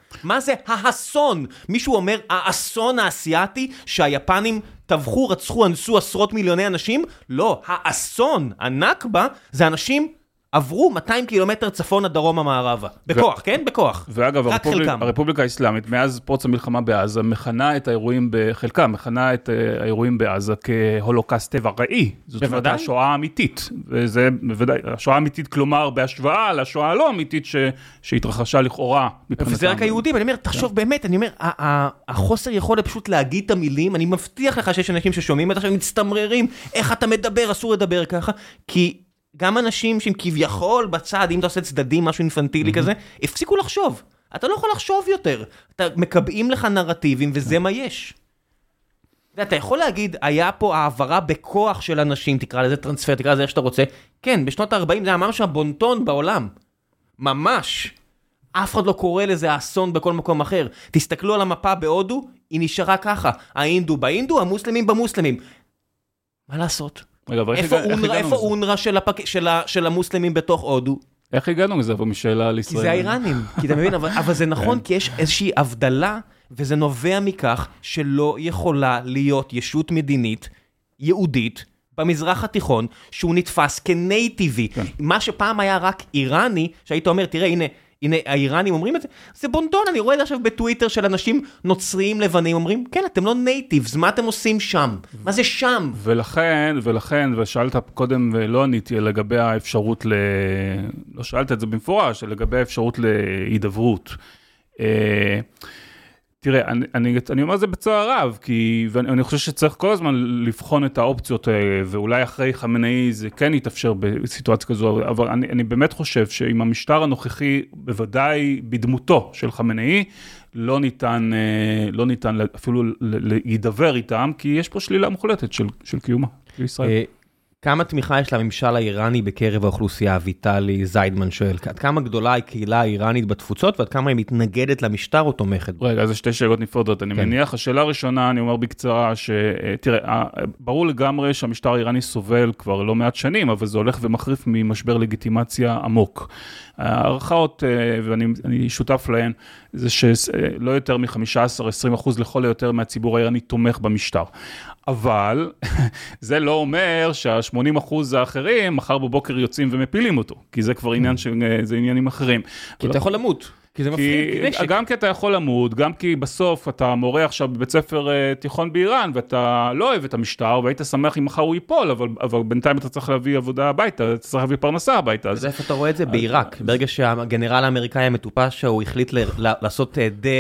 מה זה האסון? מישהו אומר, האסון האסייתי שהיפנים טבחו, רצחו, אנסו עשרות מיליוני אנשים? לא, האסון, הנכבה, זה אנשים עברו מאתיים קילומטר צפון הדרום המערבה. בכוח, כן? בכוח. ואגב, הרפובליקה האסלאמית, מאז פרוץ המלחמה בעזה, מכנה את האירועים בחלקם, מכנה את האירועים בעזה כהולוקאסט טבע רעי. זאת אומרת, השואה האמיתית. וזה בוודאי, השואה האמיתית, כלומר, בהשוואה לשואה הלא אמיתית שהתרחשה לכאורה. וזה רק היהודים, אני אומר, תחשוב באמת, אני אומר, החוסר יכולת פשוט להגיד את המילים, אני מבטיח לך שיש אנשים ששומעים את עכשיו, מצטמררים, איך אתה מדבר, אסור לדבר ככה, כי גם אנשים שהם כביכול בצד, אם אתה עושה צדדים, משהו אינפנטילי כזה, הפסיקו לחשוב. אתה לא יכול לחשוב יותר. אתה מקבעים לך נרטיבים, וזה מה יש. ואתה יכול להגיד, היה פה העברה בכוח של אנשים, תקרא לזה טרנספר, תקרא לזה איך שאתה רוצה. כן, בשנות ה-ארבעים זה היה ממש הבונטון בעולם. ממש. אף אחד לא קורא לזה אסון בכל מקום אחר. תסתכלו על המפה בהודו, היא נשארה ככה. האינדו באינדו, המוסלמים במוסלמים. מה לעשות? איפה אונר"א של המוסלמים בתוך הודו? איך הגענו מזה פה משאלה על ישראל? כי זה האיראנים, כי אתה מבין, אבל זה נכון, כי יש איזושהי הבדלה, וזה נובע מכך שלא יכולה להיות ישות מדינית יהודית במזרח התיכון, שהוא נתפס כנייטיבי. מה שפעם היה רק איראני, שהיית אומר, תראה, הנה, הנה, האיראנים אומרים את זה, זה בונדון, אני רואה את זה עכשיו בטוויטר של אנשים נוצריים לבנים, אומרים, כן, אתם לא נייטיבס, מה אתם עושים שם? מה זה שם? ולכן, ולכן, ושאלת קודם ולא עניתי לגבי האפשרות ל... לא שאלת את זה במפורש, לגבי האפשרות להידברות. תראה, אני, אני, אני אומר זה בצער רב, כי ואני חושב שצריך כל הזמן לבחון את האופציות האלה, ואולי אחרי חמינאי זה כן יתאפשר בסיטואציה כזו, אבל אני, אני באמת חושב שעם המשטר הנוכחי, בוודאי בדמותו של חמינאי, לא ניתן, לא ניתן אפילו להידבר איתם, כי יש פה שלילה מוחלטת של, של קיומה לישראל. כמה תמיכה יש לממשל האיראני בקרב האוכלוסייה? ויטלי זיידמן שואל, עד כמה גדולה הקהילה האיראנית בתפוצות, ועד כמה היא מתנגדת למשטר או תומכת? רגע, זה שתי שאלות נפרדות. אני מניח, השאלה הראשונה, אני אומר בקצרה, שתראה, ברור לגמרי שהמשטר האיראני סובל כבר לא מעט שנים, אבל זה הולך ומחריף ממשבר לגיטימציה עמוק. הערכאות, ואני שותף להן, זה שלא יותר מ-חמישה עשר עד עשרים אחוז לכל היותר מהציבור האיראני תומך במשטר. אבל זה לא אומר שה-שמונים אחוז האחרים מחר בבוקר יוצאים ומפילים אותו, כי זה כבר עניין שזה עניינים אחרים. כי אתה יכול למות. כי זה מפחיד נשק. גם כי אתה יכול למות, גם כי בסוף אתה מורה עכשיו בבית ספר תיכון באיראן, ואתה לא אוהב את המשטר, והיית שמח אם מחר הוא ייפול, אבל, אבל בינתיים אתה צריך להביא עבודה הביתה, אתה צריך להביא פרנסה הביתה. אז איפה אתה רואה את זה? בעיראק. ברגע שהגנרל האמריקאי המטופש, הוא החליט לעשות דה...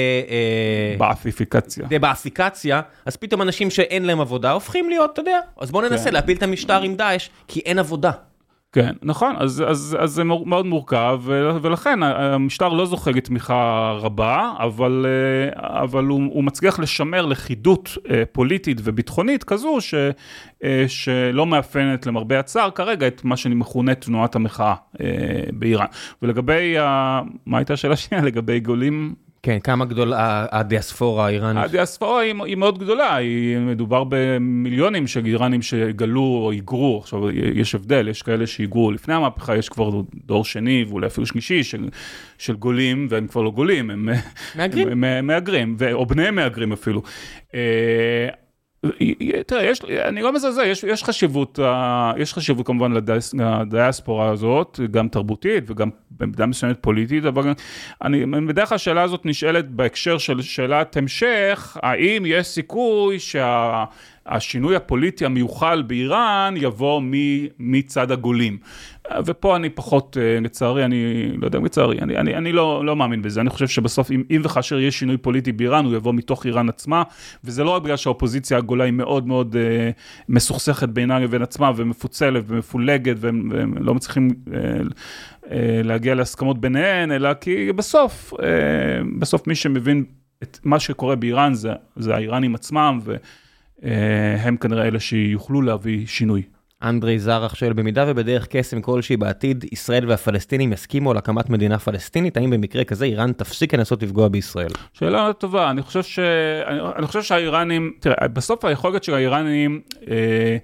באפיפיקציה. דה באפיקציה, אז פתאום אנשים שאין להם עבודה, הופכים להיות, אתה יודע, אז בוא ננסה להפיל את המשטר עם דאעש, כי אין עבודה. כן, נכון, אז, אז, אז זה מאוד מורכב, ולכן המשטר לא זוכה לתמיכה רבה, אבל, אבל הוא, הוא מצליח לשמר לכידות פוליטית וביטחונית כזו, ש, שלא מאפיינת למרבה הצער כרגע את מה שאני מכונה תנועת המחאה באיראן. ולגבי, מה הייתה השאלה שנייה? לגבי גולים... כן, כמה גדולה הדיאספורה האיראנית? הדיאספורה היא, היא מאוד גדולה, היא מדובר במיליונים של איראנים שגלו או היגרו, עכשיו יש הבדל, יש כאלה שהיגרו לפני המהפכה, יש כבר דור שני ואולי אפילו שלישי של, של גולים, והם כבר לא גולים, הם מאגרים, הם, הם מאגרים, או בני מאגרים אפילו. תראה, יש, אני לא מזלזל, יש, יש חשיבות, יש חשיבות כמובן לדיאספורה הזאת, גם תרבותית וגם במידה מסוימת פוליטית, אבל אני, בדרך כלל השאלה הזאת נשאלת בהקשר של שאלת המשך, האם יש סיכוי שה... השינוי הפוליטי המיוחל באיראן יבוא מצד הגולים. ופה אני פחות, לצערי, אני לא יודע, לצערי, אני, אני, אני לא, לא מאמין בזה. אני חושב שבסוף, אם, אם וכאשר יש שינוי פוליטי באיראן, הוא יבוא מתוך איראן עצמה, וזה לא רק בגלל שהאופוזיציה הגולה היא מאוד מאוד אה, מסוכסכת בינה לבין עצמה, ומפוצלת ומפולגת, והם, והם לא מצליחים אה, אה, להגיע להסכמות ביניהן, אלא כי בסוף, אה, בסוף מי שמבין את מה שקורה באיראן, זה, זה האיראנים עצמם, ו... הם כנראה אלה שיוכלו להביא שינוי. אנדרי זרח שואל, במידה ובדרך קסם כלשהי בעתיד, ישראל והפלסטינים יסכימו על הקמת מדינה פלסטינית, האם במקרה כזה איראן תפסיק לנסות לפגוע בישראל? שאלה טובה, אני חושב ש... אני חושב שהאיראנים, תראה, בסוף היכולת של האיראנים אה,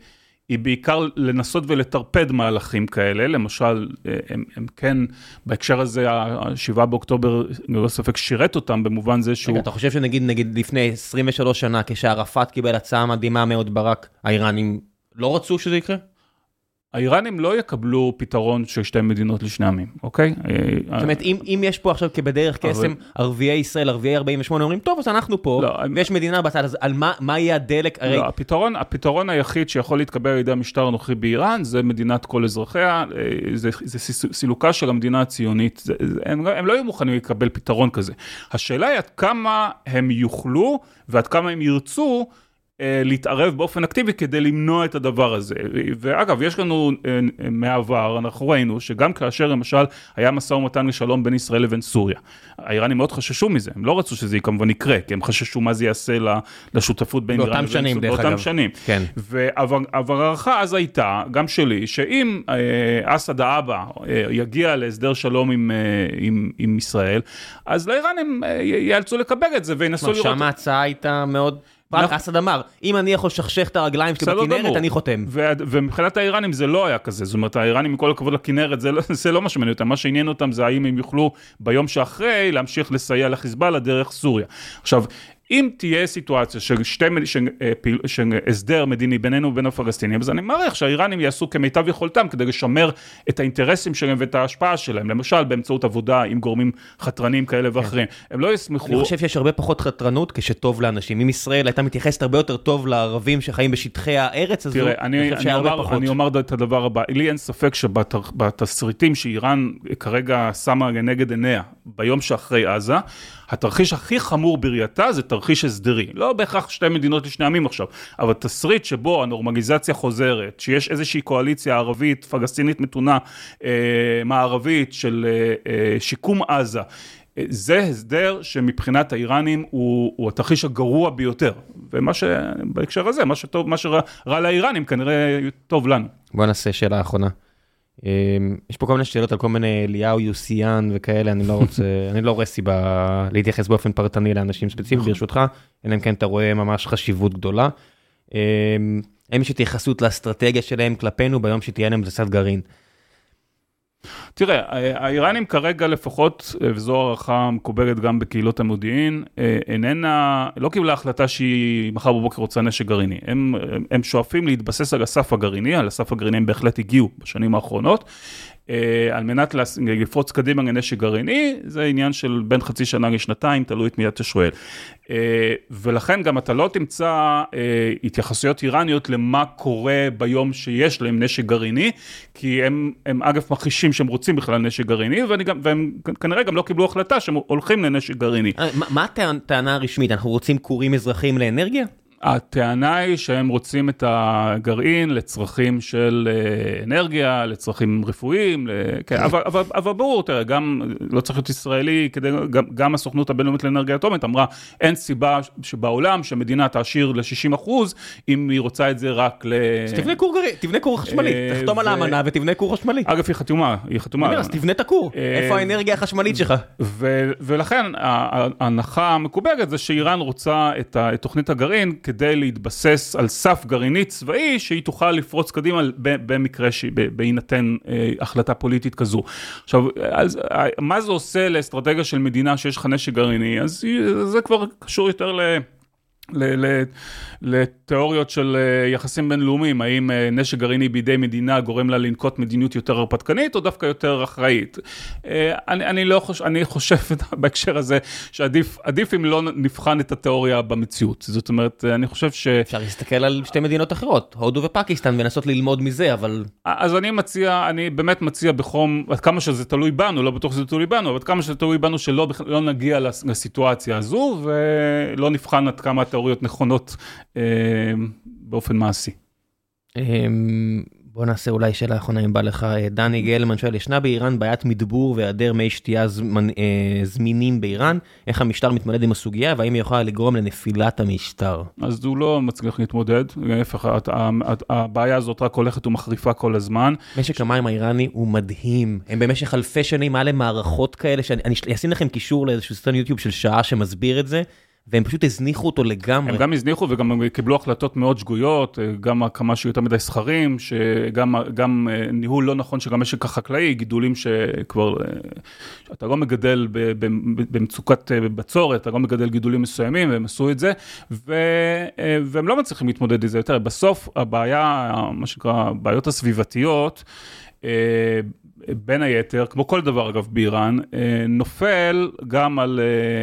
היא בעיקר לנסות ולטרפד מהלכים כאלה, למשל, הם, הם כן, בהקשר הזה, השבעה באוקטובר, לא ספק שירת אותם, במובן זה שהוא... רגע, אתה חושב שנגיד, נגיד לפני עשרים ושלוש שנה, כשערפאת קיבל הצעה מדהימה מאוד ברק, האיראנים לא רצו שזה יקרה? האיראנים לא יקבלו פתרון של שתי מדינות לשני עמים, אוקיי? זאת אומרת, אם, אם יש פה עכשיו כבדרך קסם, ערביי ישראל, ערביי ארבעים ושמונה, אומרים, טוב, אז אנחנו פה, לא, ויש מדינה בצד, אז על מה, מה יהיה הדלק? הרי... לא, הפתרון, הפתרון היחיד שיכול להתקבל על ידי המשטר הנוכחי באיראן, זה מדינת כל אזרחיה, זה, זה סילוקה של המדינה הציונית, זה, הם, הם לא יהיו מוכנים לקבל פתרון כזה. השאלה היא עד כמה הם יוכלו, ועד כמה הם ירצו, להתערב באופן אקטיבי כדי למנוע את הדבר הזה. ואגב, יש לנו מעבר, אנחנו ראינו שגם כאשר למשל היה משא ומתן לשלום בין ישראל לבין סוריה, האיראנים מאוד חששו מזה, הם לא רצו שזה כמובן יקרה, כי הם חששו מה זה יעשה לשותפות בין איראן לבין סוריה. באותם שנים. כן. והערכה אז הייתה, גם שלי, שאם אסד האבא יגיע להסדר שלום עם, עם, עם ישראל, אז לאיראנים יאלצו לקבל את זה וינסו לראות... שם ההצעה הייתה מאוד... רק אסד אמר, אם אני יכול לשכשך את הרגליים שלי בכנרת, אני חותם. ומבחינת האיראנים זה לא היה כזה, זאת אומרת, האיראנים מכל הכבוד לכנרת, זה לא מה שמעניין אותם, מה שעניין אותם זה האם הם יוכלו ביום שאחרי להמשיך לסייע לחיזבאללה דרך סוריה. עכשיו, אם תהיה סיטואציה של הסדר מדיני בינינו ובין הפלסטינים, אז אני מעריך שהאיראנים יעשו כמיטב יכולתם כדי לשמר את האינטרסים שלהם ואת ההשפעה שלהם, למשל באמצעות עבודה עם גורמים חתרנים כאלה ואחרים. הם לא יסמכו... אני חושב שיש הרבה פחות חתרנות כשטוב לאנשים. אם ישראל הייתה מתייחסת הרבה יותר טוב לערבים שחיים בשטחי הארץ, אז אני חושב שהרבה פחות. אני אומר את הדבר הבא, לי אין ספק שבתסריטים שאיראן כרגע שמה לנגד עיניה ביום שאחרי עזה, התרחיש הכי חמור בראייתה זה תרחיש הסדרי. לא בהכרח שתי מדינות לשני עמים עכשיו, אבל תסריט שבו הנורמליזציה חוזרת, שיש איזושהי קואליציה ערבית, פלסטינית מתונה, אה, מערבית של אה, אה, שיקום עזה, זה הסדר שמבחינת האיראנים הוא, הוא התרחיש הגרוע ביותר. ומה שבהקשר הזה, מה שטוב, מה שרע לאיראנים כנראה טוב לנו. בוא נעשה שאלה האחרונה. יש פה כל מיני שאלות על כל מיני אליהו, יוסיאן וכאלה, אני לא רוצה, אני לא רואה סיבה להתייחס באופן פרטני לאנשים ספציפיים, ברשותך, אלא אם כן אתה רואה ממש חשיבות גדולה. הם יש התייחסות לאסטרטגיה שלהם כלפינו ביום שתהיה להם פצצת גרעין. תראה, האיראנים כרגע לפחות, וזו הערכה מקובלת גם בקהילות המודיעין, איננה, לא קיבלה החלטה שהיא מחר בבוקר רוצה נשק גרעיני. הם, הם שואפים להתבסס על הסף הגרעיני, על הסף הגרעיני הם בהחלט הגיעו בשנים האחרונות, על מנת לפרוץ קדימה לנשק גרעיני, זה עניין של בין חצי שנה לשנתיים, תלוי את מי אתה שואל. ולכן גם אתה לא תמצא התייחסויות איראניות למה קורה ביום שיש להם נשק גרעיני, כי הם, הם אגב מכחישים שהם רוצים בכלל נשק גרעיני, וגם, והם כנראה גם לא קיבלו החלטה שהם הולכים לנשק גרעיני. מה, מה הטענה הרשמית? אנחנו רוצים כורים אזרחיים לאנרגיה? הטענה היא שהם רוצים את הגרעין לצרכים של אנרגיה, לצרכים רפואיים, כן, אבל, אבל, אבל ברור, תראה, גם לא צריך להיות ישראלי, כדי, גם, גם הסוכנות הבינלאומית לאנרגיה אטומית אמרה, אין סיבה שבעולם שמדינה תעשיר ל-שישים אחוז, אם היא רוצה את זה רק ל... אז תבנה כור גרעין, תבנה כור חשמלי, תחתום על האמנה ותבנה כור חשמלי. אגב, היא חתומה, היא חתומה. אז תבנה את הכור, איפה האנרגיה החשמלית שלך? ולכן, ההנחה המקובלת זה שאיראן רוצה את תוכנית הגרעין כדי להתבסס על סף גרעיני צבאי, שהיא תוכל לפרוץ קדימה במקרה בהינתן החלטה פוליטית כזו. עכשיו, מה זה עושה לאסטרטגיה של מדינה שיש לך נשק גרעיני? אז זה כבר קשור יותר ל... לתיאוריות של יחסים בינלאומיים, האם נשק גרעיני בידי מדינה גורם לה לנקוט מדיניות יותר הרפתקנית, או דווקא יותר אחראית. אני, אני לא חושב, אני חושב בהקשר הזה, שעדיף, עדיף אם לא נבחן את התיאוריה במציאות. זאת אומרת, אני חושב ש... אפשר להסתכל על שתי מדינות אחרות, הודו ופקיסטן, ונסות ללמוד מזה, אבל... אז אני מציע, אני באמת מציע בחום, עד כמה שזה תלוי בנו, לא בטוח שזה תלוי בנו, אבל עד כמה שזה תלוי בנו, שלא לא נגיע לסיטואציה הזו, ולא נבחן עד כמה תיאוריות נכונות אה, באופן מעשי. בוא נעשה אולי שאלה האחרונה אם בא לך. דני גלמן שואל, ישנה באיראן בעיית מדבור והיעדר מי שתייה זמנ... אה, זמינים באיראן, איך המשטר מתמודד עם הסוגיה, והאם היא יכולה לגרום לנפילת המשטר? אז הוא לא מצליח להתמודד, להפך, הבעיה הזאת רק הולכת ומחריפה כל הזמן. משק המים האיראני הוא מדהים, הם במשך אלפי שנים היה להם מערכות כאלה, שאני אשים לכם קישור לאיזשהו סרטון יוטיוב של שעה שמסביר את זה, והם פשוט הזניחו אותו לגמרי. הם גם הזניחו וגם קיבלו החלטות מאוד שגויות, גם כמה שיותר מדי סחרים, שגם גם ניהול לא נכון של המשק החקלאי, גידולים שכבר, אתה לא מגדל במצוקת בצורת, אתה לא מגדל גידולים מסוימים, והם עשו את זה, והם לא מצליחים להתמודד עם זה יותר. בסוף הבעיה, מה שנקרא, בעיות הסביבתיות, בין היתר, כמו כל דבר אגב באיראן, נופל גם על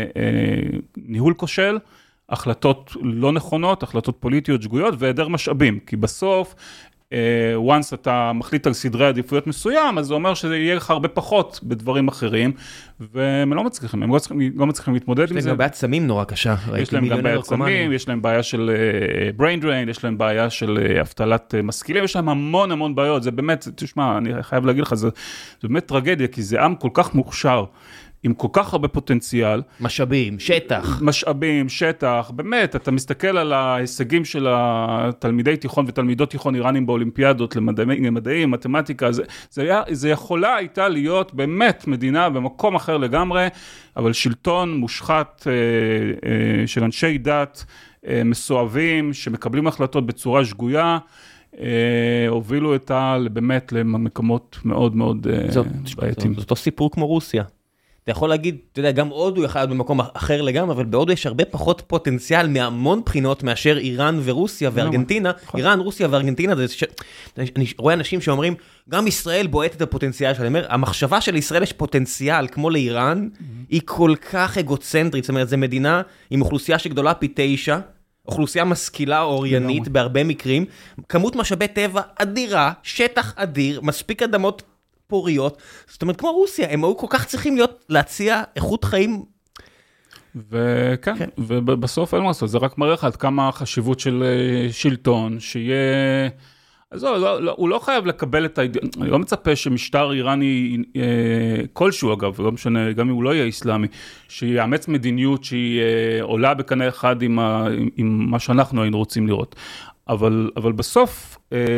ניהול כושל, החלטות לא נכונות, החלטות פוליטיות שגויות והיעדר משאבים, כי בסוף, once אתה מחליט על סדרי עדיפויות מסוים, אז זה אומר שזה יהיה לך הרבה פחות בדברים אחרים, והם לא מצליחים, הם לא מצליחים, לא מצליחים להתמודד עם זה. יש להם בעיית סמים נורא קשה. יש להם גם בעיית סמים, יש להם בעיה של brain drain, יש להם בעיה של אבטלת משכילים, יש להם המון המון בעיות, זה באמת, תשמע, אני חייב להגיד לך, זה, זה באמת טרגדיה, כי זה עם כל כך מוכשר, עם כל כך הרבה פוטנציאל. משאבים, שטח. משאבים, שטח, באמת, אתה מסתכל על ההישגים של התלמידי תיכון ותלמידות תיכון איראנים באולימפיאדות למדעים, למדעים, מתמטיקה, זה, זה, היה, זה יכולה הייתה להיות באמת מדינה במקום אחר לגמרי, אבל שלטון מושחת אה, אה, של אנשי דת, אה, מסואבים, שמקבלים החלטות בצורה שגויה, אה, הובילו אותה באמת למקומות מאוד מאוד אה, זאת, בעייתים. זה אותו סיפור כמו רוסיה. אתה יכול להגיד, אתה יודע, גם הודו יכול להיות במקום אחר לגמרי, אבל בהודו יש הרבה פחות פוטנציאל מהמון בחינות מאשר איראן ורוסיה וארגנטינה. איראן, רוסיה וארגנטינה, זה ש... אני רואה אנשים שאומרים, גם ישראל בועט את הפוטנציאל שלה. אני אומר, המחשבה של ישראל יש פוטנציאל כמו לאיראן, היא כל כך אגוצנטרית, זאת אומרת, זו מדינה עם אוכלוסייה שגדולה פי תשע, אוכלוסייה משכילה אוריינית בהרבה מקרים, כמות משאבי טבע אדירה, שטח אדיר, מספיק אדמות פוריות, זאת אומרת, כמו רוסיה, הם היו כל כך צריכים להיות, להציע איכות חיים. וכן, כן. ובסוף אין מה לעשות, זה רק מראה עד כמה החשיבות של שלטון, שיהיה, אז לא, לא, לא, הוא לא חייב לקבל את האידיאל, אני לא מצפה שמשטר איראני, כלשהו אגב, לא משנה, גם אם הוא לא יהיה איסלאמי, שיאמץ מדיניות שהיא עולה בקנה אחד עם, ה, עם, עם מה שאנחנו היינו רוצים לראות. אבל, אבל בסוף,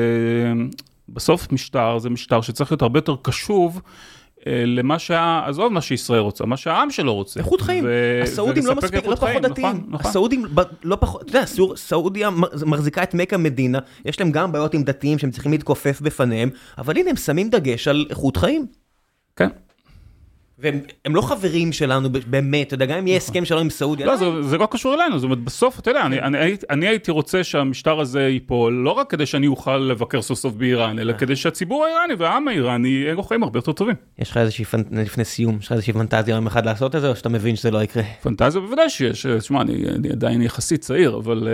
בסוף משטר, זה משטר שצריך להיות הרבה יותר קשוב, למה שה... עזוב מה שישראל רוצה, מה שהעם שלו רוצה. איכות חיים. הסעודים לא מספיק, לא פחות דתיים. הסעודים לא פחות, אתה יודע, סעודיה מחזיקה את מכה מדינה, יש להם גם בעיות עם דתיים שהם צריכים להתכופף בפניהם, אבל הנה הם שמים דגש על איכות חיים. כן. והם לא חברים שלנו באמת, אתה יודע, גם אם יהיה הסכם שלנו עם סעודיה. לא, זה לא קשור אלינו, זאת אומרת, בסוף, אתה יודע, אני הייתי רוצה שהמשטר הזה ייפול, לא רק כדי שאני אוכל לבקר סוף סוף באיראן, אלא כדי שהציבור האיראני והעם האיראני יהיו חיים הרבה יותר טובים. יש לך איזושהי, לפני סיום, יש לך איזושהי פנטזיה יום אחד לעשות את זה, או שאתה מבין שזה לא יקרה? פנטזיה בוודאי שיש, תשמע, אני עדיין יחסית צעיר, אבל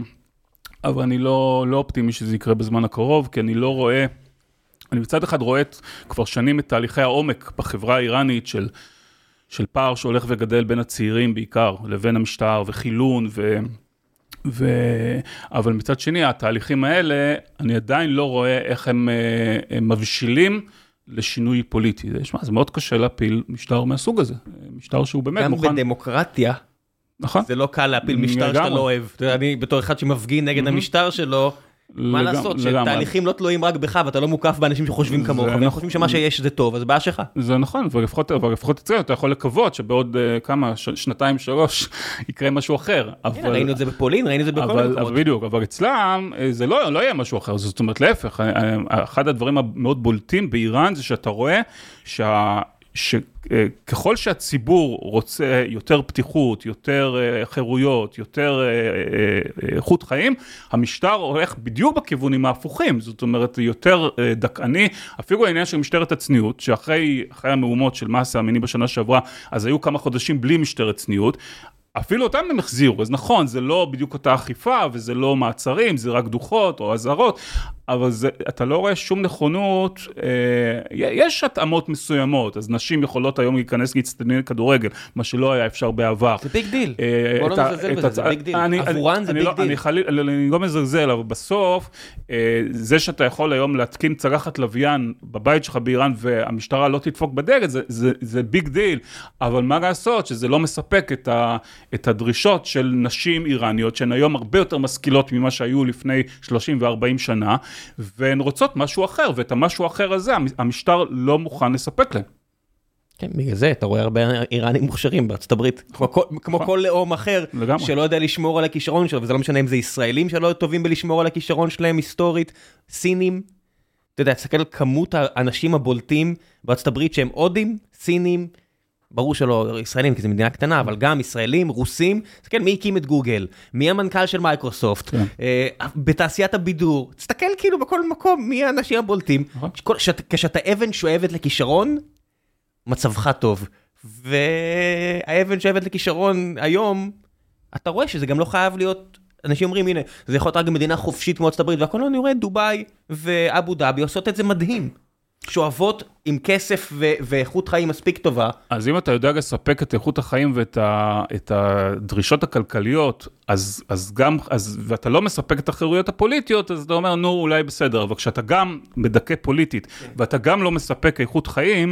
אבל אני לא אופטימי שזה יקרה בזמן הקרוב, כי אני לא רואה אני מצד אחד רואה כבר שנים את תהליכי העומק בחברה האיראנית של, של פער שהולך וגדל בין הצעירים בעיקר, לבין המשטר וחילון, ו, ו, אבל מצד שני, התהליכים האלה, אני עדיין לא רואה איך הם, הם מבשילים לשינוי פוליטי. זה, שמה, זה מאוד קשה להפיל משטר מהסוג הזה. משטר שהוא באמת גם מוכן... גם בדמוקרטיה, נכון? זה לא קל להפיל משטר שאתה לא אוהב. אני בתור אחד שמפגין נגד המשטר שלו, מה לעשות, שתהליכים לא תלויים רק בך, ואתה לא מוקף באנשים שחושבים כמוך, והם חושבים שמה שיש זה טוב, אז זה בעיה שלך. זה נכון, ולפחות אצלנו, אתה יכול לקוות שבעוד כמה, שנתיים, שלוש, יקרה משהו אחר. ראינו את זה בפולין, ראינו את זה בכל מקומות. בדיוק, אבל אצלם, זה לא יהיה משהו אחר, זאת אומרת, להפך, אחד הדברים המאוד בולטים באיראן, זה שאתה רואה שה... שככל שהציבור רוצה יותר פתיחות, יותר חירויות, יותר איכות חיים, המשטר הולך בדיוק בכיוונים ההפוכים, זאת אומרת, יותר דקעני, אפילו העניין של משטרת הצניעות, שאחרי המהומות של מסע המיני בשנה שעברה, אז היו כמה חודשים בלי משטרת צניעות, אפילו אותם הם החזירו, אז נכון, זה לא בדיוק אותה אכיפה, וזה לא מעצרים, זה רק דוחות או אזהרות, אבל זה, אתה לא רואה שום נכונות, אה, יש התאמות מסוימות, אז נשים יכולות היום להיכנס להצטדיון כדורגל, מה שלא היה אפשר בעבר. זה ביג דיל, אה, בוא לא נזלזל בזה, זה ביג דיל, עבורן זה ביג לא, דיל. אני, חליל, אני לא מזלזל, אבל בסוף, אה, זה שאתה יכול היום להתקין צלחת לוויין בבית שלך באיראן, והמשטרה לא תדפוק בדגת, זה, זה, זה ביג דיל, אבל מה לעשות שזה לא מספק את, ה, את הדרישות של נשים איראניות, שהן היום הרבה יותר משכילות ממה שהיו לפני שלושים וארבעים שנה, והן רוצות משהו אחר, ואת המשהו האחר הזה, המשטר לא מוכן לספק להם. כן, בגלל זה, אתה רואה הרבה איראנים מוכשרים בארצות הברית, כמו כל לאום אחר, שלא יודע לשמור על הכישרון שלו, וזה לא משנה אם זה ישראלים שלא טובים בלשמור על הכישרון שלהם היסטורית, סינים, אתה יודע, תסתכל על כמות האנשים הבולטים בארצות הברית שהם הודים, סינים, ברור שלא ישראלים, כי זו מדינה קטנה, אבל גם ישראלים, רוסים, תסתכל מי הקים את גוגל, מי המנכ"ל של מייקרוסופט, בתעשיית הבידור, תסתכל כאילו בכל מקום, מי האנשים הבולטים, כשאתה אבן שואבת לכישרון, מצבך טוב, והאבן שואבת לכישרון היום, אתה רואה שזה גם לא חייב להיות, אנשים אומרים, הנה, זה יכול להיות רק במדינה חופשית כמו ארצות הברית, והכל לא נראה, דובאי ואבו דאבי עושות את זה מדהים. שואבות עם כסף ואיכות חיים מספיק טובה. אז אם אתה יודע לספק את איכות החיים ואת הדרישות הכלכליות, אז גם, ואתה לא מספק את החירויות הפוליטיות, אז אתה אומר, נו, אולי בסדר, אבל כשאתה גם מדכא פוליטית, ואתה גם לא מספק איכות חיים,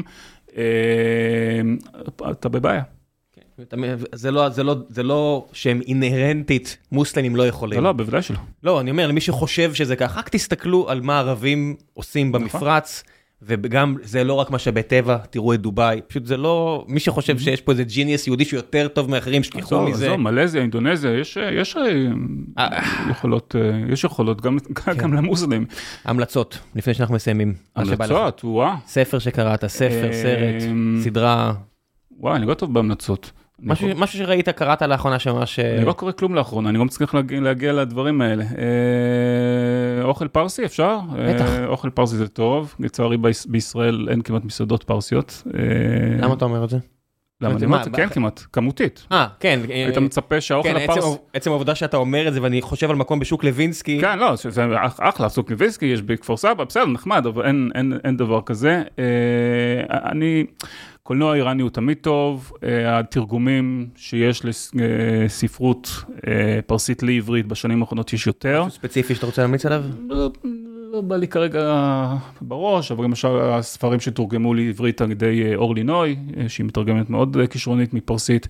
אתה בבעיה. זה לא, זה לא, זה לא שהם אינהרנטית מוסלמים לא יכולים. לא, לא, בוודאי שלא. לא, אני אומר, למי שחושב שזה כך, רק תסתכלו על מה ערבים עושים במפרץ, וגם זה לא רק משאבי טבע, תראו את דובאי, פשוט זה לא, מי שחושב שיש פה איזה ג'יניוס יהודי שיותר טוב מאחרים, שכחו מזה. זו, מלזיה, אינדונזיה, יש, יש יכולות, יש יכולות גם, גם למוסלמים. המלצות, לפני שאנחנו מסיימים. המלצות, וואו. ספר שקראת, ספר, סרט, סדרה. וואו, אני לא טוב בהמלצות. משהו, משהו שראית, קראת לאחרונה שממש... אני לא קורא כלום לאחרונה, אני לא מצליח להגיע, להגיע לדברים האלה. אה, אוכל פרסי אפשר? בטח. אה, אוכל פרסי זה טוב, לצערי בישראל אין כמעט מסעדות פרסיות. אה, למה אתה אומר את זה? למה אני אומר את זה? כן, כמעט, כמותית. אה, כן. היית מצפה שהאוכל כן, הפרסי... עצם, עצם העובדה שאתה אומר את זה, ואני חושב על מקום בשוק לוינסקי... כן, לא, זה אחלה, שוק לוינסקי, יש בכפר סבא, בסדר, נחמד, אבל אין, אין, אין דבר כזה. אה, אני... קולנוע איראני הוא תמיד טוב, התרגומים שיש לספרות פרסית לעברית בשנים האחרונות יש יותר. משהו ספציפי שאתה רוצה להמליץ עליו? לא בא לי כרגע בראש, אבל למשל הספרים שתורגמו לעברית על ידי אורלי נוי, שהיא מתרגמת מאוד כישרונית מפרסית.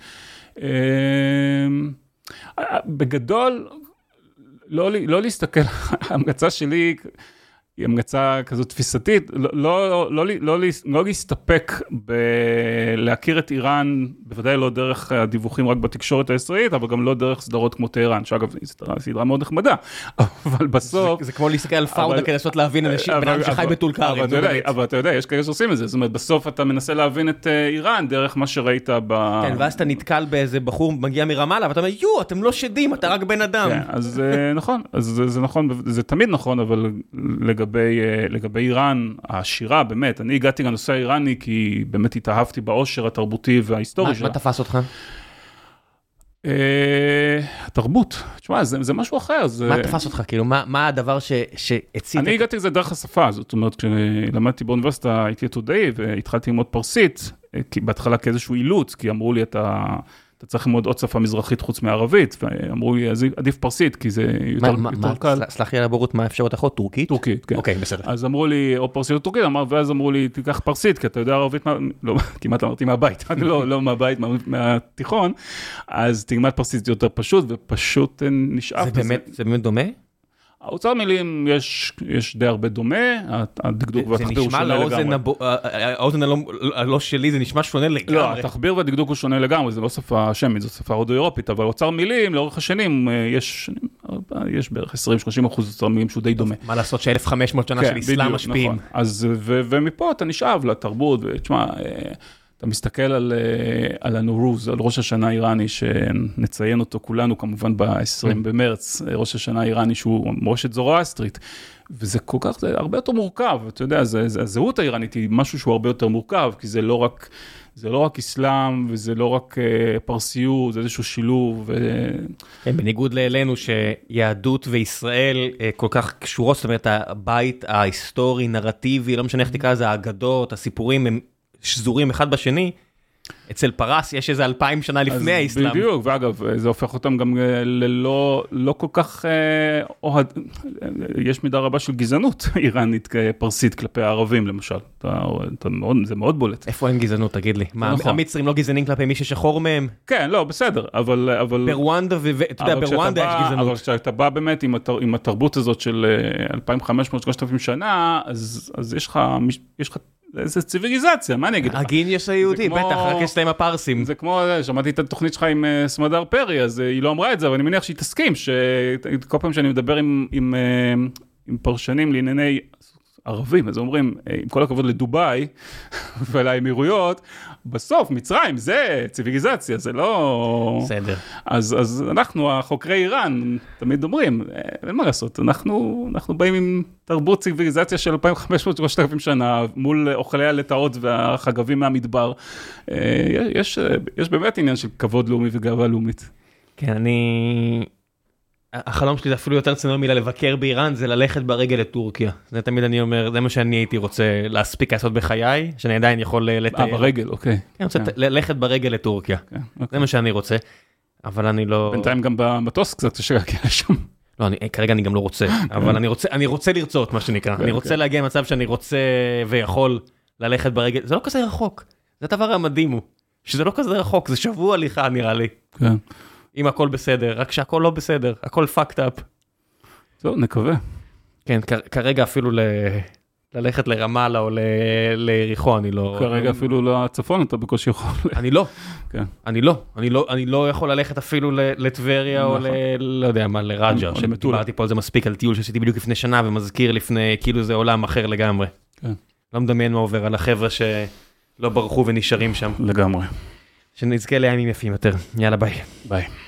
בגדול, לא להסתכל, ההמלצה שלי... היא המלצה כזו תפיסתית, לא, לא, לא, לא, לא להסתפק בלהכיר את איראן, בוודאי לא דרך הדיווחים רק בתקשורת הישראלית, אבל גם לא דרך סדרות כמו טהרן, שאגב, היא סדרה, סדרה מאוד נחמדה, אבל בסוף... זה, זה כמו להסתכל על פאודה כדי לנסות להבין אנשים, בן אדם שחי בטול כרם. אבל אתה יודע, יש כאלה שעושים את זה, זאת אומרת, בסוף אתה מנסה להבין את איראן דרך מה שראית ב... כן, ואז אתה נתקל באיזה בחור מגיע מרמאללה, ואתה אומר, יו, אתם לא שדים, אתה רק בן אדם. כן, אז נכון, אז זה נכון, זה תמיד נכון, אבל לגבי, לגבי איראן, השירה, באמת, אני הגעתי לנושא האיראני, כי באמת התאהבתי באושר התרבותי וההיסטורי שלה. מה תפס אותך? התרבות, תשמע, זה משהו אחר. מה תפס אותך? כאילו, מה הדבר שהצית? אני הגעתי לזה דרך השפה, זאת אומרת, כשלמדתי באוניברסיטה, הייתי עתודאי, והתחלתי ללמוד פרסית, בהתחלה כאיזשהו אילוץ, כי אמרו לי, אתה... אתה צריך ללמוד עוד שפה מזרחית חוץ מערבית, ואמרו לי, עדיף פרסית, כי זה יותר קל. סלח לי על הבורות, מה אפשרות אחות? טורקית? טורקית, כן. אוקיי, בסדר. אז אמרו לי, או פרסית או טורקית, ואז אמרו לי, תיקח פרסית, כי אתה יודע ערבית, לא, כמעט אמרתי מהבית, לא, לא מהבית, מהתיכון, אז תלמד פרסית יותר פשוט, ופשוט נשאף. זה באמת דומה? האוצר מילים יש, יש די הרבה דומה, הדקדוק והתחביר הוא שונה לגמרי. האוזן הלא שלי, זה נשמע שונה לגמרי. לא, התחביר והדקדוק הוא שונה לגמרי, זה לא שפה שמית, זו שפה הודו-אירופית, אבל אוצר מילים, לאורך השנים, יש, יש בערך עשרים שלושים אחוז אוצר מילים שהוא די דומה. מה לעשות ש-אלף וחמש מאות שנה של אסלאם משפיעים. נכון. אז, ומפה אתה נשאב לתרבות, ותשמע, אתה מסתכל על, על הנורוז, על ראש השנה האיראני, שנציין אותו כולנו כמובן ב-עשרים במרץ, ראש השנה האיראני שהוא מורשת זורואסטרית, וזה כל כך, זה הרבה יותר מורכב, אתה יודע, זה, זה, הזהות האיראנית היא משהו שהוא הרבה יותר מורכב, כי זה לא רק, זה לא רק אסלאם, וזה לא רק uh, פרסיות, זה איזשהו שילוב. ו... כן, בניגוד לאלינו שיהדות וישראל uh, כל כך קשורות, זאת אומרת, הבית ההיסטורי, נרטיבי, לא משנה איך תקרא לזה, האגדות, הסיפורים הם שזורים אחד בשני, אצל פרס יש איזה אלפיים שנה לפני האסלאם. בדיוק, ואגב, זה הופך אותם גם ללא, לא כל כך, אוהד, יש מידה רבה של גזענות איראנית פרסית כלפי הערבים, למשל. אתה, אתה מאוד, זה מאוד בולט. איפה אין גזענות, תגיד לי? מה, נכון. המצרים לא גזענים כלפי מי ששחור מהם? כן, לא, בסדר, אבל... אבל ברואנדה, ואתה יודע, ברואנדה יש גזענות. אבל כשאתה בא באמת עם, התר, עם התרבות הזאת של אלפיים וחמש מאות שלושת אלפים שנה, אז, אז יש לך, יש לך זה ציוויליזציה, מה אני אגיד לך? הגיניוס היהודי, בטח, רק יש להם הפרסים. זה כמו, שמעתי את התוכנית שלך עם סמדר פרי, אז היא לא אמרה את זה, אבל אני מניח שהיא תסכים, שכל פעם שאני מדבר עם, עם, עם פרשנים לענייני ערבים, אז אומרים, עם כל הכבוד לדובאי ולאמירויות, בסוף מצרים זה ציוויליזציה, זה לא... בסדר. אז, אז אנחנו, החוקרי איראן, תמיד אומרים, אין מה לעשות, אנחנו, אנחנו באים עם תרבות ציוויליזציה של אלפיים וחמש מאות שלושת אלפים שנה, מול אוכלי הלטאות והחגבים מהמדבר. יש, יש באמת עניין של כבוד לאומי וגאווה לאומית. כן, אני... החלום שלי זה אפילו יותר צנוע מילה לבקר באיראן, זה ללכת ברגל לטורקיה. זה תמיד אני אומר, זה מה שאני הייתי רוצה להספיק לעשות בחיי, שאני עדיין יכול לטייל. אה, ברגל, אוקיי. אני רוצה ללכת ברגל לטורקיה. זה מה שאני רוצה, אבל אני לא... בינתיים גם במטוס קצת יש להגיע לשם. לא, כרגע אני גם לא רוצה, אבל אני רוצה לרצות, מה שנקרא. אני רוצה להגיע למצב שאני רוצה ויכול ללכת ברגל. זה לא כזה רחוק. זה הדבר המדהים הוא, שזה לא כזה רחוק, זה שבוע הליכה נראה לי. כן. אם הכל בסדר, רק שהכל לא בסדר, הכל fucked up. טוב, נקווה. כן, כרגע אפילו ללכת לרמאללה או ליריחו, אני לא... כרגע אפילו לצפון אתה בקושי יכול. אני לא. אני לא. אני לא יכול ללכת אפילו לטבריה או לא יודע מה, לרג'ה, שדיברתי פה על זה מספיק, על טיול שעשיתי בדיוק לפני שנה, ומזכיר לפני, כאילו זה עולם אחר לגמרי. לא מדמיין מה עובר על החבר'ה שלא ברחו ונשארים שם. לגמרי. שנזכה לימים יפים יותר. יאללה, ביי. ביי.